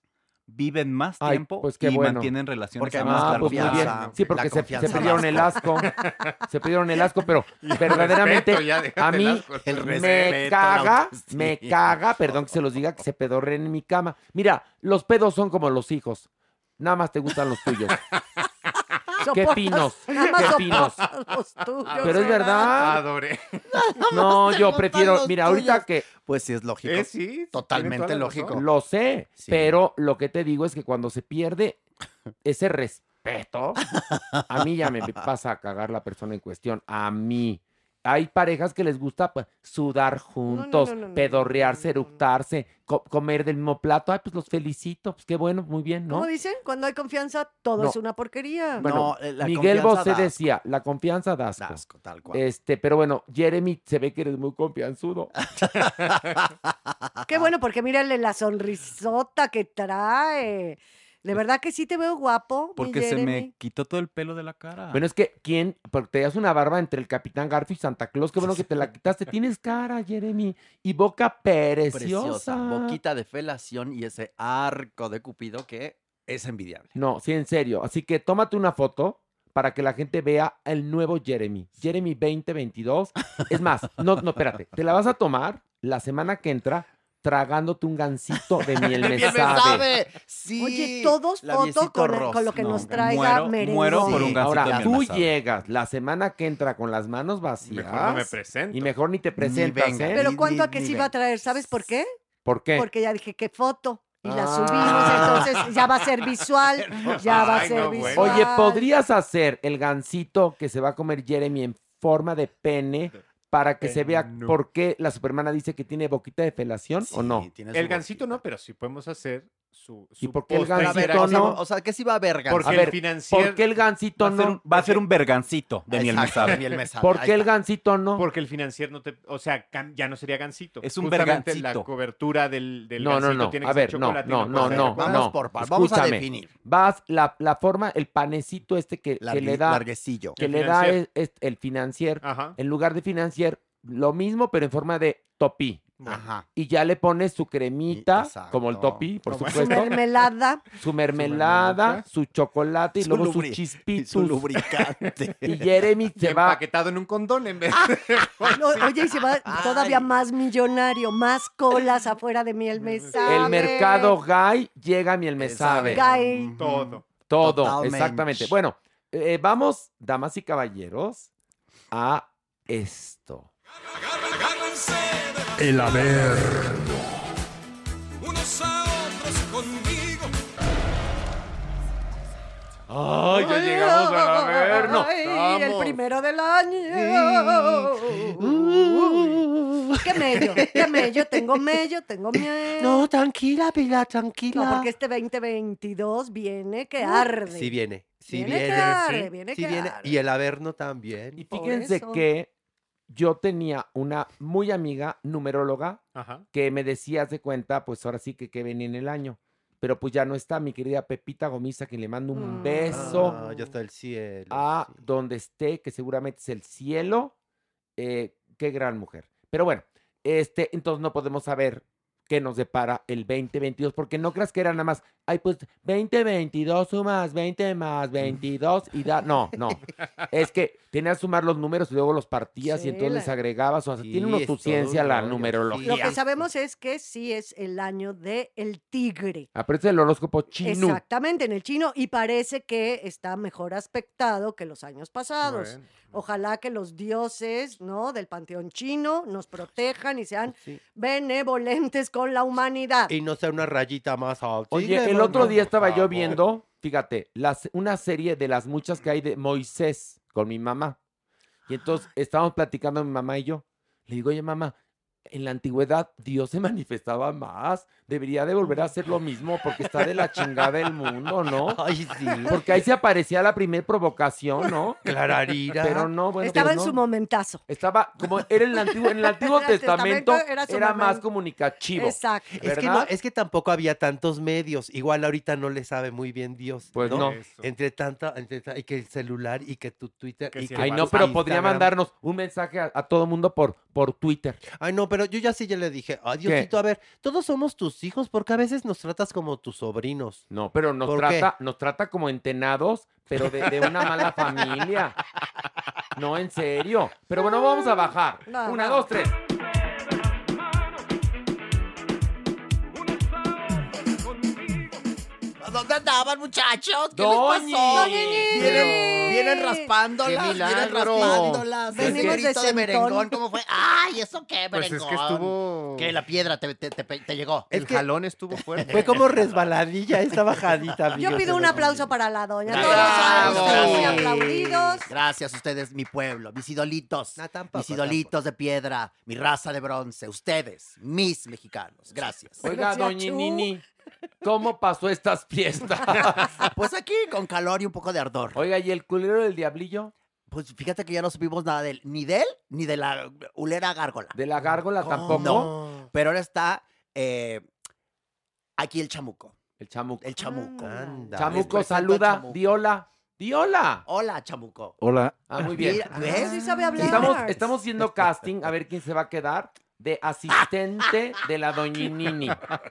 Speaker 14: viven más
Speaker 5: Ay,
Speaker 14: tiempo
Speaker 5: pues qué
Speaker 14: y
Speaker 5: bueno.
Speaker 14: mantienen relaciones
Speaker 15: Porque hay
Speaker 14: a
Speaker 15: más
Speaker 14: más
Speaker 5: Ah,
Speaker 14: largo
Speaker 5: pues muy
Speaker 14: plazo.
Speaker 5: bien. Sí, porque
Speaker 15: La
Speaker 5: se, se
Speaker 15: confianza
Speaker 5: perdieron el asco. Se perdieron el asco, pero verdaderamente
Speaker 9: respeto, ya, déjate
Speaker 5: a
Speaker 9: el
Speaker 5: mí
Speaker 9: asco.
Speaker 15: El
Speaker 5: me
Speaker 15: respeto, la
Speaker 5: caga,
Speaker 15: autoestima.
Speaker 5: me caga, perdón que se los diga, que se pedorren en mi cama. Mira, los pedos son como los hijos. Nada más te gustan los tuyos. ¿Qué
Speaker 8: Soportas-
Speaker 5: pinos?
Speaker 8: Nada más
Speaker 5: ¿Qué pinos?
Speaker 8: soportas los tuyos.
Speaker 5: Pero es verdad.
Speaker 9: Adoré.
Speaker 5: No, yo
Speaker 15: gustan
Speaker 5: prefiero,
Speaker 15: los
Speaker 5: mira, ahorita
Speaker 15: tuyos.
Speaker 5: que
Speaker 15: Pues sí, es lógico.
Speaker 9: Eh, sí, tienen
Speaker 15: Totalmente
Speaker 9: toda la
Speaker 15: lógico.
Speaker 9: razón.
Speaker 5: lo sé,
Speaker 15: Sí.
Speaker 5: pero lo que te digo es que cuando se pierde ese respeto, a mí ya me pasa a cagar la persona en cuestión, a mí. Hay parejas que les gusta pues, sudar juntos,
Speaker 8: no, no, no,
Speaker 5: pedorrearse,
Speaker 8: no, no, no.
Speaker 5: eructarse, co- comer del mismo plato. Ay, pues los felicito, pues qué bueno, muy bien, ¿no?
Speaker 8: ¿Cómo dicen? Cuando hay confianza, todo
Speaker 5: No.
Speaker 8: es una porquería.
Speaker 5: Bueno,
Speaker 15: No, eh, la
Speaker 5: Miguel
Speaker 15: confianza
Speaker 5: Bosé
Speaker 15: da asco.
Speaker 5: decía, la confianza da asco.
Speaker 15: Da asco, tal cual.
Speaker 5: Este, pero bueno, Jeremy, se ve que eres muy confianzudo.
Speaker 8: Qué bueno, porque mírale la sonrisota que trae. De verdad que sí te veo guapo, mi
Speaker 14: Porque se
Speaker 8: Jeremy.
Speaker 14: me quitó todo el pelo de la cara.
Speaker 5: Bueno, es que, ¿quién? Porque te das una barba entre el Capitán Garfio y Santa Claus. Qué bueno que te la quitaste. Tienes cara, Jeremy. Y boca preciosa.
Speaker 15: Preciosa. Boquita de felación y ese arco de Cupido que
Speaker 10: Es envidiable.
Speaker 5: No, sí, en serio. Así que tómate una foto para que la gente vea el nuevo Jeremy. Jeremy veinte veintidós. Es más, no, no, espérate. Te la vas a tomar la semana que entra tragándote un gansito de miel me
Speaker 15: Bien me
Speaker 5: sabe.
Speaker 15: sabe. Sí.
Speaker 8: Oye, todos
Speaker 15: Labiecito
Speaker 8: foto con,
Speaker 15: rosa.
Speaker 8: con lo que
Speaker 14: No,
Speaker 8: nos traiga
Speaker 14: muero-
Speaker 8: merengón.
Speaker 14: muero por un
Speaker 15: Sí.
Speaker 14: gansito
Speaker 5: Ahora,
Speaker 14: de miel
Speaker 5: tú
Speaker 14: me sabe.
Speaker 5: llegas la semana que entra con las manos vacías.
Speaker 9: Mejor no me presento.
Speaker 5: Y mejor ni te presentas,
Speaker 15: venga.
Speaker 5: ¿eh?
Speaker 8: Pero
Speaker 15: Ni-
Speaker 8: ¿cuánto
Speaker 15: ni-
Speaker 8: a que
Speaker 15: ni
Speaker 8: sí
Speaker 15: ven.
Speaker 8: va a traer? ¿Sabes por qué?
Speaker 5: ¿Por qué?
Speaker 8: Porque ya dije, ¿qué foto? Y la
Speaker 5: Ah.
Speaker 8: subimos, entonces ya va a ser visual. Ya va a
Speaker 9: Ay,
Speaker 8: ser
Speaker 9: no,
Speaker 8: visual.
Speaker 9: bueno.
Speaker 5: Oye, ¿podrías hacer el gansito que se va a comer Jeremy en forma de pene para que se vea
Speaker 9: No.
Speaker 5: por qué la supermana dice que tiene boquita de felación o no?
Speaker 15: Sí, tiene su
Speaker 9: El gansito
Speaker 15: boquita.
Speaker 9: no, pero sí podemos hacer su,
Speaker 5: ¿Y
Speaker 9: su
Speaker 5: por qué el
Speaker 9: postre.
Speaker 15: A ver,
Speaker 5: gansito
Speaker 15: o sea,
Speaker 5: no?
Speaker 15: o sea, que sí va a haber
Speaker 9: Porque
Speaker 5: A
Speaker 9: el
Speaker 5: ver,
Speaker 9: financiero...
Speaker 5: ¿por qué el gansito
Speaker 14: Va a ser
Speaker 5: no?
Speaker 14: un, va a ser un vergancito de miel me
Speaker 15: Exacto,
Speaker 14: sabe.
Speaker 15: de miel me sabe.
Speaker 5: ¿Por
Speaker 15: Ahí
Speaker 5: qué el
Speaker 15: está.
Speaker 5: gansito no?
Speaker 9: Porque el financiero no te... O sea, can- ya no sería gansito.
Speaker 14: Es un
Speaker 9: Justamente
Speaker 14: vergancito.
Speaker 9: la cobertura del, del
Speaker 5: No, no,
Speaker 9: gansito
Speaker 5: no.
Speaker 9: tiene
Speaker 5: A
Speaker 9: que
Speaker 5: ver,
Speaker 9: ser
Speaker 5: no,
Speaker 9: chocolate y
Speaker 5: no,
Speaker 9: puede
Speaker 5: no,
Speaker 9: ser
Speaker 5: no,
Speaker 9: chocolate.
Speaker 15: Vamos
Speaker 5: no.
Speaker 15: por par, vamos a
Speaker 5: Escúchame.
Speaker 15: definir.
Speaker 5: Vas, la, la forma, el panecito este que, que
Speaker 15: Largui-
Speaker 5: le da,
Speaker 15: larguecillo.
Speaker 5: que
Speaker 9: El
Speaker 5: le da
Speaker 9: financier.
Speaker 5: es, es el financier,
Speaker 9: Ajá.
Speaker 5: en lugar de financier, lo mismo, pero en forma de topí.
Speaker 15: Ajá.
Speaker 5: Y ya le pones su cremita,
Speaker 15: Exacto.
Speaker 5: como el topí, por
Speaker 9: Como-
Speaker 8: Su
Speaker 5: supuesto.
Speaker 8: mermelada.
Speaker 5: Su mermelada,
Speaker 9: mermelita.
Speaker 5: su chocolate y
Speaker 15: Su
Speaker 5: luego sus
Speaker 15: lubri-
Speaker 5: chispitos.
Speaker 15: Su lubricante.
Speaker 5: Y Jeremy se va.
Speaker 9: Empaquetado en un condón en vez de...
Speaker 8: No, oye, y se va todavía más millonario, más colas afuera de miel me sabe.
Speaker 5: El mercado gay llega a miel me sabe.
Speaker 8: Gay.
Speaker 9: Todo.
Speaker 5: Todo,
Speaker 15: Totalmente.
Speaker 5: exactamente. Bueno, eh, vamos, damas y caballeros, a esto.
Speaker 11: El haber.
Speaker 16: Unos a otros conmigo.
Speaker 5: ¡Ay, ya llegamos al averno!
Speaker 8: Ay, el
Speaker 5: ¡Vamos!
Speaker 8: primero del año. ¿Qué mello? ¿Qué mello? Tengo mello, tengo miedo.
Speaker 7: No, tranquila, Pilar, tranquila.
Speaker 8: No, porque este veinte veintidós viene que arde.
Speaker 7: Sí viene, sí
Speaker 8: Viene
Speaker 7: viene.
Speaker 8: que arde,
Speaker 7: sí,
Speaker 8: viene
Speaker 7: sí
Speaker 8: que
Speaker 7: viene.
Speaker 8: arde.
Speaker 7: Y el Averno también.
Speaker 5: Y
Speaker 8: Por
Speaker 5: fíjense
Speaker 8: eso.
Speaker 5: que yo tenía una muy amiga numeróloga
Speaker 9: Ajá.
Speaker 5: que me decía, haz de cuenta, pues ahora sí que que venía en el año. Pero pues ya no está mi querida Pepita Gomiza, que le mando un
Speaker 8: Mm.
Speaker 5: beso
Speaker 7: Ah, ya está el cielo.
Speaker 5: a
Speaker 7: sí.
Speaker 5: donde esté, que seguramente es el cielo. Eh, qué gran mujer. Pero bueno, este, entonces no podemos saber qué nos depara el veinte veintidós, porque no creas que era nada más, ay, pues veinte veintidós sumas veinte más veintidós y da. No, no. Es que tenías que sumar los números y luego los partías
Speaker 8: Sí,
Speaker 5: y entonces
Speaker 8: la-
Speaker 5: les agregabas. O sea,
Speaker 7: Sí,
Speaker 5: tiene uno
Speaker 7: es
Speaker 5: tu
Speaker 7: todo
Speaker 5: ciencia
Speaker 7: un
Speaker 5: la
Speaker 7: rollo,
Speaker 5: numerología.
Speaker 8: Lo que sabemos es que sí es el año del el tigre.
Speaker 5: Aparece el horóscopo chino.
Speaker 8: Exactamente, en el chino. Y parece que está mejor aspectado que los años pasados.
Speaker 9: Bueno.
Speaker 8: Ojalá que los dioses, ¿no? Del panteón chino nos protejan y sean
Speaker 7: Sí.
Speaker 8: benevolentes con la humanidad.
Speaker 7: Y no sea una rayita más alta.
Speaker 5: Oye, el otro día estaba yo viendo, fíjate, las, una serie de las muchas que hay de Moisés con mi mamá. Y entonces estábamos platicando mi mamá y yo. Le digo, oye, mamá, en la antigüedad Dios se manifestaba más. Debería de volver a hacer lo mismo porque está de la chingada el mundo, ¿no?
Speaker 7: Ay, sí.
Speaker 5: Porque ahí se aparecía la primer provocación, ¿no?
Speaker 7: Clararira.
Speaker 5: Pero no, bueno.
Speaker 8: Estaba
Speaker 5: pues
Speaker 8: en su
Speaker 5: no.
Speaker 8: momentazo.
Speaker 5: Estaba, como era en el Antiguo, en el Antiguo
Speaker 8: El
Speaker 5: Testamento,
Speaker 8: Testamento era
Speaker 5: era,
Speaker 8: su
Speaker 5: más
Speaker 8: momento.
Speaker 5: comunicativo.
Speaker 8: Exacto.
Speaker 7: Es que,
Speaker 5: ¿verdad?
Speaker 7: no, es que tampoco había tantos medios. Igual ahorita no le sabe muy bien Dios.
Speaker 5: Pues no.
Speaker 9: Eso.
Speaker 7: Entre tanta, entre ta- y que el celular y que tu Twitter.
Speaker 9: Que
Speaker 7: y
Speaker 9: si
Speaker 7: que
Speaker 5: Ay,
Speaker 9: el
Speaker 5: no,
Speaker 7: tu
Speaker 5: pero podría
Speaker 7: Instagram.
Speaker 5: mandarnos un mensaje a, a todo mundo por, por Twitter.
Speaker 7: Ay, no, pero yo ya sí ya le dije, ay, Diosito, a ver, todos somos tus hijos, porque a veces nos tratas como tus sobrinos.
Speaker 5: No, pero nos
Speaker 7: ¿Por
Speaker 5: trata, nos trata como entenados, pero de, de una mala familia. No, en serio. Pero bueno, vamos a bajar.
Speaker 8: No,
Speaker 5: Una,
Speaker 8: no.
Speaker 5: dos, tres.
Speaker 15: ¿A dónde andaban, muchachos? ¿Qué
Speaker 5: Doñi.
Speaker 15: les pasó?
Speaker 8: Doñi.
Speaker 15: Vienen, vienen raspándolas,
Speaker 9: ¡Qué
Speaker 15: vienen
Speaker 9: milagro!
Speaker 15: raspándolas.
Speaker 8: Venimos
Speaker 15: Ese
Speaker 8: de
Speaker 15: grito de
Speaker 8: Centón.
Speaker 15: merengón, ¿cómo fue? ¡Ay, eso qué,
Speaker 9: Pues
Speaker 15: merengón!
Speaker 9: es que estuvo...
Speaker 15: Que la piedra te, te, te, te llegó.
Speaker 9: El jalón estuvo fuerte.
Speaker 7: Fue como resbaladilla esta bajadita.
Speaker 8: Yo
Speaker 7: amigos,
Speaker 8: pido un
Speaker 7: de-
Speaker 8: aplauso para la doña.
Speaker 15: Bravo.
Speaker 8: Todos son ustedes muy
Speaker 15: Bravo.
Speaker 8: aplaudidos.
Speaker 15: Gracias a ustedes, mi pueblo, mis idolitos.
Speaker 7: No, tampoco,
Speaker 15: mis idolitos de piedra, mi raza de bronce. Ustedes, mis mexicanos. Gracias.
Speaker 5: Oiga,
Speaker 8: Pero
Speaker 5: doña
Speaker 8: si achú.
Speaker 5: Nini, ¿cómo pasó estas fiestas?
Speaker 15: Pues aquí con calor y un poco de ardor.
Speaker 5: Oiga, ¿y el culero del diablillo?
Speaker 15: Pues fíjate que ya no supimos nada de él, ni de él, ni de la ulera gárgola.
Speaker 5: ¿De la gárgola tampoco?
Speaker 15: No. Pero ahora está eh, aquí el chamuco.
Speaker 5: El chamuco.
Speaker 15: El chamuco.
Speaker 7: Anda.
Speaker 5: Chamuco,
Speaker 15: Les presento al
Speaker 5: saluda.
Speaker 15: chamuco.
Speaker 5: Di hola. Di hola.
Speaker 15: Hola, chamuco.
Speaker 17: Hola.
Speaker 5: Ah, muy bien.
Speaker 15: Mira, ¿ves?
Speaker 8: Sí sabe hablar.
Speaker 5: Estamos, estamos haciendo casting a ver quién se va a quedar de asistente de la doña Nini.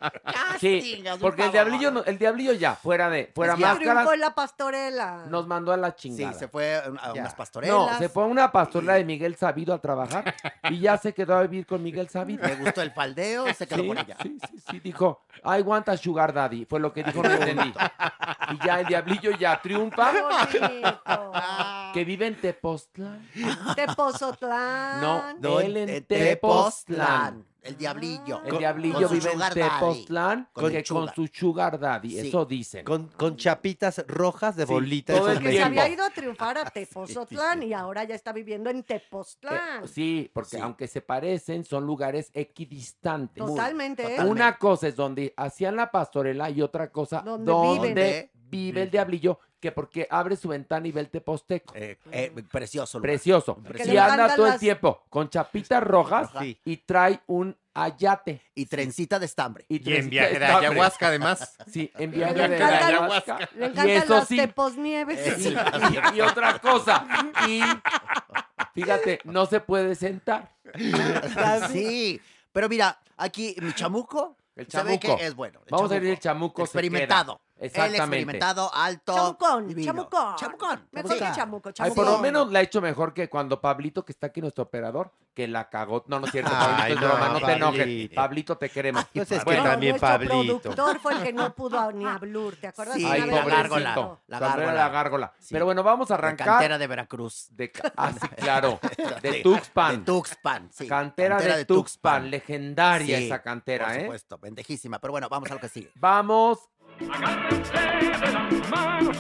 Speaker 5: Sí,
Speaker 15: Casting, hazme un
Speaker 5: porque el
Speaker 15: favor.
Speaker 5: diablillo, no- el diablillo ya, fuera de, fuera
Speaker 8: Es que triunfó
Speaker 5: máscaras,
Speaker 8: en la pastorela.
Speaker 5: nos mandó a la
Speaker 15: Sí,
Speaker 5: chingada.
Speaker 15: se fue a
Speaker 7: Ya.
Speaker 15: unas pastorelas.
Speaker 5: No, se fue a una pastorela de Miguel Sabido a trabajar y ya se quedó a vivir con Miguel Sabido.
Speaker 15: Le gustó el faldeo y se quedó
Speaker 5: Sí,
Speaker 15: con ella.
Speaker 5: sí, sí, sí, dijo, I want a sugar daddy, fue lo que dijo, no entendí. Y ya el diablillo ya triunfa,
Speaker 8: Qué bonito.
Speaker 5: que vive en Tepoztlán.
Speaker 8: Tepozotlán.
Speaker 5: No,
Speaker 15: No,
Speaker 5: él en
Speaker 15: en
Speaker 5: Tepoztlán.
Speaker 15: El diablillo.
Speaker 5: El
Speaker 15: Con-
Speaker 5: diablillo
Speaker 15: con su
Speaker 5: vive en
Speaker 15: sugar daddy.
Speaker 5: Tepoztlán
Speaker 15: Con
Speaker 5: que
Speaker 15: el
Speaker 5: con
Speaker 15: sugar.
Speaker 5: su sugar daddy,
Speaker 15: Sí.
Speaker 5: eso dicen.
Speaker 7: Con, con chapitas rojas de
Speaker 5: Sí,
Speaker 7: bolita.
Speaker 5: todo
Speaker 7: esos
Speaker 5: el
Speaker 8: Que se
Speaker 5: tiempo.
Speaker 8: había ido a triunfar a Tepozotlán y ahora ya está viviendo en Tepoztlán.
Speaker 5: Eh, sí, porque
Speaker 15: Sí.
Speaker 5: aunque se parecen, son lugares equidistantes.
Speaker 8: Totalmente, ¿eh?
Speaker 15: totalmente.
Speaker 5: Una cosa es donde hacían la pastorela y otra cosa
Speaker 8: Donde
Speaker 5: donde
Speaker 8: viven.
Speaker 5: vive el diablillo, que porque abre su ventana y ve el Teposteco.
Speaker 15: Eh, eh, precioso. lugar.
Speaker 5: Precioso.
Speaker 8: Porque
Speaker 5: Y
Speaker 8: le
Speaker 5: anda
Speaker 8: encantan
Speaker 5: todo el
Speaker 8: las-
Speaker 5: tiempo con chapitas rojas
Speaker 7: Sí.
Speaker 5: y trae un ayate.
Speaker 15: Y trencita de estambre.
Speaker 9: Y en
Speaker 5: trencita
Speaker 9: viaje de
Speaker 5: estambre.
Speaker 9: ayahuasca, además.
Speaker 5: Sí, en viaje
Speaker 8: Le
Speaker 5: de
Speaker 8: encantan-
Speaker 5: ayahuasca.
Speaker 8: Le
Speaker 5: Y
Speaker 8: encantan
Speaker 5: eso
Speaker 8: las
Speaker 5: sí,
Speaker 8: teposnieves.
Speaker 5: y, y- y otra cosa. Y fíjate, no se puede sentar.
Speaker 15: Sí. Pero mira, aquí mi chamuco,
Speaker 5: El
Speaker 15: se ve
Speaker 5: chamuco.
Speaker 15: que es bueno. el
Speaker 5: Vamos a ver el chamuco se
Speaker 15: Experimentado.
Speaker 5: queda.
Speaker 15: El
Speaker 5: Exactamente.
Speaker 15: experimentado, alto.
Speaker 8: Chamucón,
Speaker 15: divino.
Speaker 8: chamucón.
Speaker 15: Chamucón.
Speaker 8: Mejor
Speaker 15: Sí.
Speaker 8: que chamuco,
Speaker 5: Ay,
Speaker 8: chamuco.
Speaker 5: por lo menos la ha hecho mejor que cuando Pablito, que está aquí nuestro operador, que la cagó. No, no es cierto,
Speaker 7: Ay,
Speaker 5: Pablito, es
Speaker 7: no,
Speaker 5: broma, no te enojes.
Speaker 7: Pablito.
Speaker 5: Pablito, te queremos.
Speaker 7: Pues es que
Speaker 5: Bueno,
Speaker 7: también
Speaker 8: nuestro
Speaker 7: Pablito.
Speaker 8: productor fue el que no pudo ni hablar, ¿te acuerdas?
Speaker 15: Sí,
Speaker 5: Ay,
Speaker 8: Una vez
Speaker 15: la gárgola.
Speaker 5: pobrecito.
Speaker 15: La
Speaker 5: Cuando era
Speaker 15: gárgola.
Speaker 5: la gárgola.
Speaker 15: Sí.
Speaker 5: Pero bueno, vamos a
Speaker 15: De
Speaker 5: arrancar.
Speaker 15: cantera de Veracruz.
Speaker 5: De, ca- ah, sí, claro. De
Speaker 15: De
Speaker 5: Tuxpan.
Speaker 15: De Tuxpan, sí.
Speaker 5: Cantera, de, Tuxpan. Legendaria
Speaker 15: Sí,
Speaker 5: esa cantera,
Speaker 15: Por
Speaker 5: ¿eh?
Speaker 15: supuesto, bendejísima. Pero bueno, vamos a lo que sigue.
Speaker 5: Vamos.
Speaker 16: Agárrense de las manos.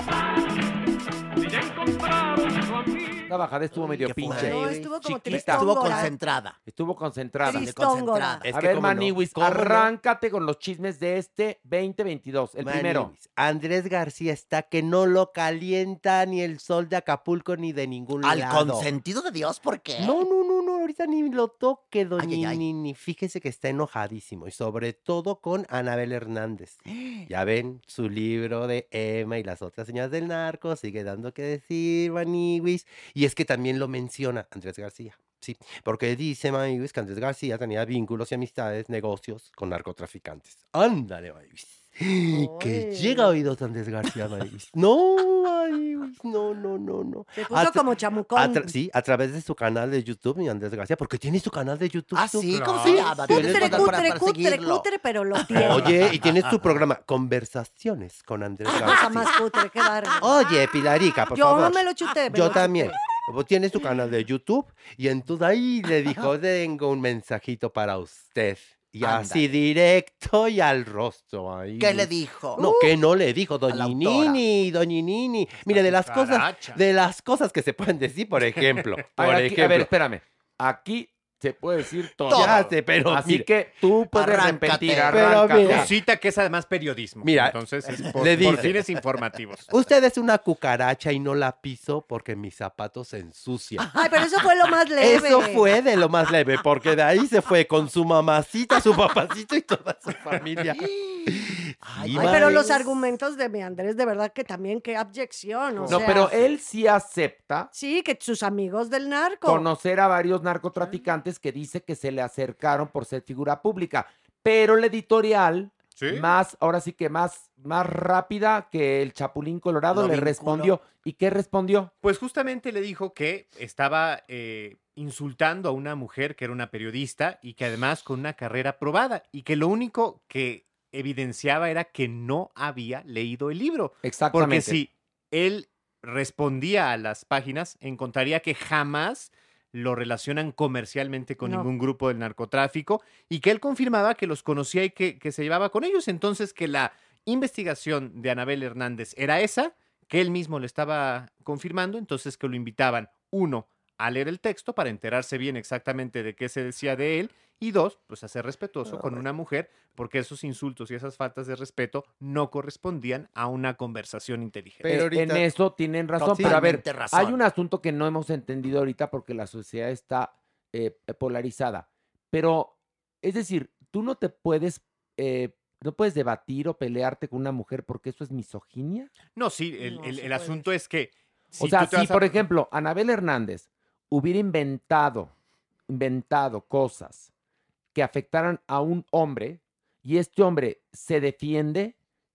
Speaker 16: Si ya encontraron su amigo.
Speaker 5: La bajada estuvo medio
Speaker 15: ¿qué fue?
Speaker 5: pinche.
Speaker 8: No, estuvo como
Speaker 5: Chiquita.
Speaker 15: Estuvo
Speaker 8: tristóngora.
Speaker 15: concentrada.
Speaker 5: Estuvo concentrada.
Speaker 15: Triste.
Speaker 8: Tristóngora.
Speaker 15: Es
Speaker 5: A
Speaker 7: que
Speaker 5: ver,
Speaker 7: cómo no,
Speaker 5: Maniwis,
Speaker 7: cómo no.
Speaker 5: arráncate con los chismes de este veinte veintidós. El primero.
Speaker 7: Maniwis, Andrés García está que no lo calienta ni el sol de Acapulco ni de ningún
Speaker 15: Al
Speaker 7: lado.
Speaker 15: consentido de Dios, ¿por qué?
Speaker 7: No, no, no, no, ahorita ni lo toque, doña
Speaker 15: Ay, ay, ay.
Speaker 7: Nini. Fíjese que está enojadísimo y sobre todo con Anabel Hernández. Ya ven, su libro de Emma y las otras señoras del narco sigue dando que decir, Maniwis. Y es que también lo menciona Andrés García. Sí, porque dice Maniwis que Andrés García tenía vínculos y amistades, negocios con narcotraficantes. Ándale, Maniwis. Que
Speaker 8: Ay.
Speaker 7: llega a oídos Andrés García, Maniwis. No, Maniwis, no, no, no, no.
Speaker 8: Se puso
Speaker 7: A tra-
Speaker 8: como
Speaker 7: a
Speaker 8: chamucón.
Speaker 7: tra- sí, a través de su canal de YouTube, mi Andrés García, porque tiene su canal de YouTube.
Speaker 15: Ah,
Speaker 7: tú.
Speaker 15: sí, ¿cómo
Speaker 9: Claro.
Speaker 15: se llama?
Speaker 7: Sí,
Speaker 15: Tienes
Speaker 8: Cutre,
Speaker 15: que mandar para-
Speaker 8: cutre,
Speaker 15: para
Speaker 8: cutre,
Speaker 15: seguirlo.
Speaker 8: cutre, pero lo tiene.
Speaker 7: Oye, y tienes tu programa, Conversaciones con Andrés
Speaker 8: Cosa
Speaker 7: García.
Speaker 8: más cutre, qué bárbaro.
Speaker 7: Oye, Pilarica, por
Speaker 8: Yo
Speaker 7: favor.
Speaker 8: no me lo chuté. me
Speaker 7: Yo
Speaker 8: lo
Speaker 7: también.
Speaker 8: chuté.
Speaker 7: Vos tienes tu canal de YouTube y entonces ahí le dijo, tengo un mensajito para usted. Y así
Speaker 15: Ándale.
Speaker 7: directo y al rostro. Ahí.
Speaker 15: ¿Qué le dijo?
Speaker 7: No, que no le dijo,
Speaker 15: a la
Speaker 7: doña
Speaker 15: autora.
Speaker 7: Nini, doña Nini. Mire, de las cosas,
Speaker 9: cucaracha.
Speaker 7: de las cosas que se pueden decir, por ejemplo,
Speaker 5: A
Speaker 7: por
Speaker 5: ver, aquí-
Speaker 7: ejemplo.
Speaker 5: a ver, espérame. Aquí se puede decir todo.
Speaker 7: Ya sé, pero
Speaker 5: Así
Speaker 7: mire,
Speaker 5: que tú puedes
Speaker 15: Arráncate.
Speaker 5: repetir,
Speaker 7: Pero
Speaker 5: arráncate.
Speaker 7: mira.
Speaker 9: Cosita que es además periodismo.
Speaker 7: Mira,
Speaker 9: Entonces, es por,
Speaker 7: le
Speaker 9: por
Speaker 7: dice.
Speaker 9: fines informativos.
Speaker 7: usted es una cucaracha y no la piso porque mis zapatos se ensucian.
Speaker 8: Ay, pero eso fue lo más leve.
Speaker 7: Eso fue de lo más leve, porque de ahí se fue con su mamacita, su papacito y toda su familia.
Speaker 8: Ay,
Speaker 5: Sí,
Speaker 8: pero
Speaker 5: Mari.
Speaker 8: los argumentos de mi Andrés, de verdad que también qué abyección. O
Speaker 5: No,
Speaker 8: sea,
Speaker 5: pero él sí acepta
Speaker 8: sí, que sus amigos del narco.
Speaker 5: conocer a varios narcotraficantes que dice que se le acercaron por ser figura pública. Pero la editorial,
Speaker 9: ¿Sí?
Speaker 5: más, ahora sí que más, más rápida que el Chapulín Colorado,
Speaker 15: Lo
Speaker 5: le
Speaker 15: vinculó.
Speaker 5: respondió. ¿Y qué respondió?
Speaker 9: Pues justamente le dijo que estaba eh, insultando a una mujer que era una periodista y que además con una carrera probada y que lo único que evidenciaba era que no había leído el libro.
Speaker 5: Exactamente.
Speaker 9: Porque si él respondía a las páginas, encontraría que jamás lo relacionan comercialmente con
Speaker 8: No.
Speaker 9: ningún grupo del narcotráfico y que él confirmaba que los conocía y que, que se llevaba con ellos. Entonces, que la investigación de Anabel Hernández era esa, que él mismo le estaba confirmando, entonces que lo invitaban, uno, a leer el texto para enterarse bien exactamente de qué se decía de él, y dos, pues a ser respetuoso con una mujer, porque esos insultos y esas faltas de respeto no correspondían a una conversación inteligente.
Speaker 7: Pero
Speaker 5: Eh,
Speaker 7: ahorita-
Speaker 5: en eso tienen razón, pero a ver,
Speaker 15: Totalmente razón.
Speaker 5: hay un asunto que no hemos entendido ahorita porque la sociedad está eh, polarizada. Pero, es decir, tú no te puedes, eh, no puedes debatir o pelearte con una mujer porque eso es misoginia.
Speaker 9: No, sí, el,
Speaker 8: No,
Speaker 9: el-
Speaker 8: sí
Speaker 9: el
Speaker 8: puedes.
Speaker 9: asunto es que...
Speaker 5: O
Speaker 9: si
Speaker 5: sea,
Speaker 9: tú te
Speaker 5: si
Speaker 9: vas a-
Speaker 5: por ejemplo Anabel Hernández hubiera inventado, inventado cosas que afectaran a un hombre y este hombre se defiende,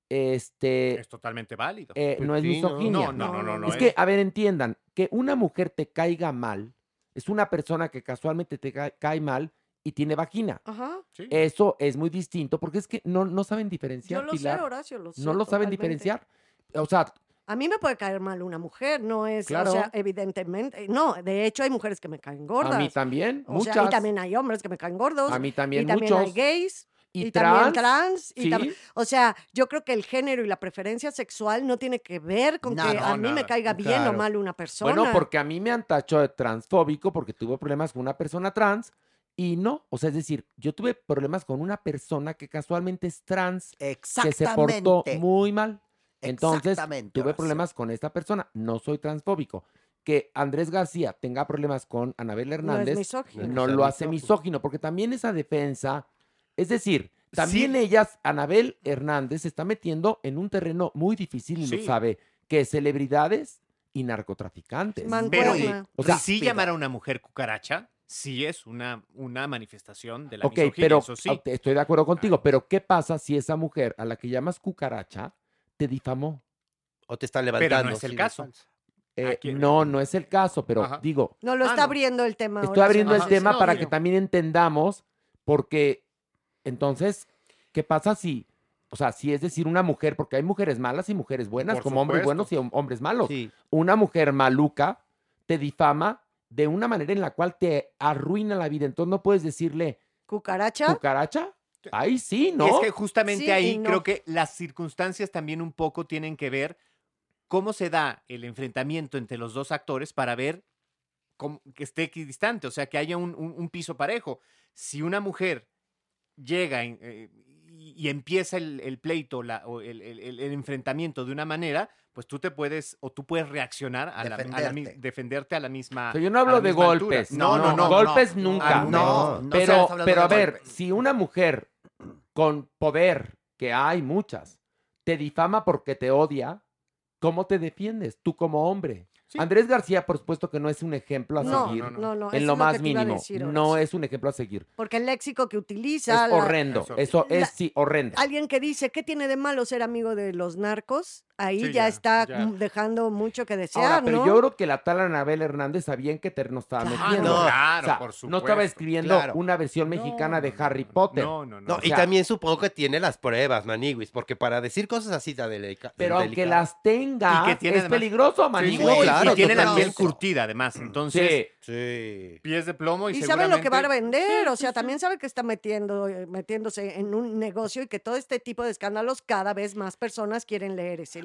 Speaker 5: este,
Speaker 9: Es totalmente válido.
Speaker 5: eh,
Speaker 7: Pues
Speaker 5: no es
Speaker 7: sí, ¿no?
Speaker 5: misoginia.
Speaker 9: No, no, no, no, no
Speaker 5: es
Speaker 9: es.
Speaker 5: que, a ver, entiendan, que una mujer te caiga mal, es una persona que casualmente te ca- cae mal y tiene vagina.
Speaker 8: Ajá.
Speaker 9: Sí.
Speaker 5: Eso es muy distinto porque es que no, no saben
Speaker 8: Yo
Speaker 5: diferenciar,
Speaker 8: lo sé,
Speaker 5: Pilar.
Speaker 8: Horacio, lo sé.
Speaker 5: No lo saben
Speaker 8: totalmente.
Speaker 5: diferenciar. O sea,
Speaker 8: A mí me puede caer mal una mujer, no es,
Speaker 5: Claro.
Speaker 8: o sea, evidentemente, no, de hecho hay mujeres que me caen gordas.
Speaker 5: a mí también,
Speaker 8: O sea,
Speaker 5: muchas.
Speaker 8: y también hay hombres que me caen gordos.
Speaker 5: A mí también
Speaker 8: y también hay
Speaker 5: muchos.
Speaker 8: gays.
Speaker 5: Y
Speaker 8: Y, también
Speaker 5: trans,
Speaker 8: trans. y tam-
Speaker 5: sí.
Speaker 8: o sea, yo creo que el género y la preferencia sexual no tiene que ver con
Speaker 15: Nada.
Speaker 8: que a
Speaker 9: No,
Speaker 8: mí me
Speaker 9: nada.
Speaker 8: caiga bien
Speaker 7: Claro.
Speaker 8: o mal una persona.
Speaker 5: Bueno, porque a mí me han tachado de transfóbico porque tuve problemas con una persona trans y no. O sea, es decir, yo tuve problemas con una persona que casualmente es trans, que se portó
Speaker 15: Exactamente.
Speaker 5: muy mal. Entonces,
Speaker 15: Exactamente,
Speaker 5: tuve
Speaker 15: Horacio.
Speaker 5: problemas con esta persona. No soy transfóbico. Que Andrés García tenga problemas con Anabel
Speaker 8: no es
Speaker 5: Hernández
Speaker 8: misógino.
Speaker 5: no
Speaker 7: Ser
Speaker 5: lo hace
Speaker 7: misógino.
Speaker 5: misógino, porque también esa defensa, es decir, también
Speaker 9: Sí.
Speaker 5: ellas, Anabel Hernández, se está metiendo en un terreno muy difícil y
Speaker 9: Sí.
Speaker 5: lo sabe, que es celebridades y narcotraficantes.
Speaker 8: Mancuerna.
Speaker 9: Pero
Speaker 5: O sea,
Speaker 9: sí
Speaker 15: Ríspida.
Speaker 9: llamar a una mujer cucaracha, sí es una, una manifestación de la
Speaker 5: Ok,
Speaker 9: misoginia,
Speaker 5: pero
Speaker 9: eso sí.
Speaker 5: ok, estoy de acuerdo contigo, pero ¿qué pasa si esa mujer a la que llamas cucaracha te difamó?
Speaker 7: O te están
Speaker 9: Pero
Speaker 7: levantando.
Speaker 9: no es el
Speaker 7: sí,
Speaker 9: caso.
Speaker 7: falso.
Speaker 5: Eh,
Speaker 9: Aquí-
Speaker 5: no, no es el caso, pero
Speaker 9: Ajá.
Speaker 5: digo,
Speaker 8: No, lo
Speaker 9: Ah,
Speaker 8: está
Speaker 9: no.
Speaker 8: abriendo el tema.
Speaker 5: estoy
Speaker 8: Horacio,
Speaker 5: abriendo el
Speaker 9: Ajá.
Speaker 5: tema
Speaker 8: sí,
Speaker 5: para
Speaker 8: sí.
Speaker 5: que también entendamos, porque entonces, ¿qué pasa si, o sea, si es decir, una mujer, porque hay mujeres malas y mujeres buenas,
Speaker 9: Por
Speaker 5: como hombres
Speaker 9: supuesto.
Speaker 5: buenos y hom- hombres malos?
Speaker 7: Sí.
Speaker 5: Una mujer maluca te difama de una manera en la cual te arruina la vida. Entonces no puedes decirle,
Speaker 8: ¿Cucaracha?
Speaker 5: ¿cucaracha? Ahí sí,
Speaker 9: Y
Speaker 5: ¿no?
Speaker 9: es que justamente
Speaker 8: Sí y
Speaker 9: ahí
Speaker 8: no.
Speaker 9: creo que las circunstancias también un poco tienen que ver cómo se da el enfrentamiento entre los dos actores para ver cómo- que esté equidistante, o sea, que haya un, un- un piso parejo. Si una mujer llega en- eh, y, y empieza el, el pleito la- o el, el- el- el enfrentamiento de una manera, pues tú te puedes, o tú puedes reaccionar a la, a la mi-
Speaker 15: Defenderte.
Speaker 9: defenderte a la misma.
Speaker 5: O sea, yo no
Speaker 9: a
Speaker 5: hablo
Speaker 9: la
Speaker 5: de
Speaker 9: misma altura.
Speaker 5: golpes.
Speaker 9: No, no, no.
Speaker 5: Golpes
Speaker 9: no.
Speaker 5: nunca.
Speaker 9: Ah,
Speaker 15: No, no se
Speaker 5: Pero,
Speaker 15: está hablando
Speaker 5: pero
Speaker 15: de
Speaker 5: a ver,
Speaker 15: golpes.
Speaker 5: si una mujer con poder, que hay muchas, te difama porque te odia, ¿cómo te defiendes tú como hombre?
Speaker 9: Sí.
Speaker 5: Andrés García, por supuesto que no es un ejemplo a
Speaker 8: No,
Speaker 5: seguir.
Speaker 9: no, no.
Speaker 8: no, no.
Speaker 5: En
Speaker 8: eso
Speaker 5: lo
Speaker 8: es
Speaker 5: más
Speaker 8: que te iba a
Speaker 5: mínimo.
Speaker 8: decir,
Speaker 5: No
Speaker 8: Horacio.
Speaker 5: es un ejemplo a seguir.
Speaker 8: Porque el léxico que
Speaker 5: Es
Speaker 8: utiliza. la-
Speaker 5: horrendo.
Speaker 9: Eso.
Speaker 5: Eso es,
Speaker 8: La-
Speaker 5: sí, horrendo.
Speaker 8: Alguien que dice, ¿qué tiene de malo ser amigo de los narcos? Ahí
Speaker 9: Sí,
Speaker 8: ya,
Speaker 9: ya,
Speaker 8: está
Speaker 9: ya.
Speaker 8: mm, dejando mucho que desear,
Speaker 5: Ahora, pero
Speaker 8: ¿no?
Speaker 5: yo creo que la tal Anabel Hernández sabía en qué terreno estaba
Speaker 8: Claro.
Speaker 5: metiendo.
Speaker 7: No,
Speaker 9: claro,
Speaker 5: O sea,
Speaker 9: por
Speaker 5: no
Speaker 9: supuesto.
Speaker 5: estaba escribiendo
Speaker 7: Claro.
Speaker 5: una versión
Speaker 9: No,
Speaker 5: mexicana de
Speaker 9: no, no,
Speaker 5: Harry
Speaker 9: no.
Speaker 5: Potter.
Speaker 9: No, no, no.
Speaker 7: No,
Speaker 5: O
Speaker 7: y
Speaker 5: sea-
Speaker 7: también supongo que tiene las pruebas, Maniguis, porque para decir cosas así tan delica-
Speaker 5: Pero aunque
Speaker 7: delicadas-
Speaker 5: las tenga,
Speaker 9: Y que tiene
Speaker 5: es
Speaker 9: además-
Speaker 5: peligroso,
Speaker 9: Sí,
Speaker 5: manito.
Speaker 9: sí,
Speaker 7: claro,
Speaker 9: y tiene la piel
Speaker 7: totalmente.
Speaker 9: curtida, además. Entonces,
Speaker 5: Sí.
Speaker 7: Sí.
Speaker 9: pies de plomo y,
Speaker 8: Y sabe lo que va a
Speaker 9: seguramente-
Speaker 8: vender,
Speaker 9: Sí,
Speaker 8: o sea,
Speaker 9: sí,
Speaker 8: también sabe que está metiendo, eh, metiéndose en un negocio y que todo este tipo de escándalos, cada vez más personas quieren leer ese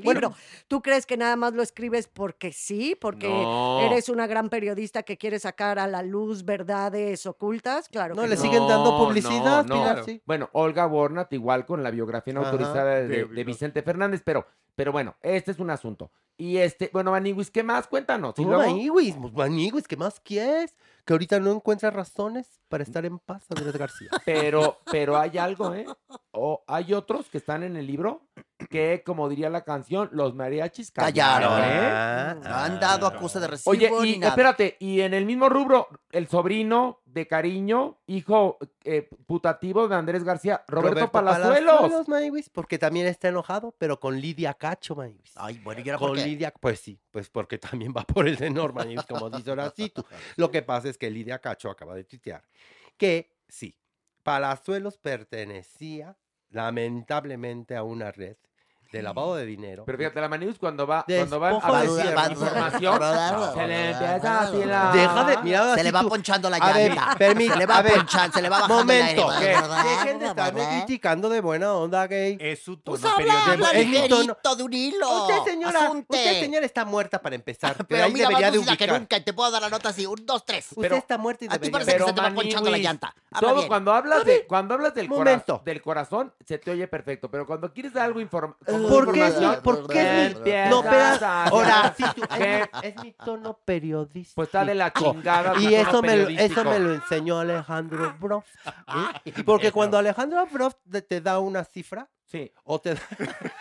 Speaker 8: libro. ¿Tú crees que nada más lo escribes porque sí? ¿Porque
Speaker 5: No.
Speaker 8: eres una gran periodista que quiere sacar a la luz verdades ocultas? Claro
Speaker 7: No,
Speaker 8: que
Speaker 7: le
Speaker 8: no.
Speaker 7: siguen dando
Speaker 5: No,
Speaker 7: publicidad,
Speaker 5: no, no.
Speaker 7: Pilar, sí.
Speaker 5: Bueno, Olga Bornat, igual con la biografía no
Speaker 7: Ajá.
Speaker 5: autorizada de,
Speaker 9: De-
Speaker 5: de Vicente Fernández, pero, pero bueno, este es un asunto. Y este, bueno, Maniwis, ¿qué más? Cuéntanos. ¿Y
Speaker 7: No,
Speaker 5: luego?
Speaker 7: Maniwis, pues, Maniwis, ¿qué más quieres? Que ahorita no encuentras razones para estar en paz, Andrés García.
Speaker 5: Pero, pero hay algo, ¿eh? O hay otros que están en el libro que, como diría la canción, los mariachis callaron,
Speaker 15: Callaron.
Speaker 5: ¿eh?
Speaker 7: Ah,
Speaker 15: No han dado acuse de recibo
Speaker 5: Oye,
Speaker 15: ni
Speaker 5: y
Speaker 15: nada.
Speaker 5: espérate, y en el mismo rubro, el sobrino de cariño, hijo eh, putativo de Andrés García, Roberto, Palazuelos.
Speaker 7: Maniwis, porque también está enojado, pero con Lidia Cacho, Maniwis.
Speaker 15: Ay, bueno, ¿y ahora por
Speaker 7: Con
Speaker 15: qué?
Speaker 7: Lidia, pues sí, pues porque también va por el tenor, Maniwis, como dice Horacito. Lo que pasa es que Lidia Cacho acaba de tuitear que sí, Palazuelos pertenecía lamentablemente a una red de lavado de dinero.
Speaker 5: Pero fíjate, la Maniwis cuando va, cuando va
Speaker 7: Despojo
Speaker 5: a
Speaker 7: de
Speaker 5: decir
Speaker 7: tierra.
Speaker 5: información, se le empieza así la...
Speaker 7: Deja de, mira,
Speaker 15: Se
Speaker 7: así
Speaker 15: le va
Speaker 7: tú-
Speaker 15: ponchando la
Speaker 7: A ver,
Speaker 15: llanta.
Speaker 7: permite,
Speaker 15: Se le va
Speaker 7: a ver,
Speaker 15: ponchando, se le va bajando el
Speaker 7: momento,
Speaker 15: aire.
Speaker 7: ¿qué?
Speaker 15: ¿Verdad?
Speaker 7: Dejen de estarme
Speaker 15: ¿Verdad?
Speaker 7: criticando de buena onda, gay.
Speaker 9: Es su tono
Speaker 15: Pues habla,
Speaker 9: periodístico.
Speaker 15: habla
Speaker 7: Es mi tono.
Speaker 15: ligerito de un hilo.
Speaker 7: Usted, señora,
Speaker 15: Asunte.
Speaker 7: usted, señora, está muerta para empezar. Pero,
Speaker 15: Pero
Speaker 7: ahí
Speaker 15: mira,
Speaker 7: debería
Speaker 15: más
Speaker 7: de
Speaker 15: lúcida que
Speaker 7: ubicar.
Speaker 15: nunca. Y te puedo dar la nota así. Un, dos, tres.
Speaker 7: Usted está muerta y
Speaker 15: a ti
Speaker 7: debería
Speaker 15: parece
Speaker 7: de-
Speaker 15: que se te va ponchando la
Speaker 5: Maniwis,
Speaker 15: llanta. Habla
Speaker 5: todo
Speaker 15: bien.
Speaker 5: cuando hablas de cuando hablas del, cora-
Speaker 7: Momento.
Speaker 5: del corazón se te oye perfecto, pero cuando quieres dar algo inform como
Speaker 7: ¿Por qué es
Speaker 5: información,
Speaker 7: mi- por qué es mi-
Speaker 5: empiezas
Speaker 7: No, espera,
Speaker 5: a-
Speaker 7: ahora, sí, tú-
Speaker 5: ¿Qué?
Speaker 7: es, mi, es mi tono periodístico.
Speaker 5: Pues está de la chingada. tu
Speaker 7: Y
Speaker 5: tono
Speaker 7: eso me, lo,
Speaker 5: periodístico.
Speaker 7: eso me lo enseñó Alejandro Broft. ¿sí? Porque cuando Alejandro Broft te, te da una cifra
Speaker 5: Sí.
Speaker 7: o te da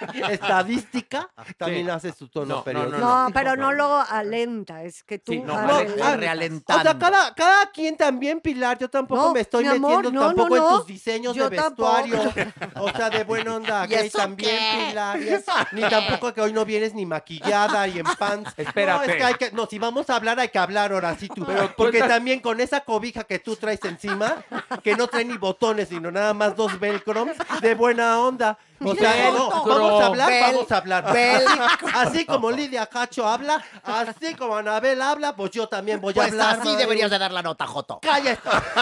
Speaker 7: estadística, también
Speaker 5: Sí.
Speaker 7: hace su tono
Speaker 5: No, no,
Speaker 7: periodístico.
Speaker 8: No, pero no lo alenta, es que tú
Speaker 5: Sí, no,
Speaker 7: No,
Speaker 8: adelantas.
Speaker 7: ah,
Speaker 15: realentando.
Speaker 7: O sea, cada, cada quien también, Pilar. Yo tampoco
Speaker 8: No,
Speaker 7: me estoy
Speaker 8: mi amor,
Speaker 7: metiendo
Speaker 8: no,
Speaker 7: tampoco
Speaker 8: no,
Speaker 7: en
Speaker 8: no.
Speaker 7: tus diseños
Speaker 8: Yo
Speaker 7: de
Speaker 8: tampoco.
Speaker 7: vestuario. O sea, de buena onda.
Speaker 15: ¿Y
Speaker 7: Gay
Speaker 15: eso
Speaker 7: también,
Speaker 15: qué?
Speaker 7: Pilar.
Speaker 15: ¿Y eso
Speaker 7: Ni
Speaker 15: qué?
Speaker 7: tampoco que hoy no vienes ni maquillada y en pants.
Speaker 5: Espérate.
Speaker 7: No, es que hay que. No, si vamos a hablar, hay que hablar ahora sí tú.
Speaker 5: Pero tú
Speaker 7: Porque
Speaker 5: estás-
Speaker 7: también con esa cobija que tú traes encima, que no trae ni botones, sino nada más dos velcros, de buena onda. O sea, no,
Speaker 5: Velcro.
Speaker 7: vamos a hablar,
Speaker 15: Vel-
Speaker 7: vamos a hablar.
Speaker 15: velcro.
Speaker 7: Así, así como Lidia Cacho habla, así como Anabel habla, pues yo también voy a
Speaker 15: Pues
Speaker 7: hablar.
Speaker 15: así deberías de dar la nota, Joto.
Speaker 7: ¡Calla!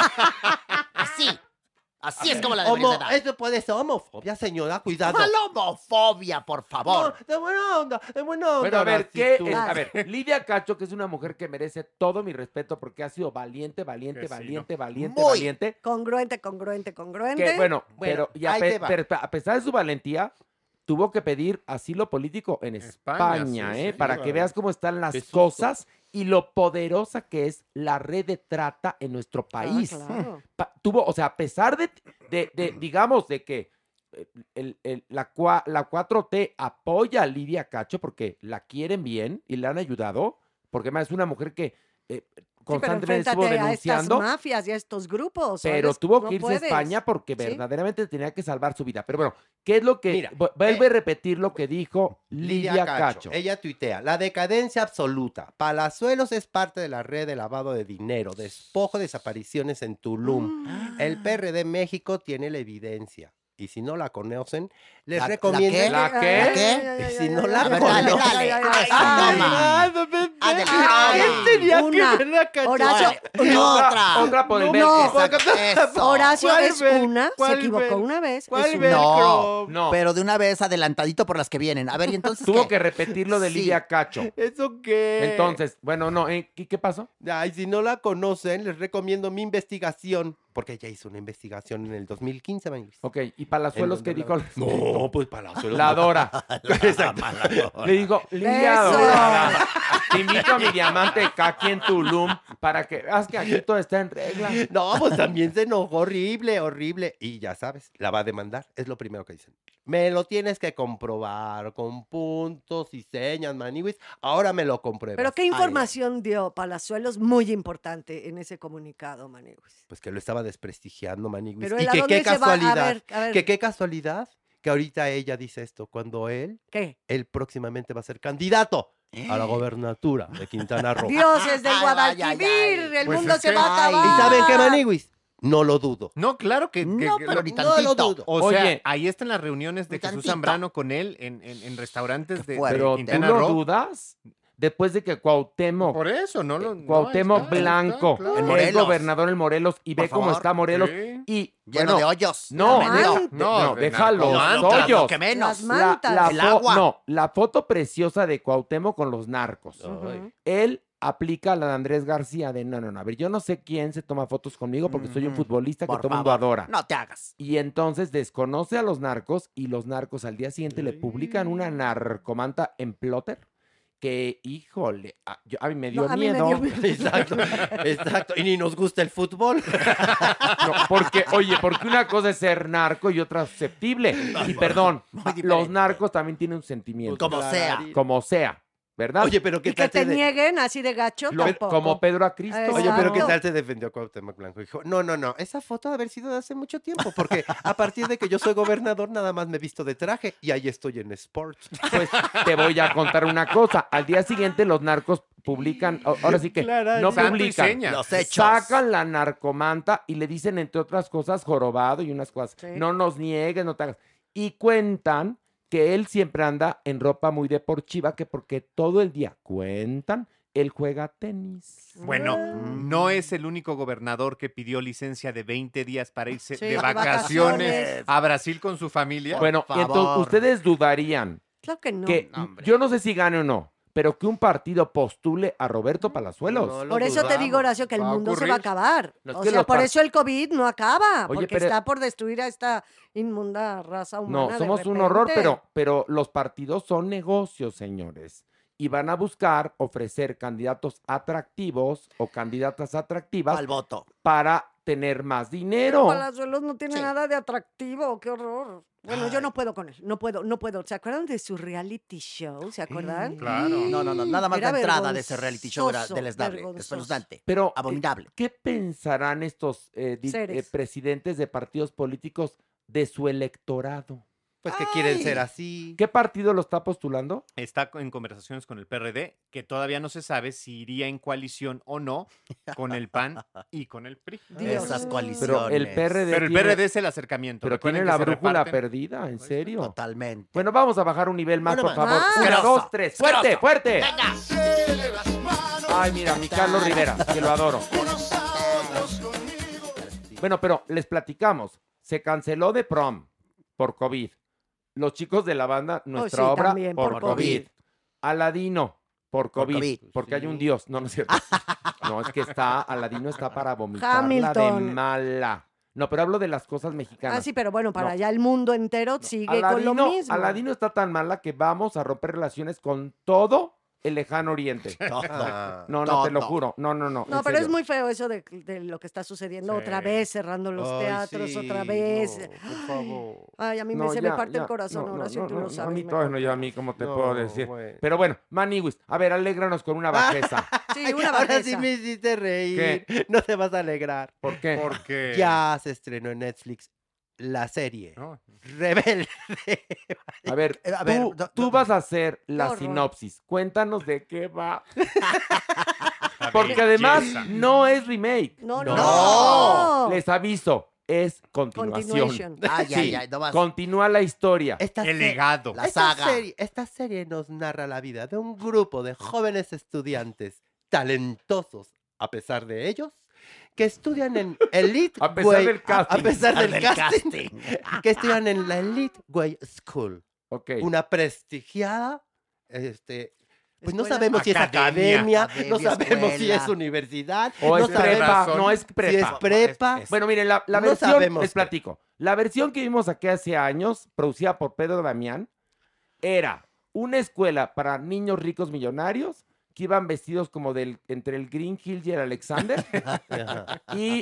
Speaker 15: Así. Así es como la deberías
Speaker 7: Homo,
Speaker 15: de dar.
Speaker 7: eso puede ser homofobia, señora, cuidado.
Speaker 15: ¿Cuál homofobia, por favor?
Speaker 7: No, de buena onda, de buena onda.
Speaker 5: Bueno, a ver,
Speaker 7: ahora sí
Speaker 5: ¿qué
Speaker 7: tú.
Speaker 5: es? A ver, Lidia Cacho, que es una mujer que merece todo mi respeto porque ha sido valiente, valiente,
Speaker 9: Que sí,
Speaker 5: valiente, valiente,
Speaker 15: Muy.
Speaker 5: valiente.
Speaker 8: Congruente, congruente, congruente.
Speaker 5: Que, bueno,
Speaker 7: Bueno,
Speaker 5: pero, y a,
Speaker 7: ahí
Speaker 5: pe-
Speaker 7: te va.
Speaker 5: pero a pesar de su valentía, tuvo que pedir asilo político en
Speaker 9: España,
Speaker 5: España,
Speaker 9: sí,
Speaker 5: ¿eh?
Speaker 9: sí,
Speaker 5: para
Speaker 9: claro.
Speaker 5: que veas cómo están las
Speaker 7: Qué susto.
Speaker 5: cosas y lo poderosa que es la red de trata en nuestro
Speaker 8: Ah,
Speaker 5: país.
Speaker 8: claro.
Speaker 5: Pa- tuvo, o sea, a pesar de, de, de, digamos, de que eh, el- el- la, cua- la cuatro T apoya a Lidia Cacho porque la quieren bien y le han ayudado, porque además es una mujer que eh,
Speaker 8: Sí, pero
Speaker 5: constantemente estuvo
Speaker 8: enfréntate a estas
Speaker 5: denunciando.
Speaker 8: mafias y a estos grupos.
Speaker 5: Pero
Speaker 8: ¿sabes?
Speaker 5: tuvo
Speaker 8: No
Speaker 5: que irse
Speaker 8: puedes.
Speaker 5: a España porque
Speaker 8: Sí.
Speaker 5: verdaderamente tenía que salvar su vida. Pero bueno, ¿qué es lo que...
Speaker 7: Mira,
Speaker 5: vu- vuelve
Speaker 7: eh,
Speaker 5: a repetir lo que dijo Lidia, Cacho.
Speaker 7: Ella tuitea, la decadencia absoluta. Palazuelos es parte de la red de lavado de dinero, despojo, desapariciones en Tulum.
Speaker 8: Ah.
Speaker 7: El P R D México tiene la evidencia. Y si no la conocen, les
Speaker 15: ¿La- la
Speaker 7: recomiendo...
Speaker 15: qué?
Speaker 5: ¿La qué?
Speaker 15: ¿La qué?
Speaker 8: Ay, ay, ay,
Speaker 7: Si
Speaker 8: ay,
Speaker 7: no
Speaker 8: ay,
Speaker 7: la
Speaker 8: ay,
Speaker 15: A ver, dale,
Speaker 8: ay,
Speaker 15: dale.
Speaker 8: ay, ay,
Speaker 15: Ay,
Speaker 8: ay,
Speaker 15: toma.
Speaker 8: ay.
Speaker 15: Ándale,
Speaker 8: Ay,
Speaker 15: toma.
Speaker 7: tenía
Speaker 8: Una.
Speaker 7: que ver la Cacho.
Speaker 8: Horacio,
Speaker 5: Y
Speaker 8: no.
Speaker 5: otra, otra por el
Speaker 8: No,
Speaker 5: ver-
Speaker 8: no.
Speaker 5: exacto.
Speaker 15: Eso.
Speaker 8: Horacio
Speaker 7: ¿Cuál
Speaker 8: es
Speaker 7: ver-
Speaker 8: una, se
Speaker 7: cuál
Speaker 8: equivocó
Speaker 7: ver-
Speaker 8: una vez.
Speaker 7: ¿Cuál
Speaker 8: es una.
Speaker 7: ver-
Speaker 15: No,
Speaker 5: No.
Speaker 15: pero de una vez adelantadito por las que vienen. A ver, y entonces
Speaker 5: Tuvo
Speaker 15: ¿qué?
Speaker 5: que repetir lo de
Speaker 15: Sí.
Speaker 5: Lidia Cacho.
Speaker 7: ¿Eso qué?
Speaker 5: Entonces, bueno, no, ¿eh? ¿qué, qué pasó?
Speaker 7: Ay, si no la conocen, les recomiendo mi investigación. Porque ella hizo una investigación en el dos mil quince, Manuel.
Speaker 5: Ok, ¿y Palazuelos qué dijo?
Speaker 7: No, pues Palazuelos.
Speaker 5: La Dora.
Speaker 7: Exacto.
Speaker 5: Le digo, Lidia
Speaker 8: Eso.
Speaker 5: Dora, te invito a mi diamante aquí en Tulum para que veas que aquí todo está en regla.
Speaker 7: No, pues también se enojó horrible, horrible. Y ya sabes, la va a demandar. Es lo primero que dicen. Me lo tienes que comprobar con puntos y señas, Maniwis. Ahora me lo compruebas.
Speaker 8: Pero ¿qué
Speaker 7: Ay,
Speaker 8: información dio Palazuelos muy importante en ese comunicado, Maniwis?
Speaker 7: Pues que lo estaba desprestigiando, Maniwis.
Speaker 8: Pero
Speaker 7: y
Speaker 8: él, ¿a
Speaker 7: que
Speaker 8: dónde
Speaker 7: qué
Speaker 8: se va? A
Speaker 7: casualidad.
Speaker 8: ver, a ver.
Speaker 7: Que qué casualidad que ahorita ella dice esto, cuando él,
Speaker 8: ¿Qué?
Speaker 7: él próximamente va a ser candidato a la gobernatura de Quintana Roo.
Speaker 8: Dioses del
Speaker 15: Ay,
Speaker 8: Guadalquivir,
Speaker 15: ay, ay, ay.
Speaker 8: el
Speaker 9: Pues
Speaker 8: mundo
Speaker 9: es
Speaker 8: se
Speaker 9: que-
Speaker 8: va a
Speaker 15: Ay.
Speaker 8: acabar.
Speaker 7: ¿Y saben qué, Maniwis? No lo dudo.
Speaker 9: No, claro que... que-
Speaker 15: No,
Speaker 9: que-
Speaker 15: pero ni
Speaker 7: no lo
Speaker 15: tantito.
Speaker 7: dudo.
Speaker 9: O sea,
Speaker 5: Oye.
Speaker 9: ahí están las reuniones de
Speaker 15: Ni
Speaker 9: Jesús
Speaker 15: tantito.
Speaker 9: Zambrano con él en, en- en restaurantes
Speaker 15: Qué
Speaker 9: de,
Speaker 15: fuerte.
Speaker 9: de
Speaker 5: Pero ¿tú
Speaker 9: Quintana
Speaker 5: lo
Speaker 9: Roo.
Speaker 5: dudas? Después de que Cuauhtémoc,
Speaker 9: Por eso, no lo... no,
Speaker 5: Cuauhtémoc
Speaker 9: ahí está, ahí está,
Speaker 5: Blanco
Speaker 9: claro.
Speaker 15: En
Speaker 5: es
Speaker 15: Morelos.
Speaker 5: gobernador en Morelos y
Speaker 15: Por
Speaker 5: ve cómo
Speaker 15: favor.
Speaker 5: está Morelos,
Speaker 9: Sí.
Speaker 5: Y
Speaker 15: Lleno
Speaker 5: bueno,
Speaker 15: de hoyos.
Speaker 5: No,
Speaker 15: Tremendo.
Speaker 5: deja,
Speaker 15: Mantas.
Speaker 5: no,
Speaker 9: No, de
Speaker 5: deja los
Speaker 15: narcomantas,
Speaker 5: hoyos.
Speaker 15: lo que menos.
Speaker 8: Las
Speaker 5: La-
Speaker 8: mantas.
Speaker 5: la
Speaker 15: El
Speaker 5: fo-
Speaker 15: agua.
Speaker 5: No, la foto preciosa de Cuauhtémoc con los narcos.
Speaker 8: Ujú.
Speaker 5: Él aplica la de Andrés García de no, no, no. A ver, yo no sé quién se toma fotos conmigo porque soy un
Speaker 15: Ujú.
Speaker 5: futbolista que
Speaker 15: Por
Speaker 5: todo el mundo
Speaker 15: favor,
Speaker 5: adora.
Speaker 15: No te hagas.
Speaker 5: Y entonces desconoce a los narcos y los narcos al día siguiente le publican una narcomanta en plotter que, híjole, a, yo- a mí me dio
Speaker 8: No, a mí me
Speaker 5: miedo.
Speaker 8: dio miedo.
Speaker 7: Exacto, exacto. Y ni nos gusta el fútbol.
Speaker 5: No, porque, oye, porque una cosa es ser narco y otra susceptible. Y perdón,
Speaker 15: Muy
Speaker 5: los
Speaker 15: diferente.
Speaker 5: narcos también tienen un sentimiento.
Speaker 15: Como sea.
Speaker 5: Como sea, ¿verdad?
Speaker 7: Oye, pero qué
Speaker 8: Y que
Speaker 7: tal
Speaker 8: te
Speaker 7: se de-
Speaker 8: nieguen así de gacho,
Speaker 5: Lo-
Speaker 8: tampoco.
Speaker 5: como Pedro a Cristo.
Speaker 8: Exacto.
Speaker 7: Oye, pero ¿qué tal se defendió Cuauhtémoc Blanco? Dijo, no, no, no, esa foto debe haber sido de hace mucho tiempo, porque a partir de que yo soy gobernador nada más me he visto de traje y ahí estoy en Sports.
Speaker 5: Pues te voy a contar una cosa. Al día siguiente los narcos publican, o- ahora sí que
Speaker 7: Claro,
Speaker 5: no
Speaker 9: santo y
Speaker 5: publican,
Speaker 9: seña.
Speaker 15: Los hechos.
Speaker 5: sacan la narcomanta y le dicen entre otras cosas jorobado y unas cosas.
Speaker 8: Sí.
Speaker 5: No nos niegues, no te hagas. Y cuentan que él siempre anda en ropa muy deportiva, que porque todo el día cuentan, él juega tenis.
Speaker 9: Bueno,
Speaker 15: Mm.
Speaker 9: no es el único gobernador que pidió licencia de veinte días para irse
Speaker 8: Sí,
Speaker 9: de
Speaker 8: de
Speaker 9: vacaciones
Speaker 8: vacaciones.
Speaker 9: a Brasil con su familia.
Speaker 5: Bueno, y entonces
Speaker 15: favor.
Speaker 5: ustedes dudarían
Speaker 8: Claro que no.
Speaker 5: que
Speaker 15: no, hombre.
Speaker 5: yo no sé si gane o no, pero que un partido postule a Roberto Palazuelos.
Speaker 7: No lo
Speaker 8: Por eso te digo,
Speaker 7: dudamos.
Speaker 8: Horacio, que el
Speaker 9: Va a
Speaker 8: mundo se va a
Speaker 9: ocurrir.
Speaker 8: acabar.
Speaker 5: No, es
Speaker 8: o
Speaker 5: que
Speaker 8: sea,
Speaker 5: los
Speaker 8: por
Speaker 5: par-
Speaker 8: eso el COVID no acaba,
Speaker 5: Oye,
Speaker 8: porque
Speaker 5: pero-
Speaker 8: está por destruir a esta inmunda raza humana.
Speaker 5: No,
Speaker 8: de
Speaker 5: somos un horror,
Speaker 8: repente.
Speaker 5: pero, pero los partidos son negocios, señores. Y van a buscar ofrecer candidatos atractivos o candidatas atractivas
Speaker 15: Al voto.
Speaker 5: para tener más
Speaker 8: Pero
Speaker 5: dinero.
Speaker 8: Palazuelos no tiene
Speaker 15: Sí.
Speaker 8: nada de atractivo, qué horror. Bueno, yo no puedo con él, no puedo, no puedo. ¿Se acuerdan de su reality show? ¿Se acuerdan?
Speaker 9: Claro.
Speaker 15: No, no, no. Nada más
Speaker 8: Era
Speaker 15: la entrada de ese reality show era
Speaker 8: vergonzoso,
Speaker 15: deleznable,
Speaker 8: vergonzoso.
Speaker 15: espeluznante,
Speaker 5: Pero, eh,
Speaker 15: abominable.
Speaker 5: ¿qué pensarán estos eh, di-
Speaker 8: Seres.
Speaker 5: eh, presidentes de partidos políticos de su electorado?
Speaker 7: Pues que quieren ser
Speaker 15: Ay.
Speaker 7: así.
Speaker 5: ¿Qué partido lo está postulando?
Speaker 9: Está en conversaciones con el P R D, que todavía no se sabe si iría en coalición o no con el P A N y con el P R I.
Speaker 8: Dios.
Speaker 15: Esas
Speaker 8: Pero
Speaker 15: coaliciones.
Speaker 5: Pero el P R D
Speaker 9: Pero el
Speaker 5: tiene-
Speaker 9: P R D es el acercamiento.
Speaker 5: Pero
Speaker 9: Recuerden
Speaker 5: tiene la
Speaker 9: que se
Speaker 5: brújula
Speaker 9: reparten-
Speaker 5: perdida, en serio.
Speaker 15: Totalmente.
Speaker 5: Bueno, vamos a bajar un nivel más,
Speaker 15: Bueno,
Speaker 5: por
Speaker 15: más.
Speaker 5: favor.
Speaker 8: Más.
Speaker 5: Una,
Speaker 15: Asqueroso.
Speaker 5: dos, tres. ¡Fuerte,
Speaker 15: Asqueroso.
Speaker 5: fuerte! Ay, mira, mi Carlos Rivera, que lo adoro. Bueno, pero les platicamos. Se canceló de prom por COVID. Los chicos de la banda, nuestra
Speaker 8: sí,
Speaker 5: obra,
Speaker 8: también,
Speaker 5: por,
Speaker 8: por
Speaker 5: COVID.
Speaker 15: COVID.
Speaker 5: Aladino, por
Speaker 15: Por
Speaker 5: COVID.
Speaker 15: COVID.
Speaker 5: Porque hay un dios. No, no es cierto. No, es que está, Aladino está para vomitarla de
Speaker 8: Hamilton.
Speaker 5: mala. No, pero hablo de las cosas mexicanas.
Speaker 8: Ah, sí, pero bueno, para
Speaker 5: No.
Speaker 8: allá el mundo entero sigue con lo
Speaker 5: Aladino,
Speaker 8: mismo.
Speaker 5: Aladino está tan mala que vamos a romper relaciones con todo el lejano oriente.
Speaker 15: Todo.
Speaker 7: Ah.
Speaker 5: No, no, te lo
Speaker 15: Todo.
Speaker 5: juro. No, no, no.
Speaker 8: No,
Speaker 5: en
Speaker 8: pero es
Speaker 5: serio.
Speaker 8: muy feo eso de, de lo que está sucediendo
Speaker 9: Sí.
Speaker 8: otra vez, cerrando los
Speaker 7: Ay,
Speaker 8: teatros
Speaker 7: sí,
Speaker 8: otra vez.
Speaker 7: no, por favor.
Speaker 8: Ay, a mí me,
Speaker 5: No,
Speaker 8: se
Speaker 5: ya,
Speaker 8: me parte
Speaker 5: ya,
Speaker 8: el corazón,
Speaker 5: no, no,
Speaker 8: Horacio,
Speaker 5: no,
Speaker 8: tú
Speaker 5: no,
Speaker 8: lo
Speaker 5: no,
Speaker 8: sabes.
Speaker 5: A mí,
Speaker 8: mejor
Speaker 5: bueno,
Speaker 8: que
Speaker 5: yo a
Speaker 8: yo.
Speaker 5: mí, ¿cómo te
Speaker 7: No,
Speaker 5: puedo decir?
Speaker 7: bueno.
Speaker 5: Pero bueno, Maniwis, a ver, alégranos con una bajeza.
Speaker 8: Sí, una
Speaker 7: Ahora
Speaker 8: bajeza.
Speaker 7: sí me hiciste reír. No te vas a alegrar.
Speaker 5: ¿Por qué?
Speaker 9: Porque...
Speaker 7: Ya se estrenó en Netflix la serie
Speaker 9: No.
Speaker 7: Rebelde.
Speaker 5: A ver,
Speaker 15: Eh, a ver,
Speaker 5: tú,
Speaker 15: do-
Speaker 5: tú
Speaker 15: do-
Speaker 5: vas a hacer la
Speaker 8: horror.
Speaker 5: sinopsis. Cuéntanos de qué va.
Speaker 9: La
Speaker 5: Porque además
Speaker 9: belleza.
Speaker 5: no es remake.
Speaker 8: No, no,
Speaker 15: No.
Speaker 8: no.
Speaker 5: Les aviso, es continuación.
Speaker 8: Continuation.
Speaker 15: Ay, ay,
Speaker 5: Sí,
Speaker 15: ay, no más.
Speaker 5: continúa la historia.
Speaker 7: Esta
Speaker 9: El
Speaker 7: se-
Speaker 9: legado.
Speaker 15: La
Speaker 7: esta
Speaker 15: saga.
Speaker 7: Serie, esta serie nos narra la vida de un grupo de jóvenes estudiantes talentosos, a pesar de ellos, que estudian en Elite
Speaker 5: A pesar
Speaker 7: Way-
Speaker 5: del casting.
Speaker 7: A pesar del,
Speaker 15: Del
Speaker 7: casting,
Speaker 15: casting.
Speaker 7: que estudian en la Elite Way School,
Speaker 5: Ok.
Speaker 7: una prestigiada, este, pues no
Speaker 8: Escuela.
Speaker 7: sabemos si es
Speaker 9: Academia.
Speaker 7: academia, no
Speaker 15: Academia,
Speaker 7: sabemos si
Speaker 15: escuela.
Speaker 7: es universidad,
Speaker 5: O
Speaker 7: no
Speaker 5: es prepa,
Speaker 7: sabemos
Speaker 5: no es
Speaker 7: si es
Speaker 5: prepa.
Speaker 7: prepa.
Speaker 5: Bueno, miren, la, la
Speaker 7: No
Speaker 5: versión,
Speaker 7: sabemos
Speaker 5: les
Speaker 7: qué.
Speaker 5: platico. La versión que vimos aquí hace años, producida por Pedro Damián, era una escuela para niños ricos millonarios que iban vestidos como del entre el Green Hill y el Alexander
Speaker 7: Ajá.
Speaker 5: y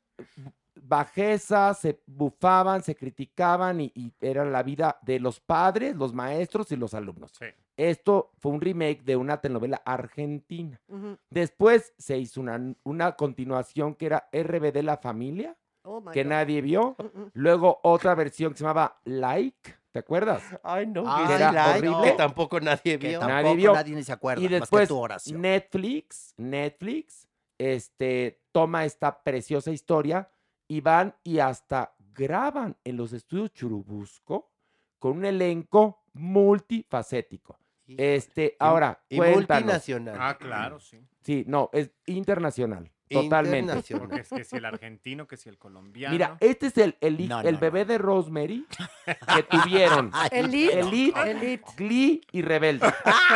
Speaker 5: bajeza, se bufaban, se criticaban y, y era la vida de los padres, los maestros y los alumnos.
Speaker 9: Sí.
Speaker 5: Esto fue un remake de una telenovela argentina.
Speaker 8: Ujú.
Speaker 5: Después se hizo una, una continuación que era R B D La Familia,
Speaker 8: Oh, my
Speaker 5: que
Speaker 8: God.
Speaker 5: nadie vio.
Speaker 8: Mm-mm.
Speaker 5: Luego otra versión que se llamaba Like, ¿te acuerdas?
Speaker 7: Ay, no,
Speaker 15: Ay,
Speaker 7: que
Speaker 5: era
Speaker 7: like,
Speaker 5: horrible.
Speaker 7: que tampoco nadie
Speaker 15: Que
Speaker 7: vio.
Speaker 5: Nadie
Speaker 15: tampoco
Speaker 5: vio.
Speaker 15: nadie ni se acuerda,
Speaker 5: Y
Speaker 15: más que
Speaker 5: después
Speaker 15: tú, Horacio.
Speaker 5: Netflix, Netflix, este, toma esta preciosa historia y van y hasta graban en los estudios Churubusco con un elenco multifacético. Este, ahora,
Speaker 7: Y
Speaker 5: cuéntanos.
Speaker 7: multinacional.
Speaker 9: Ah, claro, sí.
Speaker 5: Sí, no, es internacional. Totalmente.
Speaker 9: Porque es que si el argentino, que si el colombiano.
Speaker 5: Mira, este es el, el,
Speaker 15: No,
Speaker 5: el
Speaker 15: no,
Speaker 5: bebé de Rosemary que tuvieron.
Speaker 8: Elite.
Speaker 5: Elite,
Speaker 8: Elite.
Speaker 5: Glee y Rebelde.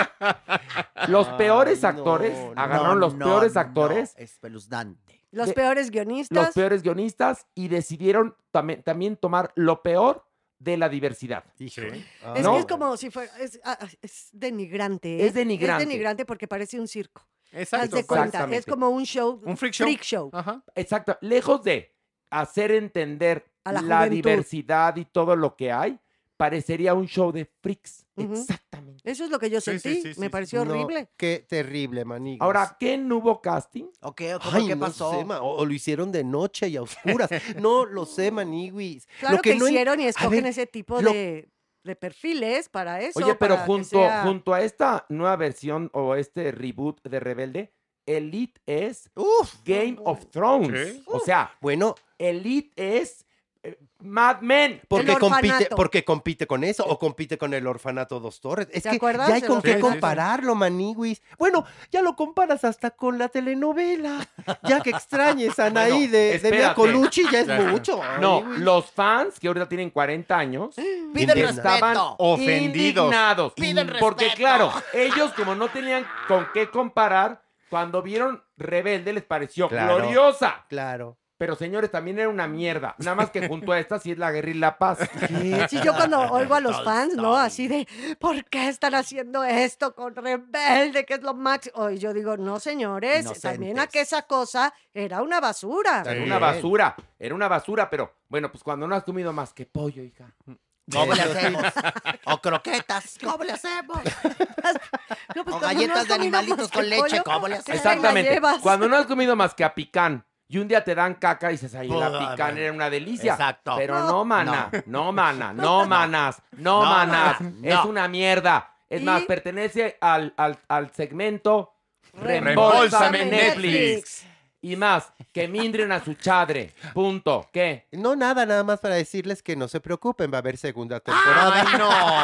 Speaker 5: Los peores
Speaker 7: Ay,
Speaker 5: actores,
Speaker 7: no,
Speaker 5: agarraron
Speaker 15: No,
Speaker 5: los
Speaker 15: no,
Speaker 5: peores
Speaker 15: no,
Speaker 5: actores,
Speaker 15: espeluznante.
Speaker 8: Los
Speaker 5: de-
Speaker 8: peores guionistas.
Speaker 5: los peores guionistas y decidieron también, también tomar lo peor de la diversidad.
Speaker 7: Híjole.
Speaker 8: Es
Speaker 5: ¿no?
Speaker 8: que es como si fuera, es, ah, es denigrante. ¿eh?
Speaker 5: Es denigrante.
Speaker 8: Es denigrante porque parece un circo.
Speaker 9: Exacto.
Speaker 8: Haz de cuenta,
Speaker 5: Exactamente.
Speaker 8: es como un show.
Speaker 9: Un freak show.
Speaker 8: Freak show.
Speaker 9: Ajá.
Speaker 5: Exacto. Lejos de hacer entender
Speaker 8: A la
Speaker 5: la,
Speaker 8: juventud.
Speaker 5: diversidad y todo lo que hay, parecería un show de freaks.
Speaker 8: Ujú.
Speaker 5: Exactamente.
Speaker 8: Eso es lo que yo
Speaker 9: Sí, sí,
Speaker 8: sentí.
Speaker 9: sí, sí,
Speaker 8: Me
Speaker 9: sí.
Speaker 8: pareció
Speaker 7: No,
Speaker 8: horrible.
Speaker 7: Qué terrible, maniguis.
Speaker 5: Ahora, ¿qué no hubo casting?
Speaker 15: Ok, ¿cómo,
Speaker 7: Ay,
Speaker 15: ¿qué
Speaker 7: no
Speaker 15: pasó?
Speaker 7: sé, ma- o, o lo hicieron de noche y a oscuras. No lo sé, maniguis.
Speaker 8: Claro
Speaker 7: lo
Speaker 8: que,
Speaker 7: no en-
Speaker 8: hicieron y
Speaker 7: A
Speaker 8: escogen
Speaker 7: ver,
Speaker 8: ese tipo
Speaker 7: lo-
Speaker 8: de, de perfiles para eso.
Speaker 5: Oye, pero
Speaker 8: para que
Speaker 5: junto,
Speaker 8: sea-
Speaker 5: junto a esta nueva versión o este reboot de Rebelde, Elite es
Speaker 7: Uf,
Speaker 5: Game of Thrones.
Speaker 9: Sí.
Speaker 5: O sea,
Speaker 7: bueno,
Speaker 5: Elite es eh, Mad Men.
Speaker 7: porque compite,
Speaker 8: orfanato.
Speaker 7: porque compite con eso o compite con el orfanato Dos Torres. Es
Speaker 8: ¿Te
Speaker 7: que
Speaker 8: acuerdas
Speaker 7: ya hay
Speaker 8: de
Speaker 7: con
Speaker 8: los
Speaker 7: qué
Speaker 9: orfanatos?
Speaker 7: compararlo, maniguis. Bueno, ya lo comparas hasta con la telenovela. Ya que extrañes a Anaí
Speaker 5: Bueno,
Speaker 7: de, de Mia
Speaker 5: espérate.
Speaker 7: Colucci, ya es
Speaker 9: Claro.
Speaker 7: mucho.
Speaker 5: No,
Speaker 7: maniguis.
Speaker 5: los fans que ahorita tienen cuarenta años
Speaker 15: Piden
Speaker 5: estaban
Speaker 15: respeto.
Speaker 9: Ofendidos.
Speaker 5: indignados.
Speaker 15: Piden
Speaker 5: Porque
Speaker 15: respeto.
Speaker 5: claro, ellos como no tenían con qué comparar, cuando vieron Rebelde les pareció
Speaker 7: Claro.
Speaker 5: gloriosa.
Speaker 7: Claro.
Speaker 5: Pero señores, también era una mierda. Nada más que junto a esta sí es la guerra y la paz.
Speaker 8: Sí, yo cuando oigo a los fans, ¿no? Así de, ¿por qué están haciendo esto con Rebelde? Que es lo máximo. Y yo digo, no, señores, también a
Speaker 15: Inocentes.
Speaker 8: que esa cosa era una basura.
Speaker 5: Era
Speaker 9: Sí.
Speaker 5: una basura, era una basura, pero bueno, pues cuando no has comido más que pollo, hija.
Speaker 15: ¿Cómo le hacemos? O croquetas, ¿cómo le hacemos?
Speaker 8: No, pues,
Speaker 15: O
Speaker 8: cuando no
Speaker 15: galletas
Speaker 8: has
Speaker 15: de
Speaker 8: comido
Speaker 15: animalitos
Speaker 8: más
Speaker 15: con
Speaker 8: que
Speaker 15: leche,
Speaker 8: pollo,
Speaker 15: ¿cómo le
Speaker 8: pues,
Speaker 15: hacemos?
Speaker 8: ahí la
Speaker 5: Exactamente.
Speaker 8: llevas.
Speaker 5: Cuando no has comido más que a picán y un día te dan caca y dices, ahí la
Speaker 15: Pues,
Speaker 5: picán era una delicia.
Speaker 15: Exacto.
Speaker 5: Pero
Speaker 8: No.
Speaker 5: no, mana, no, mana, no, manas, no,
Speaker 15: No,
Speaker 5: manas.
Speaker 15: no.
Speaker 5: Es una mierda. Es
Speaker 8: Y-
Speaker 5: más, pertenece al, al, al segmento
Speaker 8: Reembolsame
Speaker 5: Reembolsame
Speaker 8: Netflix.
Speaker 5: Netflix. Y más, que mindren a su chadre. Punto. ¿Qué?
Speaker 7: No, nada, nada más para decirles que no se preocupen, va a haber segunda temporada.
Speaker 15: ¡Ay,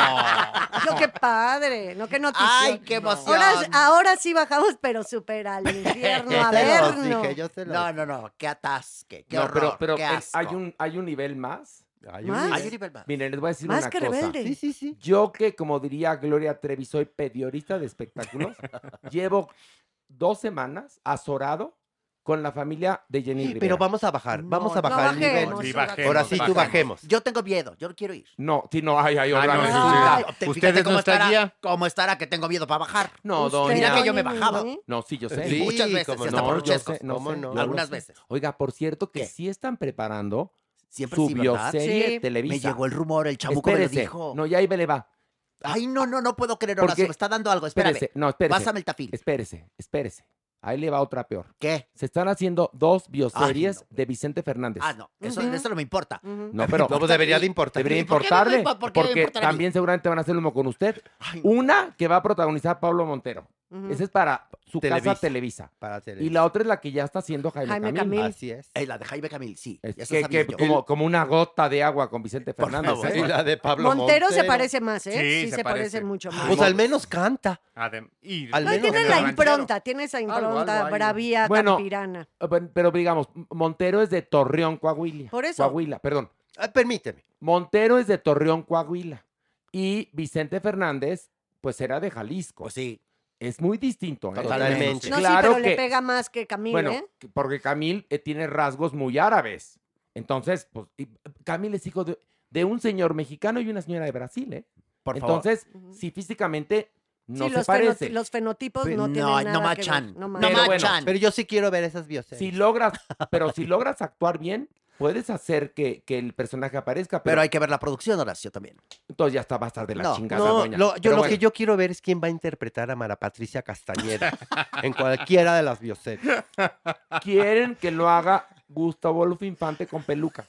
Speaker 15: no!
Speaker 8: No, qué padre, no, qué noticia.
Speaker 15: ¡Ay, qué emoción!
Speaker 8: Ahora, ahora sí bajamos, pero súper al infierno a
Speaker 7: Yo se los
Speaker 8: vernos.
Speaker 7: dije, yo se los
Speaker 15: No, no, no, qué atasque, qué
Speaker 5: No,
Speaker 15: horror,
Speaker 5: pero, pero
Speaker 15: qué
Speaker 5: eh,
Speaker 15: asco.
Speaker 5: hay un, hay un nivel más.
Speaker 7: Hay
Speaker 8: ¿Más?
Speaker 15: Hay un nivel más.
Speaker 5: Miren, les voy a decir
Speaker 8: Más
Speaker 5: una
Speaker 8: que
Speaker 5: cosa.
Speaker 8: Rebelde.
Speaker 7: Sí, sí, sí.
Speaker 5: Yo que, como diría Gloria Trevi, soy periodista de espectáculos, llevo dos semanas azorado con la familia de Jenny Rivera.
Speaker 7: Pero vamos a bajar, vamos
Speaker 8: No,
Speaker 7: a bajar
Speaker 8: no
Speaker 7: el nivel.
Speaker 8: bajemos,
Speaker 9: Sí,
Speaker 8: no
Speaker 9: bajemos,
Speaker 7: Ahora sí, tú
Speaker 9: bajemos.
Speaker 7: bajemos.
Speaker 15: Yo tengo miedo, yo no quiero ir.
Speaker 5: No, sí, no, ay, ay,
Speaker 9: Ah,
Speaker 5: otra
Speaker 9: no,
Speaker 5: vez.
Speaker 9: sí,
Speaker 8: Ay,
Speaker 9: sí.
Speaker 15: Te-
Speaker 9: Ustedes
Speaker 15: fíjate
Speaker 9: no
Speaker 15: cómo estará,
Speaker 9: estaría.
Speaker 15: cómo estará que tengo miedo para bajar.
Speaker 5: No,
Speaker 8: Usted,
Speaker 5: doña.
Speaker 15: Mira que yo me he
Speaker 8: Ay,
Speaker 15: bajado.
Speaker 8: ¿eh?
Speaker 5: No, sí, yo sé.
Speaker 7: Sí,
Speaker 15: Muchas veces,
Speaker 7: cómo
Speaker 15: y
Speaker 7: no.
Speaker 15: hasta por
Speaker 5: yo
Speaker 15: chescos.
Speaker 5: sé, no
Speaker 7: ¿Cómo
Speaker 5: sé,
Speaker 7: no?
Speaker 5: yo lo
Speaker 15: Algunas
Speaker 5: sé.
Speaker 15: veces.
Speaker 5: Oiga, por cierto que
Speaker 15: ¿Qué?
Speaker 5: sí están preparando
Speaker 15: Siempre
Speaker 5: su
Speaker 15: sí, ¿verdad?
Speaker 5: bioserie
Speaker 8: Sí.
Speaker 5: Televisa.
Speaker 15: Me llegó el rumor, el chamuco me lo
Speaker 5: Espérese.
Speaker 15: dijo.
Speaker 5: No, ya ahí le va.
Speaker 15: Ay, no, no, no puedo creer,
Speaker 5: Porque-
Speaker 15: Horacio, me está dando algo, espérame.
Speaker 5: Espérese, no, espérese.
Speaker 15: Pásame el tafil.
Speaker 5: Espérese, espérese. Ahí le va otra peor.
Speaker 15: ¿Qué?
Speaker 5: Se están haciendo dos bioseries
Speaker 15: Ay, no.
Speaker 5: de Vicente Fernández.
Speaker 15: Ah, no, eso,
Speaker 8: Ujú.
Speaker 15: eso no me importa.
Speaker 8: Ujú.
Speaker 5: No, pero
Speaker 7: No, pues debería de importar.
Speaker 5: debería
Speaker 15: ¿Por qué me-
Speaker 5: importarle.
Speaker 15: por qué me
Speaker 5: porque
Speaker 15: importará a mí?
Speaker 5: también seguramente van a hacer lo mismo con usted.
Speaker 15: Ay, no.
Speaker 5: Una que va a protagonizar Pablo Montero.
Speaker 8: Ujú.
Speaker 5: Esa es para su
Speaker 7: Televisa.
Speaker 5: casa Televisa.
Speaker 7: Para
Speaker 5: Y
Speaker 7: Televisa.
Speaker 5: la otra es la que ya está haciendo Jaime,
Speaker 8: Jaime
Speaker 5: Camil.
Speaker 8: Camil.
Speaker 7: Así es.
Speaker 15: Eh, la de Jaime Camil, sí.
Speaker 5: Es
Speaker 15: ya
Speaker 5: que,
Speaker 15: sabía
Speaker 5: que
Speaker 15: yo.
Speaker 5: como, como una gota de agua con Vicente
Speaker 15: Por
Speaker 5: Fernández.
Speaker 15: favor.
Speaker 5: ¿eh?
Speaker 7: Y la de Pablo
Speaker 8: Montero, se
Speaker 7: Montero.
Speaker 8: parece más, ¿eh?
Speaker 9: Sí,
Speaker 8: Sí,
Speaker 9: se
Speaker 8: se,
Speaker 9: parece.
Speaker 8: parece mucho más.
Speaker 7: Pues al menos canta.
Speaker 9: Adem- y-
Speaker 7: Al
Speaker 8: No,
Speaker 7: menos
Speaker 8: tiene
Speaker 7: en
Speaker 8: la
Speaker 7: el
Speaker 8: impronta, tiene esa impronta
Speaker 9: algo hay.
Speaker 8: bravía,
Speaker 5: Bueno,
Speaker 8: campirana.
Speaker 5: Eh, bueno, Pero digamos, Montero es de Torreón, Coahuila.
Speaker 8: Por eso.
Speaker 5: Coahuila, perdón.
Speaker 7: Ah, permíteme.
Speaker 5: Montero es de Torreón, Coahuila. Y Vicente Fernández, pues era de Jalisco.
Speaker 15: Pues sí.
Speaker 5: Es muy distinto. ¿eh?
Speaker 7: Totalmente.
Speaker 8: No,
Speaker 5: Claro
Speaker 8: sí, pero
Speaker 5: que,
Speaker 8: le pega más que Camil,
Speaker 5: bueno,
Speaker 8: ¿eh?
Speaker 5: que- porque Camil eh, tiene rasgos muy árabes. Entonces, pues, y, Camil es hijo de, de un señor mexicano y una señora de Brasil, ¿eh?
Speaker 15: Por favor.
Speaker 5: Entonces,
Speaker 8: Ujú.
Speaker 5: sí, físicamente no
Speaker 8: sí,
Speaker 5: se
Speaker 8: los,
Speaker 5: parece.
Speaker 8: fenoti- los fenotipos
Speaker 15: Pero
Speaker 8: no
Speaker 15: no,
Speaker 8: tienen
Speaker 15: no
Speaker 8: nada que ver.
Speaker 15: machan.
Speaker 8: No
Speaker 15: No
Speaker 8: machan.
Speaker 5: Pero bueno,
Speaker 15: machan.
Speaker 7: Pero yo sí quiero ver esas bioseries.
Speaker 5: Si logras, pero si logras actuar bien, puedes hacer que, que el personaje aparezca, pero,
Speaker 15: Pero hay que ver la producción, Horacio, también.
Speaker 5: entonces ya está, va a estar de la
Speaker 15: No,
Speaker 5: chingada,
Speaker 7: No,
Speaker 5: doña.
Speaker 7: lo, yo
Speaker 5: Pero
Speaker 7: lo
Speaker 5: bueno,
Speaker 7: que yo quiero ver es quién va a interpretar a Mara Patricia Castañeda en cualquiera de las bioseries.
Speaker 5: quieren que lo haga Gustavo Adolfo Infante con peluca.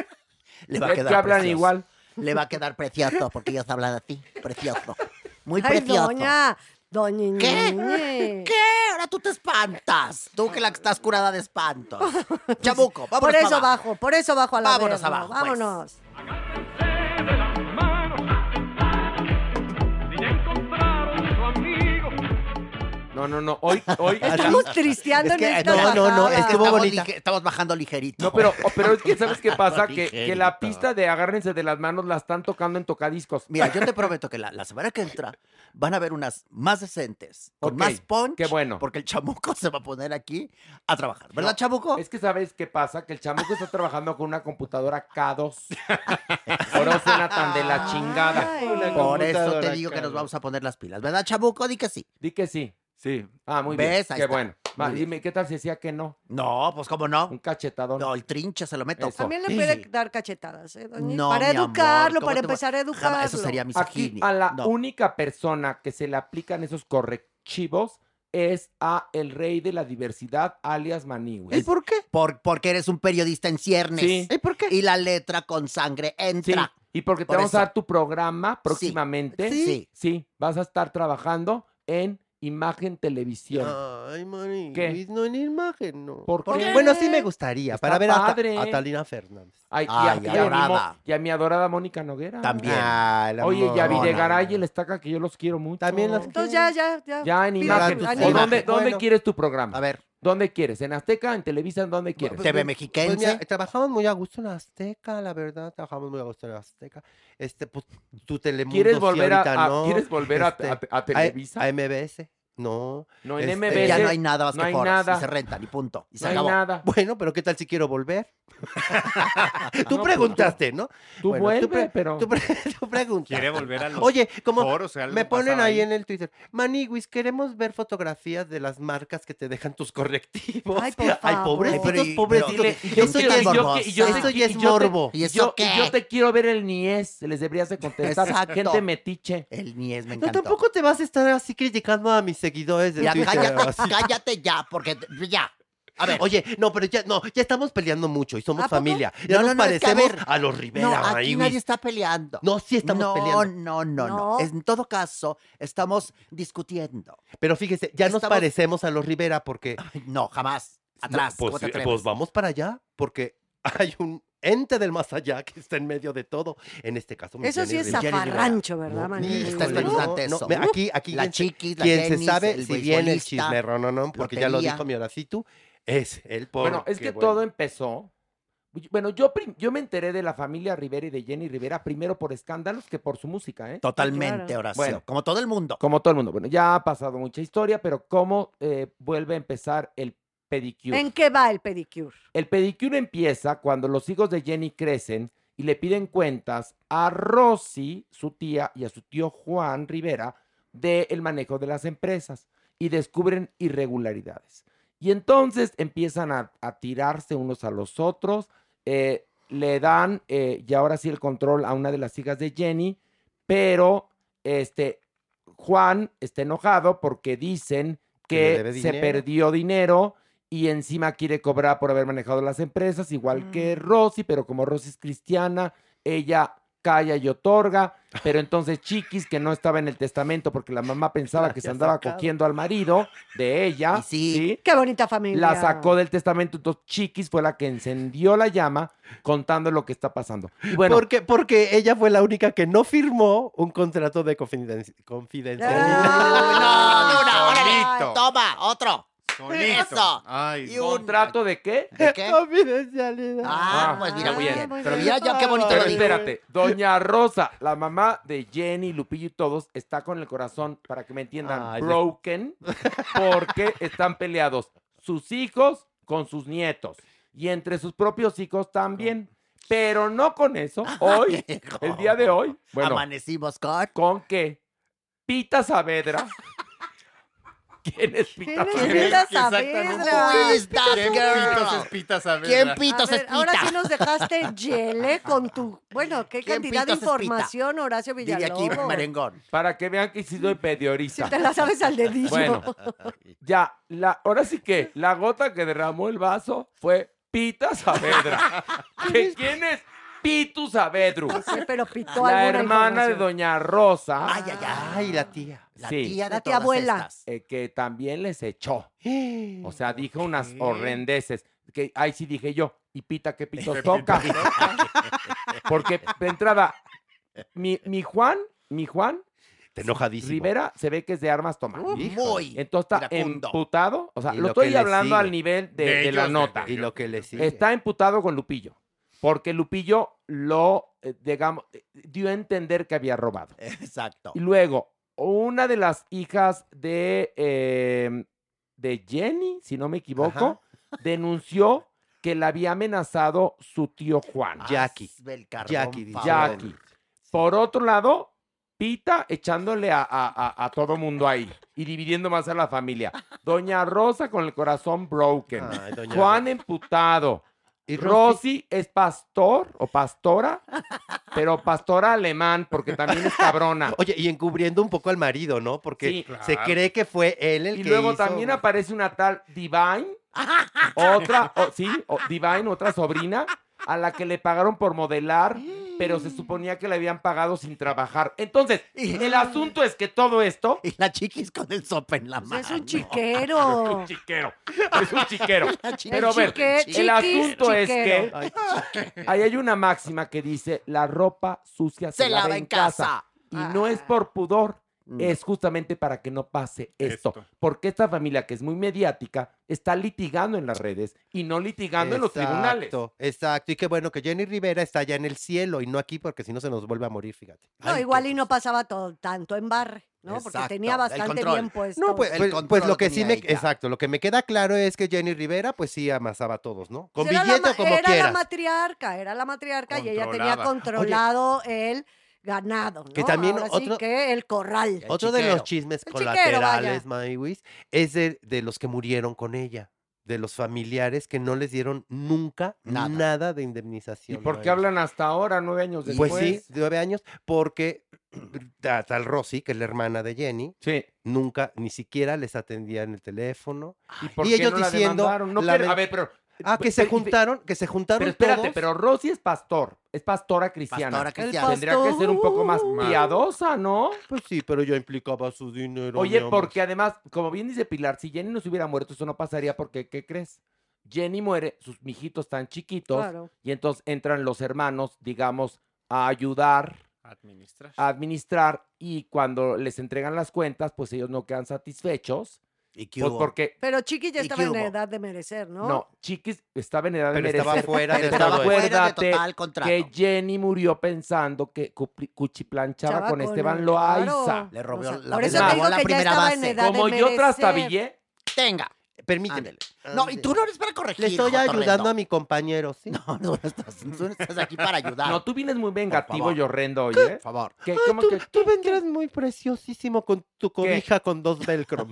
Speaker 15: Le va a
Speaker 5: Es
Speaker 15: quedar
Speaker 5: que hablan
Speaker 15: precioso.
Speaker 5: igual.
Speaker 15: Le va a quedar precioso, porque ellos hablan así. Precioso. Muy
Speaker 8: Ay,
Speaker 15: precioso.
Speaker 8: doña, doña
Speaker 15: ¿Qué?
Speaker 8: Ñeñe.
Speaker 15: ¿Qué? Ahora tú te espantas. Tú que la que estás curada de espantos. Chamuco, vámonos
Speaker 8: Por
Speaker 15: pa'
Speaker 8: eso
Speaker 15: abajo.
Speaker 8: bajo, por eso bajo a la
Speaker 15: Vámonos
Speaker 8: verga,
Speaker 15: abajo, pues.
Speaker 8: Vámonos.
Speaker 16: de las manos sin encontrar otro amigo.
Speaker 5: No, no, no. Hoy, hoy.
Speaker 8: Estamos tristeando
Speaker 15: Es que,
Speaker 8: en esta
Speaker 15: no, no, no,
Speaker 8: bajada.
Speaker 15: es que estamos, lige- estamos bajando ligerito.
Speaker 5: No, pero, oh, pero es que ¿sabes qué pasa? Que,
Speaker 15: Ligerito.
Speaker 5: que la pista de agárrense de las manos la están tocando en tocadiscos.
Speaker 15: Mira, yo te prometo que la, la semana que entra van a haber unas más decentes, con
Speaker 5: Ok,
Speaker 15: más punch.
Speaker 5: qué bueno.
Speaker 15: Porque el chamuco se va a poner aquí a trabajar. ¿Verdad,
Speaker 5: No,
Speaker 15: chamuco?
Speaker 5: Es que ¿sabes qué pasa? Que el chamuco está trabajando con una computadora K dos. Por eso suena tan de la chingada.
Speaker 8: Ay.
Speaker 15: Por eso te
Speaker 14: computadora,
Speaker 15: digo que nos
Speaker 14: cabrón.
Speaker 15: vamos a poner las pilas. ¿Verdad, chamuco? Di que sí.
Speaker 5: Di que sí.
Speaker 14: Sí.
Speaker 5: Ah, muy
Speaker 15: ¿Ves?
Speaker 5: bien.
Speaker 15: Ahí
Speaker 5: Qué
Speaker 15: está.
Speaker 5: bueno. Va,
Speaker 15: Muy bien.
Speaker 5: dime, ¿qué tal si decía que no?
Speaker 15: No, pues cómo no.
Speaker 5: Un cachetadón.
Speaker 15: No, el trinche se lo meto.
Speaker 5: Eso.
Speaker 8: También le
Speaker 15: Sí.
Speaker 8: puede dar cachetadas, ¿eh, doña?
Speaker 15: No,
Speaker 8: para
Speaker 15: mi amor,
Speaker 8: educarlo,
Speaker 15: ¿cómo
Speaker 8: para
Speaker 15: te va-
Speaker 8: empezar a
Speaker 15: Jamás,
Speaker 8: educarlo.
Speaker 15: eso sería
Speaker 5: Aquí
Speaker 15: misoginia.
Speaker 5: a la
Speaker 15: No.
Speaker 5: única persona que se le aplican esos correctivos es a el rey de la diversidad, alias Maniwis.
Speaker 15: ¿Y por qué? Por, porque eres un periodista en ciernes.
Speaker 5: Sí.
Speaker 15: ¿Y por qué? Y la letra con sangre
Speaker 5: Sí,
Speaker 15: entra.
Speaker 5: y porque te
Speaker 15: Por
Speaker 5: vamos
Speaker 15: eso.
Speaker 5: a dar tu programa próximamente.
Speaker 15: Sí.
Speaker 5: Sí, vas a estar trabajando en Imagen Televisión.
Speaker 7: Ay, Mari,
Speaker 5: ¿Qué?
Speaker 7: no en imagen, no.
Speaker 5: ¿Por qué?
Speaker 7: Bueno, sí me gustaría,
Speaker 5: Está
Speaker 7: para ver a, Ta-
Speaker 5: padre.
Speaker 7: a Talina Fernández.
Speaker 5: Ay, y,
Speaker 15: Ay,
Speaker 5: a, y a mi
Speaker 15: adorada.
Speaker 5: mo- y a mi adorada Mónica Noguera.
Speaker 15: También.
Speaker 7: Ah, la
Speaker 5: Oye, y a
Speaker 7: mona.
Speaker 5: Videgaray y el Estaca, que yo los quiero mucho.
Speaker 7: También las
Speaker 8: Entonces ya, ya, ya.
Speaker 5: Ya en
Speaker 8: Pide
Speaker 5: Imagen.
Speaker 8: su-
Speaker 15: tus
Speaker 8: en
Speaker 5: ¿O dónde,
Speaker 15: imagen.
Speaker 5: dónde
Speaker 7: Bueno.
Speaker 5: quieres tu programa?
Speaker 15: A ver,
Speaker 5: ¿Dónde quieres? ¿En Azteca? ¿En Televisa? ¿En dónde quieres?
Speaker 15: T V
Speaker 7: Pues
Speaker 15: Mexiquense.
Speaker 7: mira, trabajamos muy a gusto en Azteca, la verdad, trabajamos muy a gusto en Azteca. Este, pues, tu Telemundo
Speaker 5: ¿Quieres
Speaker 7: sí,
Speaker 5: volver a,
Speaker 7: ahorita
Speaker 5: a-
Speaker 7: no.
Speaker 5: ¿quieres volver a,
Speaker 7: Este,
Speaker 5: a- a Televisa?
Speaker 7: A M B S, no.
Speaker 5: no, en
Speaker 7: este,
Speaker 5: M B S.
Speaker 15: ya no hay nada más
Speaker 5: no
Speaker 15: que
Speaker 5: hay
Speaker 15: foros.
Speaker 5: nada.
Speaker 15: Y se rentan y punto. Y se
Speaker 5: No hay
Speaker 15: acabó.
Speaker 5: nada.
Speaker 7: Bueno, pero ¿qué tal si quiero volver? Tú
Speaker 5: No, pues,
Speaker 7: preguntaste, ¿no?
Speaker 5: Tú
Speaker 7: Bueno,
Speaker 5: vuelve,
Speaker 7: tú pre-
Speaker 5: pero...
Speaker 7: Tú, pre- tú preguntaste.
Speaker 9: Quiere volver a los
Speaker 7: Oye, como
Speaker 9: foros, algo
Speaker 7: me ponen
Speaker 9: pasaba
Speaker 7: ahí en el Twitter, Maniwis, queremos ver fotografías de las marcas que te dejan tus correctivos.
Speaker 8: Ay, por
Speaker 7: Ay,
Speaker 8: favor.
Speaker 7: pobrecitos,
Speaker 15: Pero, y-
Speaker 7: pobrecitos.
Speaker 15: pero,
Speaker 5: Dile, y yo
Speaker 15: Eso
Speaker 5: te-
Speaker 15: ya
Speaker 5: y
Speaker 15: es
Speaker 5: yo que-
Speaker 15: morbosa.
Speaker 5: y yo te-
Speaker 7: Eso ya
Speaker 5: y
Speaker 7: es
Speaker 5: yo te-
Speaker 7: morbo.
Speaker 15: ¿Y
Speaker 5: y
Speaker 15: eso
Speaker 5: yo,
Speaker 15: qué?
Speaker 5: y yo te quiero ver el Nies, les deberías de contestar.
Speaker 15: Exacto.
Speaker 5: Gente metiche.
Speaker 15: El Nies me
Speaker 7: No,
Speaker 15: encantó.
Speaker 7: tampoco te vas a estar así criticando a mis seguidores de
Speaker 15: Ya,
Speaker 7: Twitter.
Speaker 15: cállate,
Speaker 7: así.
Speaker 15: cállate ya, porque ya. A ver,
Speaker 7: Oye, no, pero ya, no, ya estamos peleando mucho y somos
Speaker 8: ¿A poco?
Speaker 7: familia. Ya
Speaker 15: No,
Speaker 7: nos
Speaker 15: no, no, es que a
Speaker 7: parecemos
Speaker 15: ver,
Speaker 7: a los Rivera.
Speaker 15: no, aquí
Speaker 7: Maniwis.
Speaker 15: nadie está peleando.
Speaker 7: No, sí estamos
Speaker 15: no,
Speaker 7: peleando.
Speaker 15: No, no, no,
Speaker 8: No.
Speaker 15: En todo caso, estamos discutiendo.
Speaker 7: Pero fíjese, ya nos
Speaker 15: Estamos-
Speaker 7: parecemos a los Rivera porque...
Speaker 15: Ay, no, jamás. Atrás.
Speaker 7: No, pues,
Speaker 15: ¿Cómo te
Speaker 7: eh,
Speaker 15: atreves?
Speaker 7: pues vamos para allá, porque hay un ente del más allá que está en medio de todo. En este caso, mi
Speaker 8: Eso
Speaker 7: Jenny
Speaker 8: sí es
Speaker 7: Rivera.
Speaker 15: Jenny Rivera.
Speaker 8: zafarrancho, ¿verdad,
Speaker 7: No,
Speaker 8: Mani?
Speaker 7: ni-
Speaker 15: Está
Speaker 7: híjole,
Speaker 15: espeluznante
Speaker 7: no,
Speaker 15: eso.
Speaker 7: no, aquí, aquí,
Speaker 15: La
Speaker 7: quien-
Speaker 15: chiquis, la
Speaker 7: quien se
Speaker 15: Jenny,
Speaker 7: sabe
Speaker 15: el
Speaker 7: si viene el
Speaker 15: beisbolista,
Speaker 7: chisme, no, no, porque ya lo
Speaker 15: lotería.
Speaker 7: dijo mi Horacitu, es el pobre.
Speaker 5: Bueno, es que todo empezó. Bueno, yo, prim- yo me enteré de la familia Rivera y de Jenny Rivera primero por escándalos que por su música, ¿eh?
Speaker 15: Totalmente,
Speaker 8: Claro.
Speaker 15: Horacio.
Speaker 5: Bueno.
Speaker 15: Como todo el mundo.
Speaker 5: Como todo el mundo. Bueno, ya ha pasado mucha historia, pero ¿cómo eh, vuelve a empezar el pedicure?
Speaker 8: ¿En qué va el pedicure?
Speaker 5: El pedicure empieza cuando los hijos de Jenny crecen y le piden cuentas a Rosy, su tía, y a su tío Juan Rivera del manejo de las empresas y descubren irregularidades. Y entonces empiezan a, a tirarse unos a los otros, eh, le dan eh, y ahora sí el control a una de las hijas de Jenny, pero este, Juan está enojado porque dicen
Speaker 7: Que le
Speaker 5: que
Speaker 7: debe
Speaker 5: se
Speaker 7: dinero.
Speaker 5: perdió dinero y encima quiere cobrar por haber manejado las empresas, igual que Rosy, pero como Rosy es cristiana, ella calla y otorga, pero entonces Chiquis, que no estaba en el testamento porque la mamá pensaba
Speaker 7: La
Speaker 5: que se
Speaker 7: había
Speaker 5: andaba
Speaker 7: sacado.
Speaker 5: cogiendo al marido de ella,
Speaker 15: Y sí.
Speaker 8: Qué bonita familia.
Speaker 5: la sacó del testamento, entonces Chiquis fue la que encendió la llama contando lo que está pasando. Y bueno,
Speaker 7: porque, porque ella fue la única que no firmó un contrato de confidenci- confidencialidad.
Speaker 8: Ah,
Speaker 15: No, de una, órale.
Speaker 9: Solito.
Speaker 15: Toma, otro.
Speaker 9: Solito.
Speaker 15: Eso.
Speaker 9: Ay,
Speaker 15: Y un-
Speaker 5: ¿contrato de qué?
Speaker 15: ¿De qué?
Speaker 7: Confidencialidad.
Speaker 15: Ah,
Speaker 5: Ah,
Speaker 15: pues mira, muy
Speaker 5: muy
Speaker 15: bien.
Speaker 8: bien.
Speaker 15: Pero mira ya qué bonito
Speaker 5: Pero
Speaker 15: lo dijo.
Speaker 5: espérate, doña Rosa, la mamá de Jenny, Lupillo y todos, está con el corazón, para que me entiendan,
Speaker 7: Ay, de-
Speaker 5: broken, porque están peleados sus hijos con sus nietos y entre sus propios hijos también. Pero no con eso, hoy,
Speaker 15: Hijo.
Speaker 5: el día de hoy, bueno,
Speaker 15: Amanecimos con...
Speaker 5: ¿con qué? Pita Saavedra. ¿Quién es Pita
Speaker 8: ¿Quién es
Speaker 5: Saavedra?
Speaker 8: Pita Saavedra?
Speaker 15: Who is that
Speaker 9: ¿Quién
Speaker 15: girl?
Speaker 9: pitos es Pita Saavedra?
Speaker 15: ¿Quién
Speaker 8: A
Speaker 15: pitos es
Speaker 8: ver, ahora
Speaker 15: pita?
Speaker 8: sí nos dejaste yele con tu... Bueno, qué
Speaker 15: ¿Quién
Speaker 8: cantidad de
Speaker 15: pitos es pita?
Speaker 8: información, Horacio
Speaker 15: Dile aquí,
Speaker 8: Villalobos.
Speaker 15: merengón.
Speaker 5: Para que vean que sí soy
Speaker 8: Si
Speaker 5: periodista.
Speaker 8: te la sabes al dedillo.
Speaker 5: Bueno, ya, la, ahora sí que la gota que derramó el vaso fue Pita Saavedra. ¿Que ¿Quién es Pitu Saavedra?
Speaker 8: No sé, pero pitó
Speaker 5: La
Speaker 8: alguna
Speaker 5: hermana de
Speaker 8: información.
Speaker 5: doña Rosa,
Speaker 15: Ay, ay, ay.
Speaker 7: Ay, la tía.
Speaker 15: La
Speaker 5: Sí.
Speaker 15: tía de
Speaker 8: La tía
Speaker 15: todas
Speaker 8: abuela.
Speaker 15: estas.
Speaker 5: eh, que también les echó. O sea, dijo unas
Speaker 9: ¿Qué?
Speaker 5: horrendeces. Que ahí sí dije yo, ¿y Pita qué pito
Speaker 9: ¿Qué
Speaker 5: toca?
Speaker 9: pito toca?
Speaker 5: Porque de entrada, mi, mi Juan, mi Juan,
Speaker 7: enojadísimo.
Speaker 5: Rivera se ve que es de armas tomar.
Speaker 15: Uh, muy
Speaker 5: Entonces está
Speaker 15: iracundo.
Speaker 5: emputado. O sea,
Speaker 7: Y
Speaker 5: lo
Speaker 7: lo
Speaker 5: estoy
Speaker 7: que le
Speaker 5: hablando
Speaker 7: sigue.
Speaker 5: al nivel de,
Speaker 9: De
Speaker 5: de la
Speaker 9: ellos,
Speaker 5: nota.
Speaker 9: de-
Speaker 7: Y lo que le sigue.
Speaker 5: Está emputado con Lupillo. Porque Lupillo lo, eh, digamos, eh, dio a entender que había robado.
Speaker 15: Exacto.
Speaker 5: Y luego, una de las hijas de, eh, de Jenny, si no me equivoco, denunció que la había amenazado su tío Juan.
Speaker 7: Jackie.
Speaker 15: Hazme el carbón,
Speaker 7: Jackie, dice.
Speaker 15: favor.
Speaker 5: Jackie. Por otro lado, Pita echándole a, a- a- a todo mundo ahí y dividiendo más a la familia. Doña Rosa con el corazón broken.
Speaker 7: Ay, doña
Speaker 5: Juan emputado.
Speaker 7: Y
Speaker 5: Rosy es pastor o pastora, pero pastora alemán, porque también es cabrona.
Speaker 7: Oye, y encubriendo un poco al marido, ¿no? Porque
Speaker 5: Sí.
Speaker 7: se
Speaker 9: Claro.
Speaker 7: cree que fue él el
Speaker 5: Y
Speaker 7: que
Speaker 5: luego
Speaker 7: hizo-
Speaker 5: también aparece una tal Divine, otra, o- sí, o- Divine, otra sobrina, a la que le pagaron por modelar, pero se suponía que le habían pagado sin trabajar. Entonces, el asunto es que todo esto
Speaker 15: Y la chiquis con el sopa en la
Speaker 8: Pues
Speaker 15: mano.
Speaker 8: es un
Speaker 5: es
Speaker 8: chiquero.
Speaker 5: un chiquero, es un chiquero.
Speaker 15: chiquis.
Speaker 5: Pero a ver,
Speaker 8: Chique-
Speaker 5: el
Speaker 8: chiquis
Speaker 5: asunto es que
Speaker 8: chiquero.
Speaker 7: Ay,
Speaker 5: ahí hay una máxima que dice, la ropa sucia se,
Speaker 15: Se lava en casa.
Speaker 5: Y no es por pudor,
Speaker 15: Mm.
Speaker 5: es justamente para que no pase esto.
Speaker 9: Esto.
Speaker 5: Porque esta familia que es muy mediática está litigando en las redes y no litigando en los tribunales.
Speaker 7: Exacto, exacto. Y qué bueno que Jenny Rivera está allá en el cielo y no aquí porque si no se nos vuelve a morir, fíjate.
Speaker 8: No,
Speaker 7: Ay,
Speaker 8: igual
Speaker 7: qué
Speaker 8: y no pasaba todo, tanto en barre, ¿no? Porque
Speaker 15: Exacto,
Speaker 8: tenía
Speaker 15: el
Speaker 8: bastante
Speaker 15: control.
Speaker 8: bien puesto.
Speaker 7: No, pues,
Speaker 15: El
Speaker 7: pues,
Speaker 15: control
Speaker 7: pues lo
Speaker 15: lo
Speaker 7: que sí
Speaker 15: tenía
Speaker 7: me,
Speaker 15: ella.
Speaker 7: exacto, lo que me queda claro es que Jenny Rivera, pues sí amasaba a todos, ¿no? Con
Speaker 8: Pues era la
Speaker 7: billete
Speaker 8: ma-
Speaker 7: o como
Speaker 8: era
Speaker 7: quieras.
Speaker 8: la matriarca, era la matriarca y ella tenía
Speaker 9: Controlada.
Speaker 8: controlado el ganado, ¿no?
Speaker 7: Que también
Speaker 8: Ahora sí
Speaker 7: otro-
Speaker 8: que el corral.
Speaker 15: El
Speaker 7: Otro de
Speaker 15: chiquero.
Speaker 7: los chismes
Speaker 8: El chiquero,
Speaker 7: colaterales,
Speaker 8: vaya.
Speaker 7: Maywis, es de, de los que murieron con ella, de los familiares que no les dieron nunca
Speaker 15: Nada.
Speaker 7: nada, de
Speaker 5: ¿Y
Speaker 7: indemnización.
Speaker 5: por qué
Speaker 7: Maywis.
Speaker 5: hablan hasta ahora, nueve años después?
Speaker 7: Pues sí, de nueve años, porque ta- tal Rosy, que es la hermana de Jenny,
Speaker 5: Sí.
Speaker 7: nunca, ni siquiera les atendía en el teléfono.
Speaker 5: ¿Y por
Speaker 7: Y
Speaker 5: qué
Speaker 7: ellos
Speaker 5: no la
Speaker 7: diciendo,
Speaker 5: demandaron? No,
Speaker 7: la
Speaker 5: pero-
Speaker 7: men-
Speaker 5: a ver, pero...
Speaker 7: Ah, que se
Speaker 5: pero-
Speaker 7: juntaron, que se juntaron
Speaker 5: Pero espérate,
Speaker 7: todos.
Speaker 5: pero Rosy es pastor, es pastora cristiana.
Speaker 15: Pastora cristiana.
Speaker 5: Tendría que ser un poco más
Speaker 8: pastor.
Speaker 5: piadosa, ¿no?
Speaker 7: Pues sí, pero ya implicaba su dinero.
Speaker 5: Oye,
Speaker 7: mi amor.
Speaker 5: porque además, como bien dice Pilar, si Jenny no se hubiera muerto, eso no pasaría porque, ¿qué crees? Jenny muere, sus mijitos están chiquitos,
Speaker 8: Claro.
Speaker 5: y entonces entran los hermanos, digamos, a ayudar,
Speaker 9: Administrar.
Speaker 5: a administrar, y cuando les entregan las cuentas, pues ellos no quedan satisfechos,
Speaker 15: ¿Y qué
Speaker 5: pues
Speaker 15: hubo?
Speaker 5: porque...
Speaker 8: Pero Chiqui ya
Speaker 15: ¿Y
Speaker 8: estaba
Speaker 15: qué
Speaker 8: en
Speaker 15: hubo?
Speaker 8: edad de merecer, ¿no?
Speaker 5: No, Chiquis estaba en edad de
Speaker 7: Pero estaba
Speaker 5: merecer.
Speaker 7: fuera de
Speaker 5: Pero
Speaker 15: Estaba
Speaker 7: todo
Speaker 15: fuera de
Speaker 5: acuérdate
Speaker 15: total contrato.
Speaker 5: que Jenny murió pensando que Cupli- cuchiplanchaba
Speaker 8: Chava
Speaker 5: con
Speaker 8: con
Speaker 5: Esteban
Speaker 8: el-
Speaker 5: Loaiza.
Speaker 8: claro.
Speaker 15: Le robió
Speaker 8: O sea,
Speaker 15: la,
Speaker 8: por
Speaker 15: le
Speaker 8: eso
Speaker 5: te
Speaker 15: robó
Speaker 8: digo
Speaker 15: la
Speaker 8: que ya
Speaker 15: primera
Speaker 8: estaba
Speaker 15: base.
Speaker 8: en edad
Speaker 5: Como
Speaker 8: de
Speaker 5: yo
Speaker 8: merecer.
Speaker 5: trastabillé,
Speaker 15: Tenga.
Speaker 7: Permíteme.
Speaker 15: Ándele. No, y tú no eres para corregir.
Speaker 7: Le estoy
Speaker 15: Joto
Speaker 7: ayudando
Speaker 15: Horrendo.
Speaker 7: a mi compañero, ¿sí?
Speaker 15: No, no estás, tú no estás aquí para ayudar.
Speaker 5: no, tú vienes muy vengativo
Speaker 15: favor.
Speaker 5: y horrendo, oye.
Speaker 15: Por favor.
Speaker 5: ¿Qué,
Speaker 7: Ay,
Speaker 5: cómo
Speaker 7: tú,
Speaker 5: que-
Speaker 7: tú vendrás muy preciosísimo con tu cobija con dos velcros.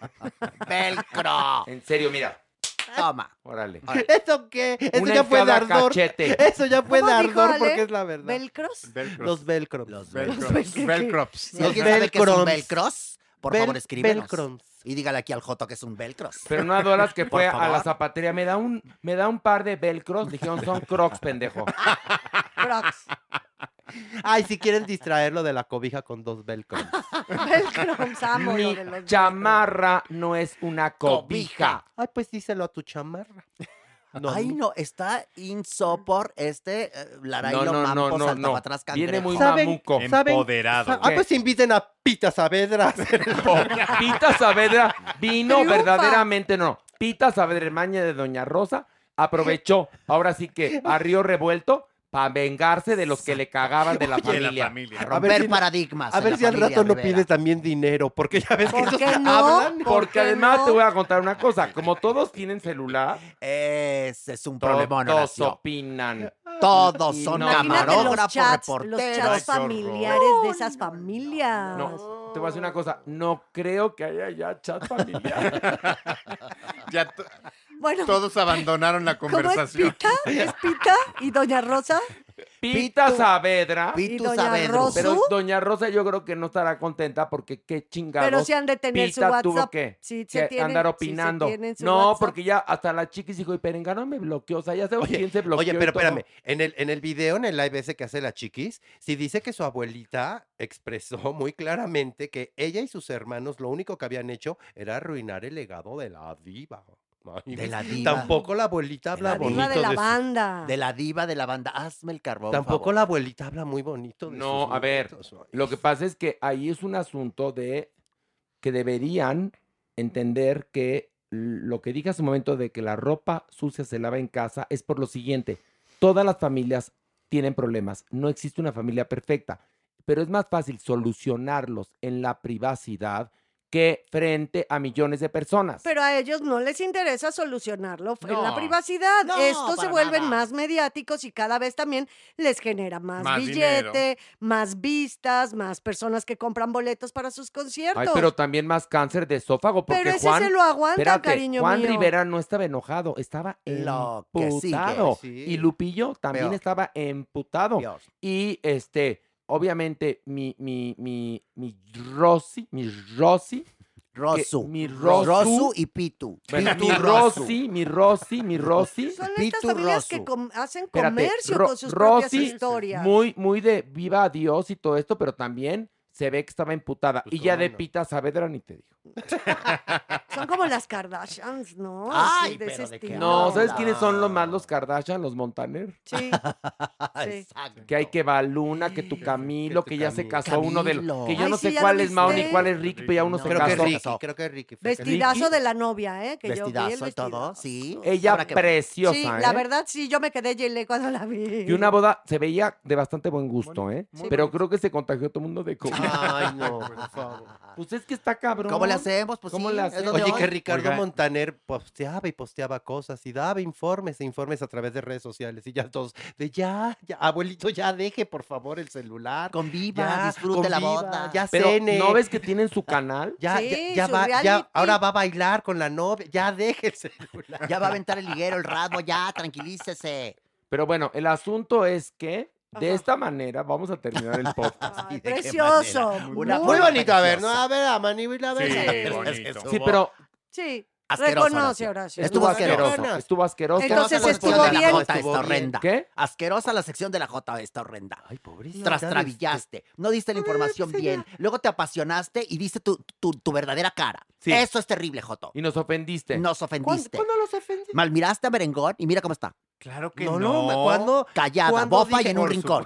Speaker 15: Velcro.
Speaker 5: En serio, mira,
Speaker 15: Toma.
Speaker 5: órale.
Speaker 7: ¿Eso qué? Eso
Speaker 5: Una
Speaker 7: ya fue
Speaker 5: en
Speaker 7: de
Speaker 5: cada
Speaker 7: ardor.
Speaker 5: cachete.
Speaker 7: Eso ya fue de
Speaker 8: ¿Cómo dijo,
Speaker 7: ardor
Speaker 8: Ale?
Speaker 7: porque es la verdad.
Speaker 8: ¿Velcros?
Speaker 9: Velcros.
Speaker 7: Los velcros.
Speaker 15: Los
Speaker 9: Velcros.
Speaker 15: velcros.
Speaker 9: Velcrops.
Speaker 15: Si
Speaker 7: Los
Speaker 15: alguien sabe qué es un
Speaker 7: velcrons.
Speaker 15: velcros, por
Speaker 7: Vel-
Speaker 15: favor escríbenos.
Speaker 7: velcrons.
Speaker 15: Y dígale aquí al Joto que es un velcros.
Speaker 5: Pero no adoras que
Speaker 15: Por
Speaker 5: fue a
Speaker 15: favor.
Speaker 5: la zapatería, me da un, me da un par de velcros, dijeron, son crocs, pendejo.
Speaker 8: Crocs.
Speaker 7: Ay, si quieren distraerlo de la cobija con dos velcros.
Speaker 8: Velcros, amo lo
Speaker 5: Mi
Speaker 8: de los
Speaker 5: chamarra no es una cobija.
Speaker 7: Ay, pues díselo a tu chamarra. No,
Speaker 15: Ay, no, está insopor este eh, Larailo
Speaker 5: No, no, no,
Speaker 15: Mampo
Speaker 5: no,
Speaker 15: Salta
Speaker 5: no.
Speaker 15: para atrás
Speaker 5: Viene
Speaker 15: cangrejo.
Speaker 5: muy
Speaker 7: ¿Saben?
Speaker 5: mamuco.
Speaker 7: ¿Saben?
Speaker 9: Empoderado.
Speaker 7: Sa- Ah, pues inviten a Pita Saavedra. a hacer el-
Speaker 5: Pita Saavedra vino
Speaker 8: Triunfa.
Speaker 5: verdaderamente, no. Pita Saavedra, hermana de Doña Rosa, aprovechó, ahora sí que a río revuelto, para vengarse de los que le cagaban de la
Speaker 9: De la
Speaker 5: familia.
Speaker 9: familia.
Speaker 15: A
Speaker 7: A
Speaker 15: romper
Speaker 7: ver si-
Speaker 15: paradigmas.
Speaker 7: A
Speaker 15: en
Speaker 7: ver
Speaker 15: la
Speaker 7: si al
Speaker 15: familia
Speaker 7: rato no
Speaker 15: Rivera.
Speaker 7: pide también dinero, porque ya ves que
Speaker 8: ¿Por
Speaker 7: esos
Speaker 8: qué no?
Speaker 7: hablan.
Speaker 8: ¿Por
Speaker 5: Porque
Speaker 8: qué
Speaker 5: además
Speaker 8: no?
Speaker 5: te voy a contar una cosa, como todos tienen celular,
Speaker 15: Ese es un problemón,
Speaker 5: todos
Speaker 15: Horacio.
Speaker 5: opinan.
Speaker 15: Todos
Speaker 5: Y
Speaker 15: son
Speaker 5: no,
Speaker 8: Imagínate los
Speaker 15: camarógrafos,
Speaker 8: chats, los
Speaker 15: reporteros.
Speaker 8: chats familiares de esas familias.
Speaker 5: No, te voy a decir una cosa, no creo que haya ya chat familiar.
Speaker 9: Ya to-
Speaker 8: Bueno,
Speaker 9: todos abandonaron la
Speaker 8: ¿cómo es
Speaker 9: conversación.
Speaker 8: Pita? ¿Es Pita y Doña Rosa?
Speaker 5: Pita
Speaker 15: Pitu-
Speaker 5: Saavedra.
Speaker 8: Y
Speaker 15: Pitu
Speaker 8: doña
Speaker 15: Saavedra.
Speaker 8: Rosa.
Speaker 5: Pero Doña Rosa yo creo que no estará contenta porque qué chingados.
Speaker 8: Pero sí han de tener su
Speaker 5: Pita
Speaker 8: WhatsApp.
Speaker 5: tuvo que,
Speaker 8: Sí, se
Speaker 5: que
Speaker 8: tienen-
Speaker 5: andar
Speaker 8: sí se
Speaker 5: opinando.
Speaker 8: tienen su
Speaker 5: no,
Speaker 8: WhatsApp.
Speaker 5: porque ya hasta la chiquis dijo, y Perengano me bloqueó. O sea, ya sabemos quién se bloqueó.
Speaker 7: Oye,
Speaker 5: y
Speaker 7: pero
Speaker 5: todo.
Speaker 7: espérame, en el, en el video, en el live ese que hace la chiquis, sí dice que su abuelita expresó muy claramente que ella y sus hermanos lo único que habían hecho era arruinar el legado de la diva. Ay,
Speaker 15: De la diva.
Speaker 7: Tampoco la abuelita habla
Speaker 8: La diva
Speaker 7: bonito
Speaker 8: de la
Speaker 7: su-
Speaker 8: banda.
Speaker 15: De la diva de la banda. Hazme el carbón, por
Speaker 7: Tampoco
Speaker 15: favor.
Speaker 7: la abuelita habla muy bonito de
Speaker 5: No,
Speaker 7: sus
Speaker 5: a ver,
Speaker 7: nietos. Ay,
Speaker 5: lo que pasa es que ahí es un asunto de que deberían entender que lo que dije hace un momento de que la ropa sucia se lava en casa es por lo siguiente. Todas las familias tienen problemas. No existe una familia perfecta, pero es más fácil solucionarlos en la privacidad que frente a millones de personas.
Speaker 8: Pero a ellos no les interesa solucionarlo f- en la
Speaker 5: No.
Speaker 8: privacidad.
Speaker 15: No,
Speaker 8: Estos se
Speaker 15: para
Speaker 8: vuelven
Speaker 15: nada.
Speaker 8: más mediáticos y cada vez también les genera más,
Speaker 9: Más
Speaker 8: billete, más vistas, más personas que compran boletos para sus conciertos.
Speaker 5: Ay, pero también más cáncer de esófago porque
Speaker 8: Pero ese
Speaker 5: Juan,
Speaker 8: se lo aguantan,
Speaker 5: espérate,
Speaker 8: cariño
Speaker 5: Juan
Speaker 8: mío.
Speaker 5: Rivera no estaba enojado, estaba
Speaker 15: Lo que sigue.
Speaker 5: emputado.
Speaker 7: Sí.
Speaker 5: Y Lupillo también
Speaker 15: Peor.
Speaker 5: estaba emputado.
Speaker 15: Peor.
Speaker 5: Y este, obviamente, mi, mi, mi, mi Rosy, mi Rosy,
Speaker 15: Rosu.
Speaker 5: mi Rosu-
Speaker 15: Rosu y Pitu.
Speaker 5: bueno,
Speaker 15: Pitu
Speaker 5: mi
Speaker 15: Rosu.
Speaker 5: Rosy, mi Rosy, mi Rosy.
Speaker 8: Son estas
Speaker 15: Pitu
Speaker 8: familias que
Speaker 15: Rosu.
Speaker 8: com- hacen
Speaker 5: Espérate,
Speaker 8: comercio
Speaker 5: Ro-
Speaker 8: con sus propias
Speaker 5: Rosy,
Speaker 8: historias.
Speaker 5: Muy, muy de viva a Dios y todo esto, pero también se ve que estaba emputada.
Speaker 7: Pues,
Speaker 5: y ya
Speaker 7: ¿cómo
Speaker 5: de
Speaker 7: no?
Speaker 5: Pita Saavedra ni te digo.
Speaker 8: Son como las Kardashians, ¿no?
Speaker 15: Ay,
Speaker 8: Así, de ese
Speaker 15: pero ¿de qué
Speaker 8: estilo.
Speaker 5: No, ¿sabes
Speaker 15: habla?
Speaker 5: quiénes son los más los Kardashian, los Montaner?
Speaker 8: Sí. Sí.
Speaker 15: Exacto.
Speaker 5: Que hay que Baluna, que tu Camilo,
Speaker 7: tu
Speaker 5: que ya se
Speaker 7: Camilo.
Speaker 5: casó uno de los...
Speaker 15: Camilo.
Speaker 5: Que yo
Speaker 8: Ay,
Speaker 5: no
Speaker 8: sí,
Speaker 5: sé
Speaker 8: ¿ya
Speaker 5: cuál
Speaker 8: lo
Speaker 5: es Mao ni
Speaker 8: viste?
Speaker 5: cuál es Ricky, pero ya uno
Speaker 15: No,
Speaker 5: se
Speaker 7: Creo que
Speaker 5: casó.
Speaker 7: Ricky, creo que Ricky. fue que-
Speaker 8: Vestidazo
Speaker 5: Ricky.
Speaker 8: de la novia, ¿eh? Que yo vi el
Speaker 15: Vestidazo y todo,
Speaker 8: vestidazo.
Speaker 15: sí.
Speaker 5: Ella
Speaker 15: Habrá que ver.
Speaker 5: preciosa,
Speaker 8: Sí,
Speaker 5: ¿eh?
Speaker 8: la verdad sí, yo me quedé yele cuando la vi.
Speaker 5: Y una boda se veía de bastante buen gusto, ¿eh?
Speaker 9: muy
Speaker 5: Pero
Speaker 9: bonito.
Speaker 5: creo que se contagió todo el mundo de COVID.
Speaker 7: Ay, no, por favor.
Speaker 5: Pues es que está cabrón.
Speaker 15: ¿Cómo le hacemos? Pues
Speaker 5: ¿Cómo
Speaker 15: sí,
Speaker 5: le
Speaker 15: es
Speaker 5: hacemos?
Speaker 15: lo de
Speaker 7: Oye,
Speaker 15: hoy.
Speaker 7: que Ricardo
Speaker 9: Oiga.
Speaker 7: Montaner posteaba y posteaba cosas y daba informes e informes a través de redes sociales y ya todos de ya, ya, abuelito, ya deje por favor el celular.
Speaker 15: Conviva,
Speaker 7: Ya,
Speaker 15: disfrute la
Speaker 7: conviva,
Speaker 15: boda.
Speaker 7: Ya
Speaker 5: Pero
Speaker 7: cene.
Speaker 5: ¿no ves que tienen su canal?
Speaker 7: Ya,
Speaker 8: Sí,
Speaker 7: ya, ya
Speaker 8: su
Speaker 7: va, ya,
Speaker 8: reality.
Speaker 7: ahora va a bailar con la novia. Ya deje el celular.
Speaker 15: Ya va a aventar el liguero, el rasmo, ya, tranquilícese.
Speaker 5: Pero bueno, el asunto es que de
Speaker 8: Ajá.
Speaker 5: esta manera vamos a terminar el podcast.
Speaker 8: Ay,
Speaker 15: ¿de qué
Speaker 8: precioso.
Speaker 15: manera?
Speaker 8: Muy,
Speaker 15: Una
Speaker 7: Muy
Speaker 15: Muy
Speaker 7: bonito, a ver, ¿no?
Speaker 15: preciosa.
Speaker 7: A ver, a Mani, la
Speaker 9: Sí,
Speaker 7: ver.
Speaker 9: bonito.
Speaker 5: Sí, pero
Speaker 8: Sí,
Speaker 15: Asqueroso,
Speaker 8: reconoce,
Speaker 15: Horacio.
Speaker 8: Horacio.
Speaker 15: Estuvo
Speaker 5: estuvo
Speaker 15: asqueroso.
Speaker 5: asqueroso. Estuvo asqueroso.
Speaker 8: Entonces
Speaker 15: Asquerosa la
Speaker 8: estuvo
Speaker 15: sección de la
Speaker 8: bien.
Speaker 15: Jota,
Speaker 7: Estuvo
Speaker 15: está
Speaker 7: bien.
Speaker 15: horrenda.
Speaker 5: ¿Qué?
Speaker 15: Asquerosa la sección de la J, está horrenda.
Speaker 7: Ay, pobrecita.
Speaker 15: Tras travillaste, no diste la información bien, luego te apasionaste y diste tu, tu, tu verdadera cara.
Speaker 5: Sí.
Speaker 15: Eso es terrible, Joto.
Speaker 5: Y nos ofendiste.
Speaker 15: Nos
Speaker 7: ¿Cuándo,
Speaker 15: ofendiste.
Speaker 7: ¿Cuándo los ofendí?
Speaker 15: Malmiraste a Merengón y mira cómo está.
Speaker 9: Claro que
Speaker 7: No,
Speaker 9: no.
Speaker 7: no, ¿cuándo?
Speaker 15: Callada,
Speaker 7: ¿Cuándo
Speaker 15: bofa
Speaker 7: dije
Speaker 15: y en un
Speaker 7: por
Speaker 15: rincón.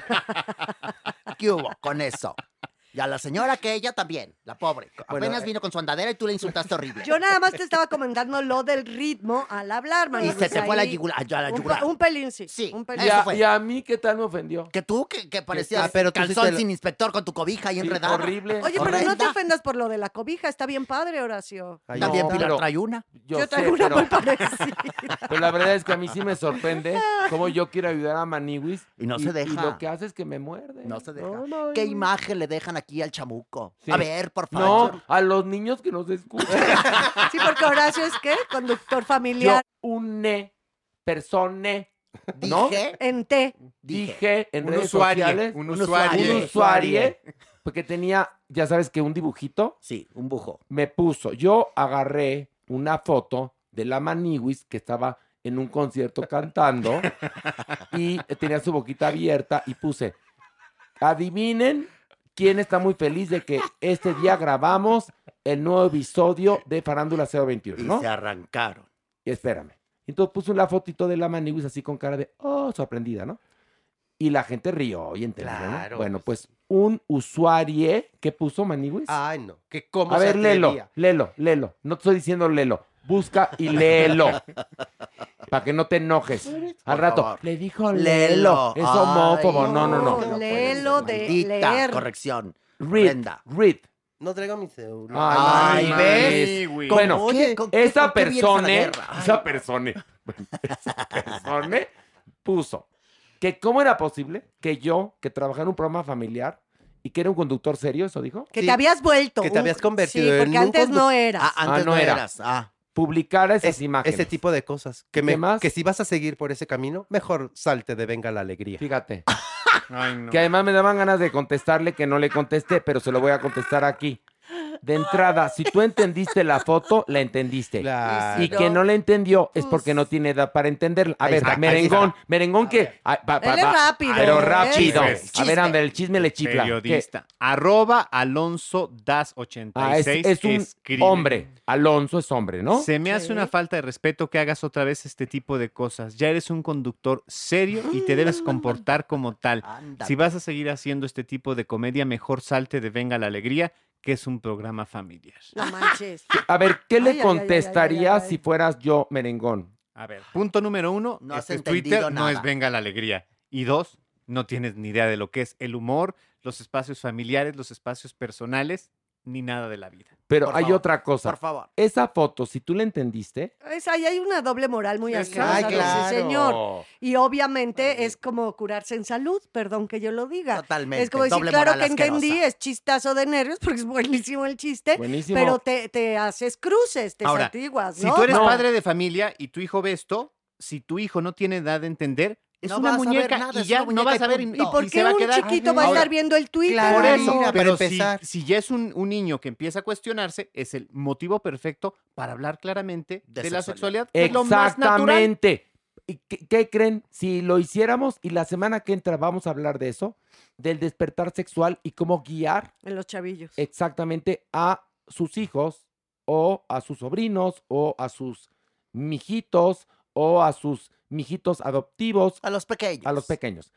Speaker 15: ¿Qué hubo con eso? Y a la señora que ella también, la pobre.
Speaker 7: Bueno,
Speaker 15: Apenas
Speaker 7: eh,
Speaker 15: vino con su andadera y tú le insultaste horrible.
Speaker 8: Yo nada más te estaba comentando lo del ritmo al hablar, Manu.
Speaker 15: Y se
Speaker 8: Pues
Speaker 15: te fue a la
Speaker 8: ahí,
Speaker 15: yugular. a la
Speaker 8: un,
Speaker 15: yugular.
Speaker 8: pe- un pelín, sí.
Speaker 15: Sí,
Speaker 8: Un
Speaker 5: Y
Speaker 8: pelín.
Speaker 15: eso
Speaker 5: a,
Speaker 15: fue.
Speaker 5: y a mí, ¿qué tal me ofendió?
Speaker 15: Que tú, que, que parecías
Speaker 7: Ah, pero tú sí
Speaker 15: calzón
Speaker 7: te lo-
Speaker 15: sin inspector con tu cobija ahí
Speaker 5: Sí,
Speaker 15: enredada.
Speaker 5: horrible.
Speaker 8: Oye, pero no te
Speaker 15: horrenda.
Speaker 8: ofendas por lo de la cobija. Está bien padre, Horacio.
Speaker 7: Ay,
Speaker 15: También
Speaker 5: No,
Speaker 15: Pilar
Speaker 5: pero-
Speaker 15: trae una.
Speaker 5: Yo,
Speaker 8: Yo
Speaker 5: sé,
Speaker 8: traigo una
Speaker 5: pero,
Speaker 8: muy parecida.
Speaker 5: pero la verdad es que a mí sí me sorprende cómo yo quiero ayudar a Maniwis.
Speaker 15: Y no se deja.
Speaker 5: Y lo que hace es que me muerde.
Speaker 15: No se deja.
Speaker 5: No, no,
Speaker 15: ¿Qué
Speaker 5: no.
Speaker 15: imagen le dejan aquí al chamuco?
Speaker 5: Sí.
Speaker 15: A ver, por favor.
Speaker 5: No, a los niños que nos escuchan.
Speaker 8: Sí, porque Horacio es, ¿qué? Conductor
Speaker 5: Yo,
Speaker 8: familiar.
Speaker 5: une, persone, ¿no?
Speaker 15: Dije,
Speaker 8: En T.
Speaker 5: Dije en
Speaker 9: Un
Speaker 5: redes
Speaker 9: usuario.
Speaker 5: sociales,
Speaker 9: Un
Speaker 15: un
Speaker 9: usuario.
Speaker 5: un usuario, porque tenía, ya sabes que un dibujito,
Speaker 15: sí, un bujo.
Speaker 5: me puso, yo agarré una foto de la Maniwis que estaba en un concierto cantando y tenía su boquita abierta y puse, adivinen quién está muy feliz de que este día grabamos el nuevo episodio de Farándula cero veintiuno,
Speaker 15: Y
Speaker 5: ¿no?
Speaker 15: se arrancaron.
Speaker 5: Y espérame. Entonces puse una fotito de la Maniwis así con cara de, oh, sorprendida, ¿no? Y la gente rió y entendió, ¿no?
Speaker 7: Claro,
Speaker 5: Bueno,
Speaker 7: pues.
Speaker 5: pues un usuario que puso Maniwis.
Speaker 7: Ay, no. Que cómo
Speaker 5: A
Speaker 7: se
Speaker 5: ver, léelo,
Speaker 7: atrevía.
Speaker 5: léelo, léelo. No te estoy diciendo léelo. Busca y léelo. Para que no te enojes. Al
Speaker 15: Por
Speaker 5: rato,
Speaker 15: favor.
Speaker 5: le dijo
Speaker 15: Léelo.
Speaker 5: léelo. Es homófobo.
Speaker 15: Ay,
Speaker 5: No, no, no.
Speaker 8: no. Léelo de
Speaker 15: Maldita
Speaker 8: leer.
Speaker 15: corrección.
Speaker 5: Read,
Speaker 15: Brenda.
Speaker 5: read.
Speaker 7: No traigo mi celular.
Speaker 5: Ay,
Speaker 15: Ay,
Speaker 5: ¿ves?
Speaker 9: güey.
Speaker 5: Bueno,
Speaker 15: Oye, ¿con qué-
Speaker 5: esa
Speaker 15: con qué vienes a la
Speaker 5: persona,
Speaker 15: guerra? Ay.
Speaker 5: esa persona, esa persona puso que cómo era posible que yo, que trabajaba en un programa familiar y que era un conductor serio, eso dijo,
Speaker 8: Que
Speaker 7: Sí,
Speaker 8: te habías vuelto.
Speaker 7: que te
Speaker 8: un-
Speaker 7: habías convertido
Speaker 8: Sí,
Speaker 7: en
Speaker 8: porque
Speaker 7: un
Speaker 8: antes
Speaker 7: condu-
Speaker 8: no eras.
Speaker 15: Ah, antes
Speaker 5: Ah, no
Speaker 15: no,
Speaker 5: era.
Speaker 15: eras. Ah.
Speaker 5: publicara esas
Speaker 7: Es-
Speaker 5: imágenes.
Speaker 7: ese tipo de cosas. Que,
Speaker 5: ¿Y
Speaker 7: me,
Speaker 5: qué más?
Speaker 7: que si vas a seguir por ese camino, mejor salte de Venga la Alegría.
Speaker 5: Fíjate.
Speaker 9: Ay, no.
Speaker 5: Que además me daban ganas de contestarle que no le contesté, pero se lo voy a contestar aquí. De entrada, si tú entendiste la foto, la entendiste.
Speaker 7: Claro.
Speaker 5: Y que no la entendió es porque no tiene edad para entenderla. A
Speaker 7: Ahí
Speaker 5: ver,
Speaker 7: está, ahí
Speaker 5: merengón,
Speaker 7: está.
Speaker 5: merengón que... ah, pa- pa-
Speaker 8: Él es
Speaker 5: pa-
Speaker 8: rápido,
Speaker 5: Pero
Speaker 8: ¿eh?
Speaker 5: rápido.
Speaker 9: Chisme.
Speaker 5: A ver, anda, el chisme le chifla. ¿Qué?
Speaker 9: Periodista. Arroba Alonso Das ochenta
Speaker 5: Ah,
Speaker 9: y
Speaker 5: es,
Speaker 9: seis.
Speaker 5: es un
Speaker 9: escribe.
Speaker 5: hombre. Alonso es hombre, ¿no?
Speaker 9: Se me hace una falta de respeto que hagas otra vez este tipo de cosas. Ya eres un conductor serio y te debes comportar como tal.
Speaker 15: Ándale.
Speaker 9: Si vas a seguir haciendo este tipo de comedia, mejor salte de Venga la Alegría, que es un programa familiar.
Speaker 8: No manches.
Speaker 5: A ver, ¿qué
Speaker 8: Ay,
Speaker 5: le
Speaker 8: ay, ay,
Speaker 5: contestarías
Speaker 8: ay, ay, ay.
Speaker 5: si fueras yo, merengón?
Speaker 9: A ver, punto número uno,
Speaker 15: No has
Speaker 9: este
Speaker 15: entendido
Speaker 9: Twitter no
Speaker 15: nada.
Speaker 9: es Venga la Alegría. Y dos, no tienes ni idea de lo que es el humor, los espacios familiares, los espacios personales, ni nada de la vida.
Speaker 5: Pero
Speaker 15: Por
Speaker 5: hay
Speaker 15: favor,
Speaker 5: otra cosa.
Speaker 15: Por favor.
Speaker 5: Esa foto, si tú la entendiste...
Speaker 8: Es, ahí hay una doble moral muy
Speaker 9: Exacto.
Speaker 8: asquerosa
Speaker 15: Ay,
Speaker 8: de ese
Speaker 15: claro.
Speaker 8: señor. Y obviamente es como curarse en salud, perdón que yo lo diga.
Speaker 15: Totalmente.
Speaker 8: Es como decir,
Speaker 15: doble
Speaker 8: claro
Speaker 15: moral
Speaker 8: que entendí,
Speaker 15: asquerosa.
Speaker 8: es chistazo de nervios, porque es buenísimo el chiste,
Speaker 5: Buenísimo.
Speaker 8: pero te, te haces cruces, te
Speaker 9: Ahora,
Speaker 8: santiguas,
Speaker 9: Si
Speaker 8: ¿no?
Speaker 9: tú eres
Speaker 5: No.
Speaker 9: padre de familia y tu hijo ve esto, si tu hijo no tiene edad de entender, es
Speaker 15: No
Speaker 9: una
Speaker 15: vas a ver
Speaker 9: muñeca
Speaker 15: nada,
Speaker 9: y
Speaker 15: es
Speaker 9: ya
Speaker 15: una
Speaker 9: no
Speaker 15: muñeca
Speaker 9: vas a
Speaker 15: y
Speaker 9: ver y,
Speaker 15: punto.
Speaker 8: ¿Y por
Speaker 9: y
Speaker 8: qué
Speaker 9: se va a
Speaker 8: un
Speaker 9: quedar.
Speaker 8: chiquito va a
Speaker 9: Ahora,
Speaker 8: estar viendo el Twitter?
Speaker 7: Claro,
Speaker 9: Por eso,
Speaker 7: Mira, para
Speaker 9: pero si,
Speaker 7: empezar.
Speaker 9: si ya es un, un niño que empieza a cuestionarse, es el motivo perfecto para hablar claramente de,
Speaker 15: De
Speaker 9: la
Speaker 15: sexualidad.
Speaker 9: sexualidad, que es lo más natural.
Speaker 5: Exactamente. ¿Y qué, qué creen? Si lo hiciéramos y la semana que entra vamos a hablar de eso, del despertar sexual y cómo guiar
Speaker 8: En los chavillos.
Speaker 5: exactamente a sus hijos o a sus sobrinos o a sus mijitos o a sus mijitos adoptivos,
Speaker 15: A los pequeños.
Speaker 5: a los pequeños.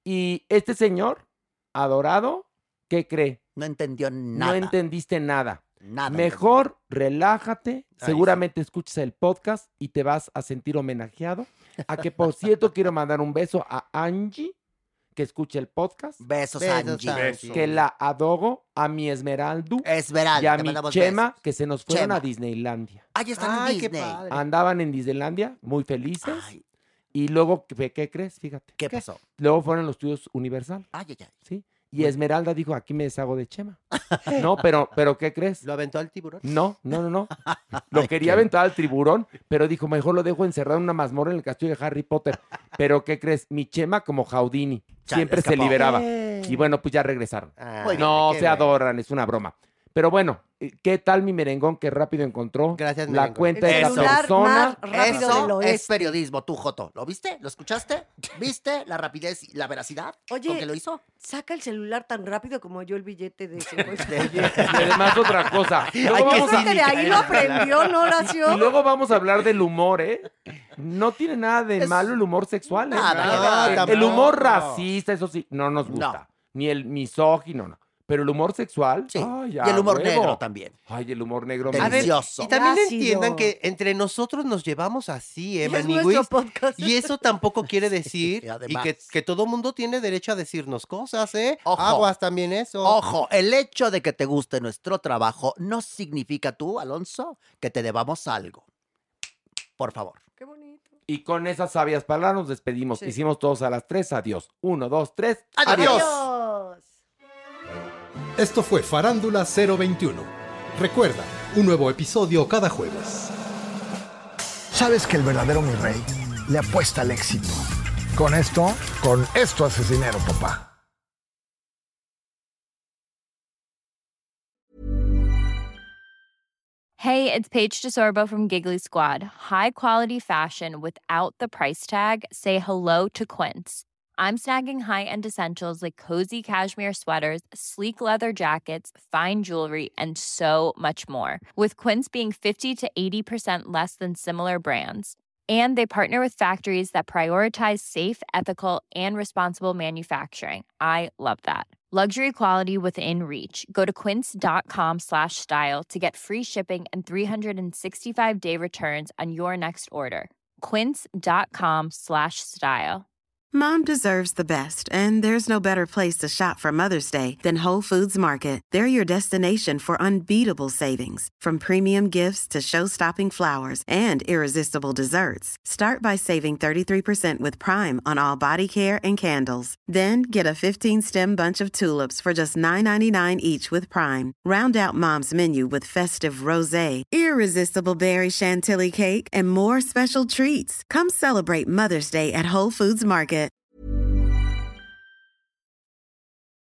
Speaker 5: Y este señor, adorado, ¿qué cree?
Speaker 15: No entendió nada.
Speaker 5: No entendiste nada.
Speaker 15: Nada.
Speaker 5: Mejor relájate,
Speaker 7: Ay,
Speaker 5: seguramente escuchas el podcast y te vas a sentir homenajeado. A que, por cierto, quiero mandar un beso a Angie, que escucha el podcast,
Speaker 15: Besos,
Speaker 7: Besos,
Speaker 15: Angie.
Speaker 7: Angie.
Speaker 5: que la adoro, a mi Esmeraldu
Speaker 15: Esmeralda.
Speaker 5: y a
Speaker 15: te
Speaker 5: mi
Speaker 15: mandamos
Speaker 5: Chema,
Speaker 15: besos.
Speaker 5: que se nos fueron
Speaker 15: Chema.
Speaker 5: a Disneylandia.
Speaker 15: Ay, están
Speaker 7: Ay,
Speaker 15: en
Speaker 7: qué
Speaker 15: Disney.
Speaker 7: padre.
Speaker 5: Andaban en Disneylandia, muy felices.
Speaker 15: Ay,
Speaker 5: Y luego, ¿qué, qué crees? Fíjate.
Speaker 15: ¿qué pasó?
Speaker 5: Luego fueron los estudios Universal,
Speaker 15: Ay, ay, ay.
Speaker 5: ¿sí? Y Esmeralda dijo, aquí me deshago de Chema. No, pero, pero ¿qué crees?
Speaker 7: ¿Lo aventó al tiburón?
Speaker 5: No, no, no, no. Lo
Speaker 15: Ay,
Speaker 5: quería
Speaker 15: qué-
Speaker 5: aventar al tiburón, pero dijo, mejor lo dejo encerrado en una mazmorra en el castillo de Harry Potter. Pero ¿qué crees? Mi Chema, como Houdini,
Speaker 15: Chale,
Speaker 5: siempre se
Speaker 15: escapó.
Speaker 5: liberaba.
Speaker 8: Eh.
Speaker 5: Y bueno, pues ya regresaron.
Speaker 7: Ah,
Speaker 15: Muy bien,
Speaker 5: No,
Speaker 7: qué
Speaker 5: se
Speaker 7: bueno.
Speaker 5: adoran, es una broma. Pero bueno, eh, ¿qué tal mi merengón que rápido encontró
Speaker 7: Gracias,
Speaker 5: la
Speaker 7: merengón.
Speaker 5: cuenta
Speaker 8: El
Speaker 5: de la
Speaker 8: celular
Speaker 5: persona?
Speaker 8: más rápido
Speaker 15: Eso
Speaker 8: del
Speaker 15: es
Speaker 8: oeste.
Speaker 15: periodismo, tú, Joto. ¿Lo viste? ¿Lo escuchaste? ¿Viste la rapidez y la veracidad
Speaker 8: Oye,
Speaker 15: con que lo hizo?
Speaker 8: Saca el celular tan rápido como yo el billete de cincuenta.
Speaker 5: Y además otra cosa. Luego
Speaker 15: Ay, qué
Speaker 5: vamos
Speaker 8: Eso
Speaker 5: a-
Speaker 8: que de ahí lo aprendió, ¿no, Horacio?
Speaker 5: Y luego vamos a hablar del humor, ¿eh? No tiene nada de
Speaker 15: Es-
Speaker 5: malo el humor sexual, ¿eh?
Speaker 15: Nada,
Speaker 5: No,
Speaker 15: nada,
Speaker 5: el humor
Speaker 7: tampoco.
Speaker 5: racista, eso sí, no nos gusta. Ni el misógino, no. Pero el humor sexual,
Speaker 15: Sí.
Speaker 5: ay,
Speaker 15: y el humor
Speaker 5: huevo.
Speaker 15: negro también.
Speaker 5: Ay, el humor negro.
Speaker 15: A
Speaker 5: me-
Speaker 15: ver, Delicioso.
Speaker 7: Y también
Speaker 8: Ácido.
Speaker 7: entiendan que entre nosotros nos llevamos así, ¿eh,
Speaker 8: Es
Speaker 7: Maniguis?
Speaker 8: nuestro podcast.
Speaker 7: Y eso tampoco quiere decir
Speaker 15: y
Speaker 7: y
Speaker 15: además.
Speaker 7: que, que todo mundo tiene derecho a decirnos cosas, ¿eh?
Speaker 15: Ojo.
Speaker 7: Aguas también eso.
Speaker 15: Ojo, el hecho de que te guste nuestro trabajo no significa tú, Alonso, que te debamos algo. Por favor.
Speaker 8: Qué bonito.
Speaker 5: Y con esas sabias palabras nos despedimos.
Speaker 8: Sí.
Speaker 5: Hicimos todos a las tres. Adiós. Uno, dos, tres.
Speaker 15: Adiós.
Speaker 8: Adiós.
Speaker 4: Esto fue Farándula cero veintiuno. Recuerda, un nuevo episodio cada jueves.
Speaker 17: Sabes que el verdadero mi rey le apuesta al éxito. Con esto, con esto haces dinero, papá.
Speaker 18: Hey, it's Paige DeSorbo from Giggly Squad. High quality fashion without the price tag. Say hello to Quince. I'm snagging high-end essentials like cozy cashmere sweaters, sleek leather jackets, fine jewelry, and so much more. With Quince being fifty to eighty percent less than similar brands. And they partner with factories that prioritize safe, ethical, and responsible manufacturing. I love that. Luxury quality within reach. Go to quince.com slash style to get free shipping and three sixty-five day returns on your next order. Quince.com slash style.
Speaker 19: Mom deserves the best, and there's no better place to shop for Mother's Day than Whole Foods Market. They're your destination for unbeatable savings, from premium gifts to show-stopping flowers and irresistible desserts. Start by saving thirty-three percent with Prime on all body care and candles. Then get a fifteen-stem bunch of tulips for just nine ninety-nine each with Prime. Round out Mom's menu with festive rosé, irresistible berry chantilly cake, and more special treats. Come celebrate Mother's Day at Whole Foods Market.